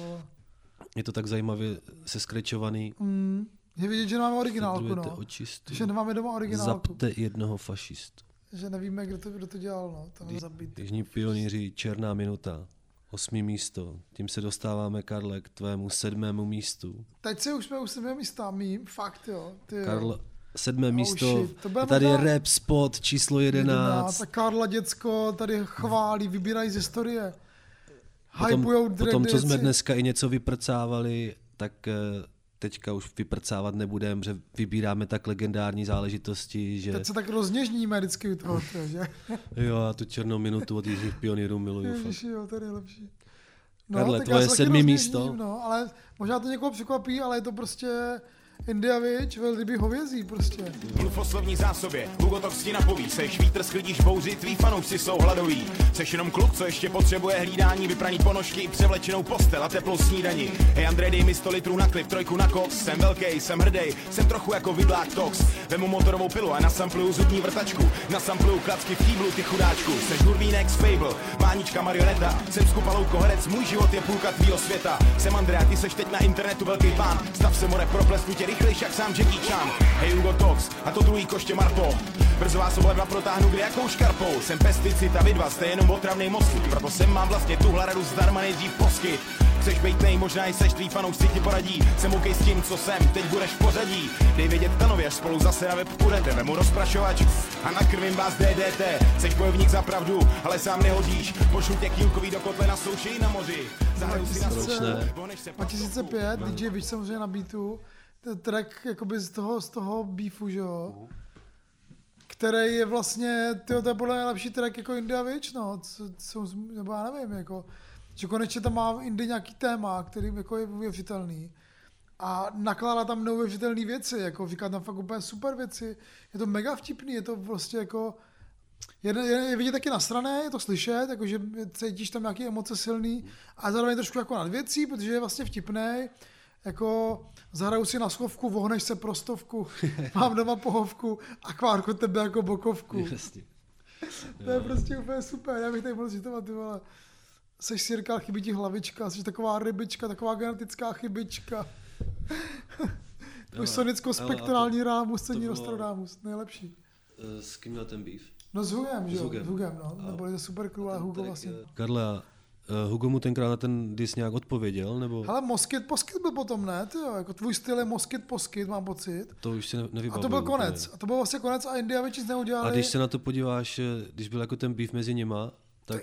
B: je to tak zajímavě seskrečovaný.
C: Je vidět, že nemáme originálku, no.
B: Očistu.
C: Že nemáme doma originálku.
B: Zapte jednoho fašistu.
C: Že nevíme, kdo to dělal, no. Ten zabít.
B: Jižní pionýři, Černá minuta. 8. místo. Tím se dostáváme, Karle, k tvému 7. místu.
C: Teď už jsme u 7. místa, fakt jo.
B: Karl, 7. místo, tady je rap spot číslo 11.
C: Tak Karla děcko tady chválí, vybírají z historie.
B: Potom, co jsme dneska i něco vyprcávali, tak teďka už vyprcávat nebudeme, že vybíráme tak legendární záležitosti, že...
C: Teď se tak rozněžníme vždycky u toho, že?
B: Jo, a tu černou minutu od Jižních pionýrů miluju.
C: Ježiši, jo, to je lepší. No,
B: Karle, tvoje 7. místo.
C: No, ale možná to někoho překvapí, ale je to prostě... India, viď, velrybí hovězí prostě.
W: Mluv o slovní zásobě, Hugo Tox ti napoví. Seš vítr, sklidíš bouři, tví fanoušci jsou hladoví. Seš jenom kluk, co ještě potřebuje hlídání, vypraný ponožky i převlečenou postel a teplou snídaní. Hej Andrej, dej mi 100 litrů na klip, 3 na koks. Jsem velkej, jsem hrdej, jsem trochu jako vidlák Tox. Vemu motorovou pilu a nasampluju zubní vrtačku. Nasampluju klacky v kýblu, ty chudáčku. Seš hurvínek z Fable, Vánička marioneta. Jsem skupalou koherec, můj život je půlka tvýho světa. Jsem Andrea, ty seš teď na internetu velký pán. Stav se more, proplesnu tě rychlejš jak sám Jackie Chan. Hej Hugo Tox, a to druhý koště Marpo. Brzo vás oba dva protáhnu kde jakou škarpou. Jsem pesticid a vy dva jste jenom otravnej mozky. Proto sem mám vlastně tuhle radu zdarma nejdřív poskyt. Chceš bejt nej, možná i seš, tvý fanoušci ti poradí. Jsem OK s tím, co jsem, teď budeš v pořadí. Dej vědět Tanovi, až spolu zase na web půjdete. Vemu rozprašovač a nakrvím vás DDT. Seš bojovník za pravdu, ale sám nehodíš. Pošlu tě kýlkový do kotle na souši i na moři. Zahraju si na souši.
C: 2005, DJ Vič samozřejmě na beatu. Track jakoby z toho beefu, že jo, který je vlastně, tyjo, to je podle mě lepší track jako India Witch, no, nebo já nevím, jako, že konečně tam má Indy nějaký téma, který jako je uvěřitelný a nakládá tam neuvěřitelné věci, jako říká tam fakt úplně super věci, je to mega vtipný, je to prostě jako je vidět taky nasrané, je to slyšet, jakože cítíš tam nějaké emoce silný a zároveň trošku jako nad věcí, protože je vlastně vtipnej. Jako zahraju si na schovku, vohneš se pro 100, mám doma pohovku a kvárko tebe jako bokovku.
B: Jasně.
C: To je prostě úplně super, já bych tady mohl citovat, ty vole. Seš sirka, chybí ti hlavička, jsi taková rybička, taková genetická chybička. Už sonicko-spektrální rámus, cení Nostradamus, nejlepší.
B: S kým měl ten beef?
C: No s Hugem, že jo? S Hugem, no. Neboli to super cool, ale Hugo vlastně.
B: Karle, Hugo mu tenkrát na ten diss nějak odpověděl, nebo?
C: Ale Moskyt byl potom, ne? Tyjo, jako tvůj styl je Moskyt, mám pocit.
B: To už si nevybavuju.
C: A to byl konec. A to byl vlastně konec a India Witch nic neudělali.
B: A když se na to podíváš, když byl jako ten beef mezi nima, tak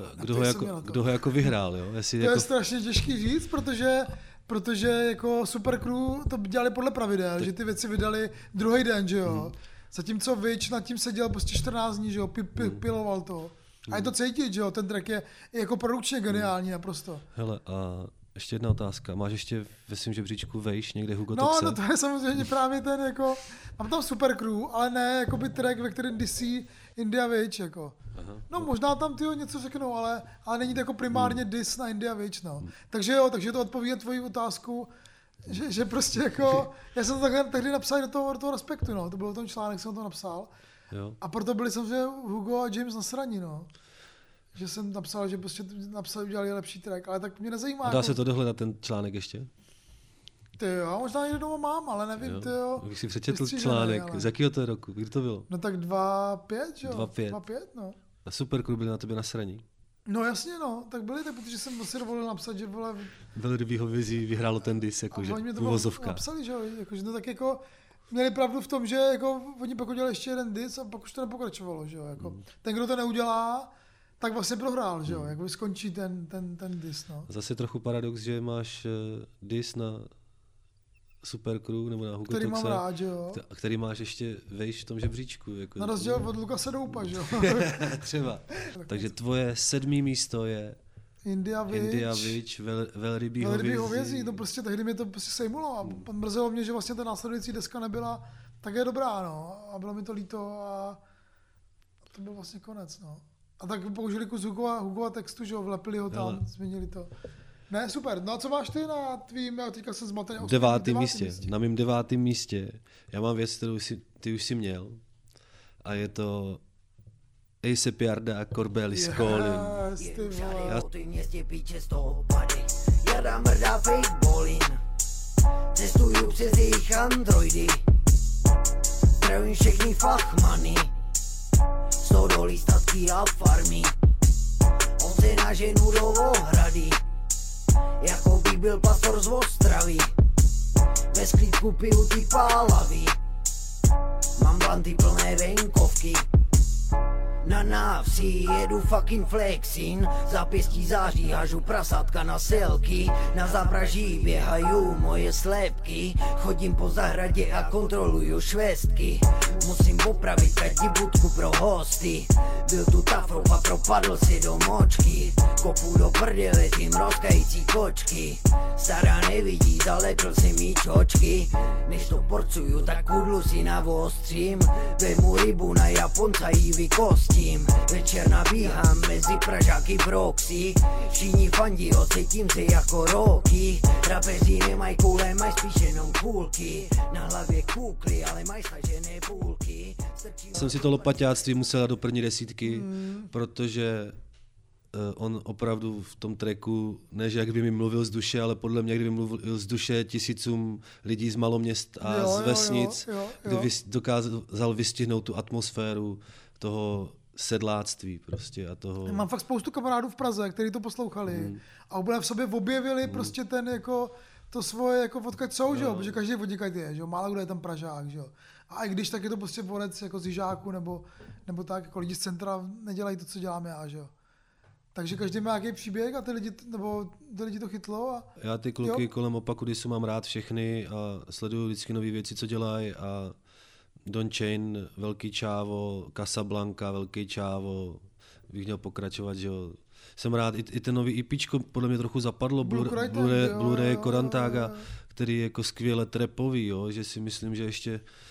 B: kdo ho jako vyhrál, jo? Jestli
C: to
B: jako...
C: je strašně těžký říct, protože jako Supercrew to dělali podle pravidel, že ty věci vydali druhý den, že jo? Zatímco Witch nad tím seděl prostě 14 dní, že jo? Piloval to. A je to cítit, že jo? Ten track je jako produkčně geniální naprosto.
B: Hele, a ještě jedna otázka. Máš ještě ve svým žebříčku vejš někde Hugo Toxe?
C: No to je samozřejmě právě ten jako... Mám tam Supercrew, ale ne jakoby track, ve kterém DC India Witch, jako. Aha. No možná tam tyho něco řeknou, ale není to jako primárně diss na India Witch, no. Takže jo, takže to odpoví na tvoji otázku, že prostě jako... Já jsem to tehdy napsal do toho Respektu, no. To byl ten článek, jsem to napsal.
B: Jo.
C: A proto byli samozřejmě Hugo a James nasraní, no. Že jsem napsal, že prostě udělali lepší track, ale tak mě nezajímá.
B: Dá se to dohledat ten článek ještě?
C: Ty jo, možná někde doma mám, ale nevím, ty jo.
B: Když jsi přečetl článek, ale... z jakého to je roku, kdy to bylo?
C: No tak 2.5, že jo?
B: 2.5,
C: no.
B: A Supercrew byli na tebe nasraní?
C: No jasně, no, tak byli, tak protože jsem si dovolil napsat, že vole...
B: Velrybý hovězí vyhrálo ten diss, jakože v uvozovkách.
C: Napsali, že jo, jakože no tak jako... Měli pravdu v tom, že jako oni pak udělali ještě jeden diss a pak už to nepokračovalo, že jo, jako. Ten, kdo to neudělá, tak vlastně prohrál, že jo, jako skončí ten diss, no.
B: Zase trochu paradox, že máš diss na Supercrew nebo na Hugo
C: který
B: Toxe,
C: mám rád, že jo.
B: Který máš ještě vejš v tom žebříčku. Jako...
C: Na rozdíl od Lukase Doupa, že jo.
B: Třeba. Takže tvoje 7. místo je
C: India
B: Witch, Velrybý
C: hovězí. To prostě tehdy mě to prostě sejmulo a mrzelo mě, že vlastně ta následující deska nebyla tak je dobrá, no. A bylo mi to líto a to byl vlastně konec, no. A tak použili kus Hugova textu, že jo, vlepili ho tam, změnili to. Ne, super. No a co máš ty na tvým, já teďka jsem zmatený.
B: 9. místě. Na mým 9. místě. Já mám věc, kterou ty už jsi měl. A je to A$AP Yarda a Corbelis Calling.
D: Ty městě píče z toho pady. Jarda mrdá fake bowling. Cestuju přes jejich androidy. Zdravím všechny fachmany. Stodolí, statky a farmy. On se naženu do ohrady. Jako bych byl pastor z Ostravy. Ve sklípku piju ty pálavy. Mám banty plné venkovky. Na návsi jedu fucking flexin. Za pěstí září hažu prasátka na selky. Na zápraží běhají moje slepky. Chodím po zahradě a kontroluju švestky. Musím popravit každý budku pro hosty. Byl tu tafrou a propadl si do močky. Kopu do prdele tím rozkající kočky. Stará nevidí, zalekl si mi čočky. Než to porcuju, tak kudlu si navostřím. Vemu rybu na Japonca jí vykostím. Večer nabíhám mezi Pražáky v Roxy. Všichni fandí, ocítím se jako Rocky. Rapeři nemají koule, mají spíš jenom půlky. Na hlavě kukly, ale mají stažené půlky.
B: Jsem si to lopaťáctví musel dát do první desítky, protože on opravdu v tom tracku, než jak by mi mluvil z duše, ale podle mě, kdyby mluvil z duše tisícům lidí z maloměst a z vesnic, kdy dokázal vystihnout tu atmosféru toho sedláctví prostě a toho...
C: Mám fakt spoustu kamarádů v Praze, kteří to poslouchali a úplně v sobě objevili prostě ten jako to svoje jako odkud jsou, že jo, protože každý odněkud je, že jo, málo kdo je tam Pražák, že jo. A i když tak je to prostě borec jako z Jižáku nebo tak, jako lidi z centra nedělají to, co dělám já, že jo. Takže každý má nějaký příběh a ty lidi to chytlo. A...
B: Já ty kluky kolem Opaku Disu mám rád všechny a sleduju vždycky nové věci, co dělají a Don Chain, Velký Čávo, Casablanca, Velký Čávo, bych měl pokračovat, že jo. Jsem rád, i ten nový EPčko podle mě trochu zapadlo, Blu-ray Korantága, který je jako skvěle trapový, jo, že si myslím, že ještě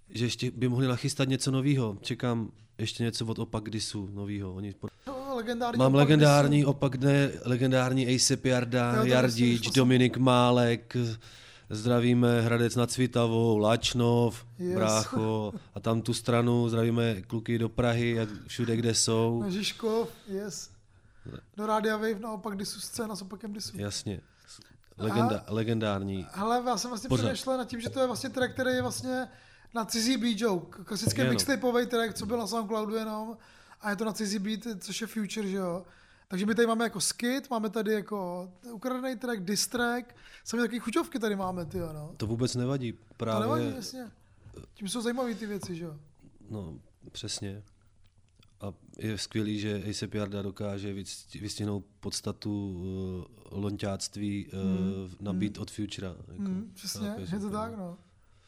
B: že ještě by mohli nachystat něco novýho. Čekám ještě něco od Opak Disu novýho. Mám legendární Opak Dne, legendární A$AP Jarda, Jardič, Dominik Málek, zdravíme Hradec nad Svitavou, Lačnov, brácho, a tam tu stranu, zdravíme kluky do Prahy, všude, kde jsou.
C: Na Žižkov, do Rádia Wave, na Opak Disu, scéna s Opakem Disu.
B: Jasně. Legendární.
C: Hele, já jsem vlastně přemýšlel nad tím, že to je vlastně track, který je vlastně na cizí beat joke, klasický mixtapeový track, co byl na SoundCloudu jenom, a je to na cizí beat, což je Future, že jo. Takže my tady máme jako skit, máme tady jako ukradený track, diss track, sami taky chuťovky tady máme, tyjo, no.
B: To vůbec nevadí, právě.
C: To nevadí, jasně. Tím jsou zajímavé ty věci, že jo.
B: No, přesně. A je skvělý, že A$AP Jarda dokáže vystihnout podstatu lonťáctví na beat od Futura. Jako,
C: přesně, je to tak, no.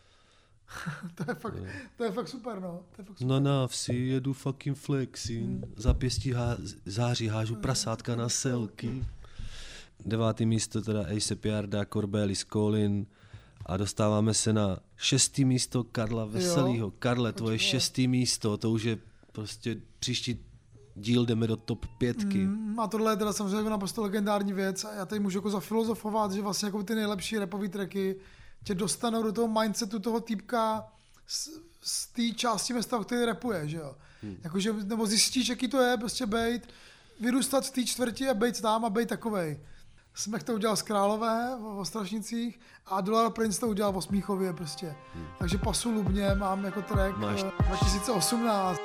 C: to je fakt super, no.
B: Na návsi jedu fucking flexi, za pěstí září hážu prasátka na selky. 9. místo teda A$AP Jarda, Corbelis, Colin a dostáváme se na 6. místo Karla Veselýho. Karle, tvoje 6. místo, to už je prostě příští díl, jdeme do top 5.
C: A tohle je teda samozřejmě jako naprosto legendární věc a já tady můžu jako zafilozofovat, že vlastně jako ty nejlepší rapový tracky tě dostanou do toho mindsetu toho týpka z té části města, který rapuje, že jo. Jakože, nebo zjistíš, jaký to je, prostě bejt, vyrůstat v té čtvrti a bejt tam a bejt takovej. Smech to udělal z Králové v Strašnicích a Dollar Prince to udělal v Osmíchově prostě. Takže Pasu Lubně mám jako track 2018.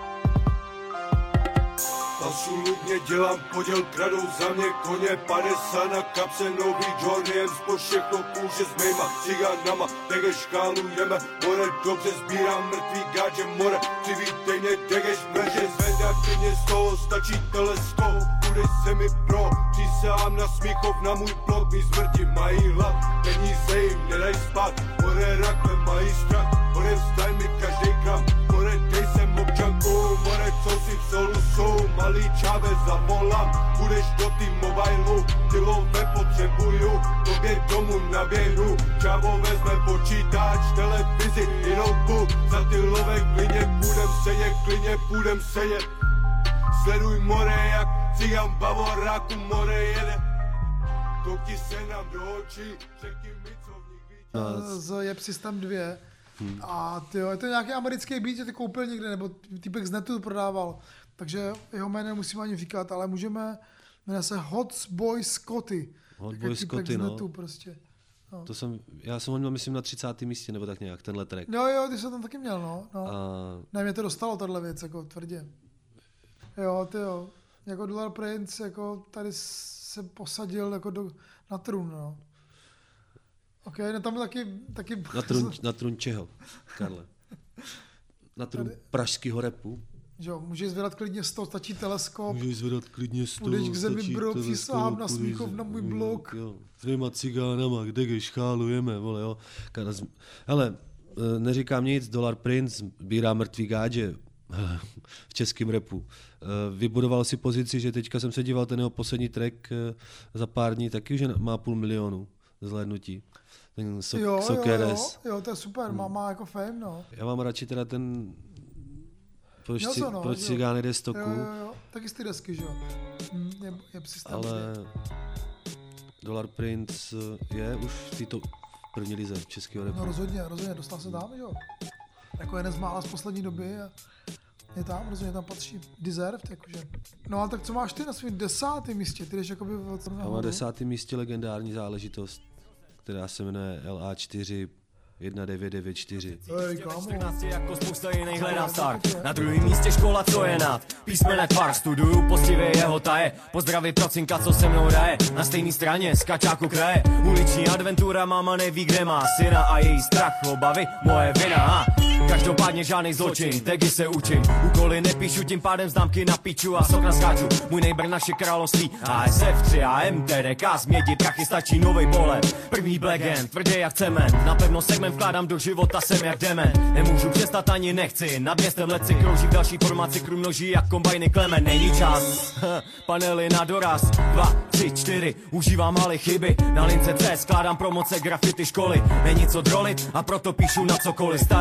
F: Pasu Lubně dělám poděl, kradou za mě koně, 50 na kapse, nový Jordan, spod všechno kůže s mýma cigánama, degeš škálujeme, more dobře sbírám mrtvý gáče, more, přivítej mě, degeš mrže, zvedá klidně z toho, stačí teleskop, bude se mi pro, přísahám na Smíchov, na můj blok, mý smrti mají hlad, peníze jim nedaj spát, more rakve mají strach, more vstaj mi každej gram, more dej sem občanku, more co si v solu jsou, malý čáve zavolám, budeš do tý mobilu, ty love potřebuju, tobě domů naběhnu, čávo vezme počítač, televizi i notebook, za ty love klidně půjdem sedět, sleduj more jak cigán Bavoráku, more jede, koukni se nám do očí, řekni mi co v nich víš.
C: Z Jeb System 2. A tyjo, je to nějaký americký beat, že ty koupil někde, nebo týpek z netu prodával. Takže jeho jméno nemusíme ani říkat, ale jmenuje se Hot Boy Scotty.
B: Hot Boy Scotty, no.
C: Netu prostě. No.
B: Já jsem ho měl, myslím, na 30. místě, nebo tak nějak, tenhle track.
C: Jo, ty jsi tam taky měl, no. Ne, mě to dostalo, tahle věc, jako tvrdě. Jo, tyjo, jako Dollar Prince, jako tady se posadil jako na trůn, no. Ok, no tam taky...
B: Na trůn čeho, Karle? Na trůn pražskýho rapu?
C: Jo, můžeš zvedat klidně 100, stačí teleskop.
B: Můžeš zvedat klidně 100,
C: půjdeš k zemi, bro, přísahám na Smíchov, na můj blok.
B: S dvěma cigánama, kde šchálujeme, vole, jo. Hele, neříkám nic, Dollar Prince sbírá mrtvý gádže v českém rapu. Vybudoval si pozici, že teďka jsem se díval, ten jeho poslední track za pár dní taky už má 500 000 zhlédnutí. Ten Sokeres.
C: Jo, to je super, má jako fame, no.
B: Já mám radši teda ten proč Cigán jde z toku.
C: Jo, taky z ty desky, že jo. Je
B: ale Dollar Prince je už v této první lize českého rapu.
C: No rozhodně, dostal se tam, jo. Jako jeden z mála z poslední doby a je tam, rozhodně tam patří. Deserved, jakože. No a tak co máš ty na svým 10. místě? Ty jdeš jakoby...
B: Já mám 10. místě legendární záležitost, která se jmenuje LA4 1994.
C: Ej, kámo.
L: Jako spousta jiných hledám start. Na druhém místě škola, co je nad písmene tvar. Studuju poctivě jeho taje. Pozdraví procinka, co se mnou hraje. Na stejné straně z kačáku kraje. Uliční adventura, máma neví, kde má syna a její strach, obavy, moje vina. Každopádně žádný zločin, taky se učím. Úkoly nepíšu, tím pádem známky na piču a sok naskáču. Můj nejbr naše království ASF3 a MTDK. Změdi prachy stačí novej pohled. První black hand, tvrdě jak cement. Napevno segment vkládám do života, jsem jak dement. Nemůžu přestat ani nechci. Nad městem let si krouží v další formaci, krům noží jak kombajny klemen. Není čas, panely na doraz. 2, 3, 4, užívám malé chyby. Na lince C skládám promoce, grafity školy. Není co drolit a proto píšu na cokoliv. Starý čas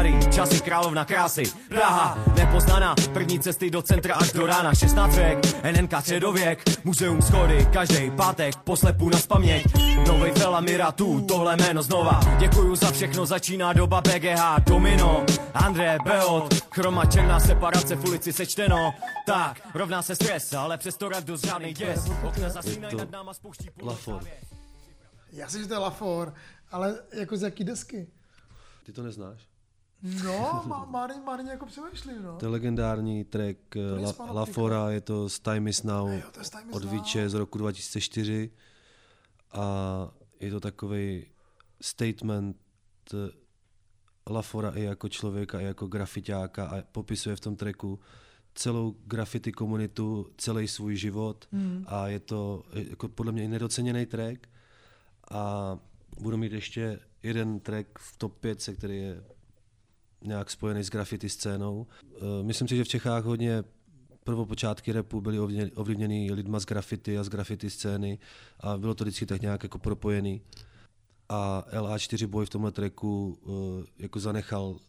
G: asi královna krásy. Praha, nepoznaná, první cesty do centra až do rána. 16 věk, NNK středověk, muzeum schody, každý pátek, poslepu na spaměť. Novej Fela Miratu, tohle jméno znova. Děkuju za všechno, začíná doba BGH, Domino, André, Beot, chroma černá separace v ulici sečteno. Tak, rovná se stres, ale přesto radost žádnej děs. Okna zasínají nad náma spouští
B: Lafor.
C: Já si, že to je Lafor, ale jako z jaký desky?
B: Ty to neznáš?
C: No, Máry jako přemýšlím, no.
B: To je legendární track Lafora, je to z Time Is Now od Víče z roku 2004 a je to takovej statement Lafora i jako člověka, i jako grafiťáka a popisuje v tom tracku celou graffiti komunitu, celý svůj život a je to jako podle mě i nedoceněný track a budu mít ještě jeden track v top 5, který je nějak spojený s graffiti scénou. Myslím si, že v Čechách hodně prvopočátky rapu byly ovlivněný lidma z graffiti a z graffiti scény a bylo to vždycky tak nějak jako propojený. A LA4 Boy v tomhle tracku jako zanechal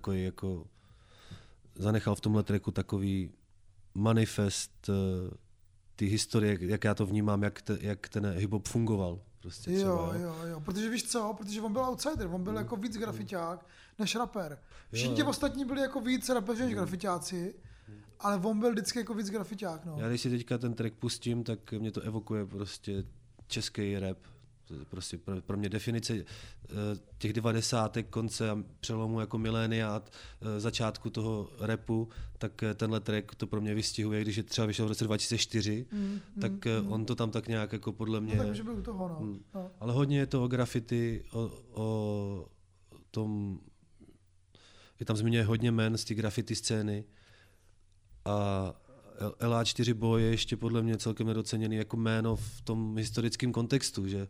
B: v tomhle tracku takový manifest ty historie, jak já to vnímám, jak ten hip-hop fungoval. Prostě
C: jo, protože víš co, protože on byl outsider, on byl jako víc grafiťák než rapper. Všichni ti ostatní byli jako víc rapeři než grafiťáci, ale on byl vždycky jako víc grafiťák. No.
B: Já když si teďka ten track pustím, tak mě to evokuje prostě český rap. To je prostě pro mě definice těch 90. konce a přelomu jako miléniát, začátku toho rapu, tak tenhle track to pro mě vystihuje, když je třeba vyšel v roce 2004, tak on to tam tak nějak jako podle mě...
C: No, takže byl u toho, no. No.
B: Ale hodně je to o graffiti, o tom... Je tam zmiňuje hodně jmen z té graffiti scény a LA4 Boy je ještě podle mě celkem nedoceněný jako jméno v tom historickém kontextu, že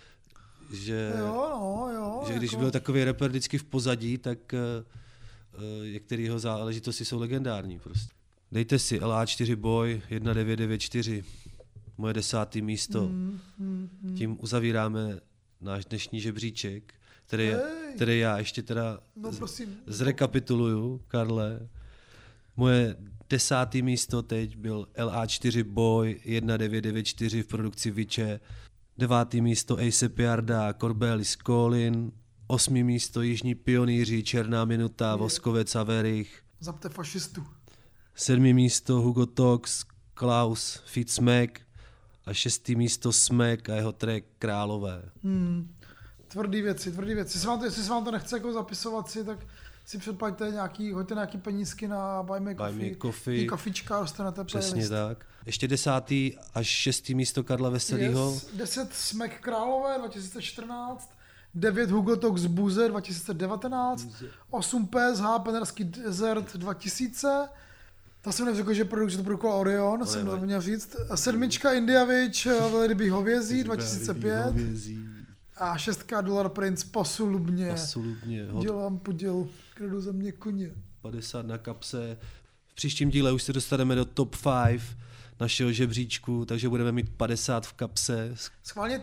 B: když byl takový rapper vždycky v pozadí, tak některého záležitosti jsou legendární prostě. Dejte si LA4 Boy 1994, moje 10. místo. Tím uzavíráme náš dnešní žebříček, který já ještě teda zrekapituluju, Karle. Moje 10. místo teď byl LA4 Boy 1994 v produkci Viče. 9. místo A$AP Jarda, Corbelis Colin. 8. místo Jižní pionýři, Černá minuta, Voskovec a Verich.
C: Zapte fašistu.
B: 7. místo Hugo Tox, Klaus, Feat Smack. A 6. místo Smack a jeho track Králové.
C: Tvrdý věci. Jestli se vám to nechce jako zapisovat si, tak si předplaťte hoďte nějaký penízky na Buy Me Coffee. Kafička, dostanete playlist.
B: Přesně tak. Ještě 10. až 6. místo Karla Veselýho.
C: 10 Smack Králové 2014, 9 Hugo Tox Buze 2019, 8 PSH Penerský Desert 2000, ta jsem neřekl, že to produkoval Orion, jsem to měl říct. 7 India Witch Velrybí hovězí 2005. A 6 $, Prince Posulubně. Dělám poděl, kredu za mě koně.
B: 50 na kapse. V příštím díle už se dostaneme do top 5 našeho žebříčku, takže budeme mít 50 v kapse.
C: Schválně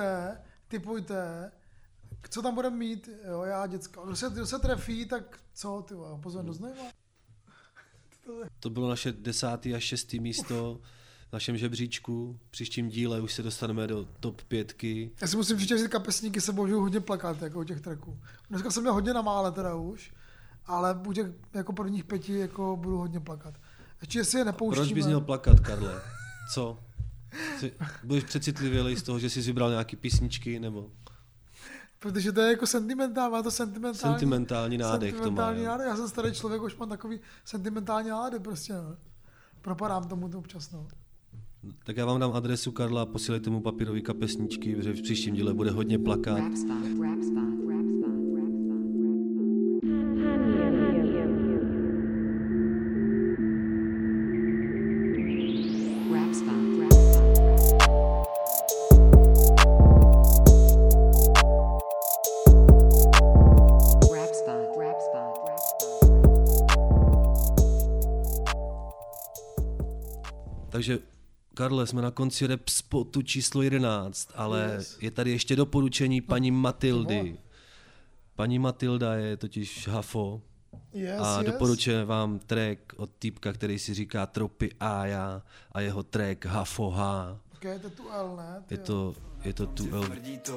C: tipujte, co tam budeme mít, jo, já děcka. Kdo se trefí, tak co, ty pozvem do Znojma.
B: To bylo naše 10. a 6. místo v našem žebříčku. V příštím díle už se dostaneme do top 5.
C: Já si musím říct, že kapesníky se bohužel hodně plakat jako u těch tracků. Dneska jsem měl hodně na mále teda už, ale u těch jako prvních 5 jako budu hodně plakat. Ještě si je nepouštíme.
B: Proč bys měl plakat, Karle? Co? Budeš přecitlivělej z toho, že jsi vybral nějaký písničky, nebo?
C: Protože to je jako sentimentální
B: nádech to má.
C: Já jsem starý člověk, už mám takový sentimentální nálady prostě, no. Propadám tomu to občas, no.
B: Tak já vám dám adresu Karla, posílejte mu papírový kapesníčky, protože v příštím díle bude hodně plakat. Takže, Karle, jsme na konci rap spotu číslo 11, ale je tady ještě doporučení paní Matildy. Paní Matilda je totiž hafo A doporučuji vám track od týpka, který si říká Tropy Aja a jeho track Hafoha.
C: Okay, to je tu L, ne?
B: Je to tu L.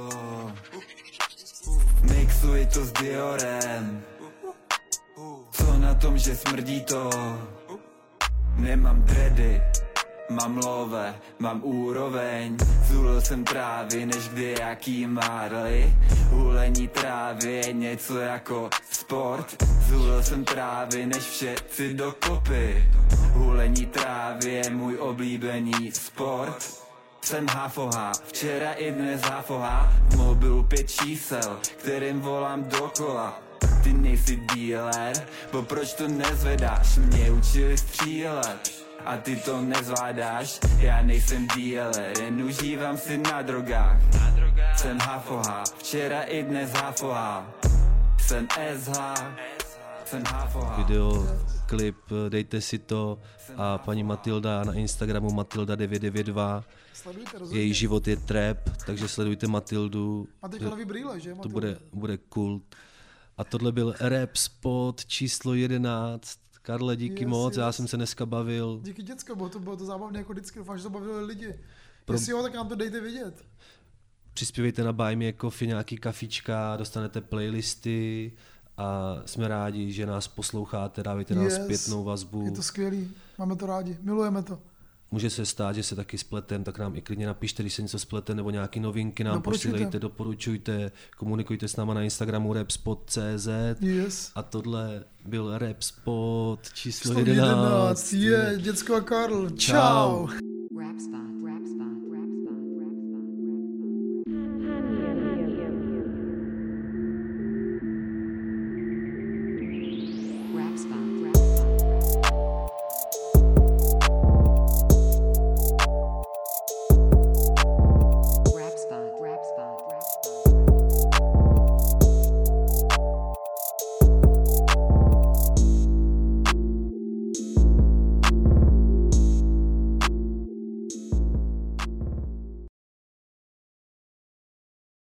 M: Mixuji to s Diorem. Co na tom, že smrdí to? Nemám dready, mám love, mám úroveň. Zulil jsem trávy, než kdy jaký Marley. Hulení trávy je něco jako sport. Zulil jsem trávy, než všetci dokopy. Hulení trávy je můj oblíbený sport. Jsem Hafoha, včera i dnes Hafoha. V mobilu 5 čísel, kterým volám dokola. Ty nejsi dealer, bo proč to nezvedáš? Mě učili střílet a ty to nezvládáš. Já nejsem dealer, jen užívám si na drogách. Jsem Hafoha, včera i dnes Hafoha. Jsem SH, jsem Hafoha.
B: Videoklip, dejte si to. A paní Matilda na Instagramu Matilda992. Její život je trap, takže sledujte Matildu.
C: A teďka nový brýle, že?
B: To bude kult. A tohle byl Rap Spot číslo 11. Karle, díky moc, já jsem se dneska bavil.
C: Díky děcko, bylo to zábavné jako vždycky, doufám, že to bavili lidi. Jestli jo, tak nám to dejte vědět.
B: Přispěvejte na Buy Me Coffee nějaký kafička, dostanete playlisty a jsme rádi, že nás posloucháte, dávejte nám zpětnou vazbu.
C: Je to skvělý, máme to rádi, milujeme to.
B: Může se stát, že se taky spletem, tak nám i klidně napište, když se něco splete, nebo nějaké novinky nám posílejte, doporučujte, komunikujte s náma na Instagramu rapspot.cz. A tohle byl Rap Spot číslo 11.
C: Děcko a Karl. Čau.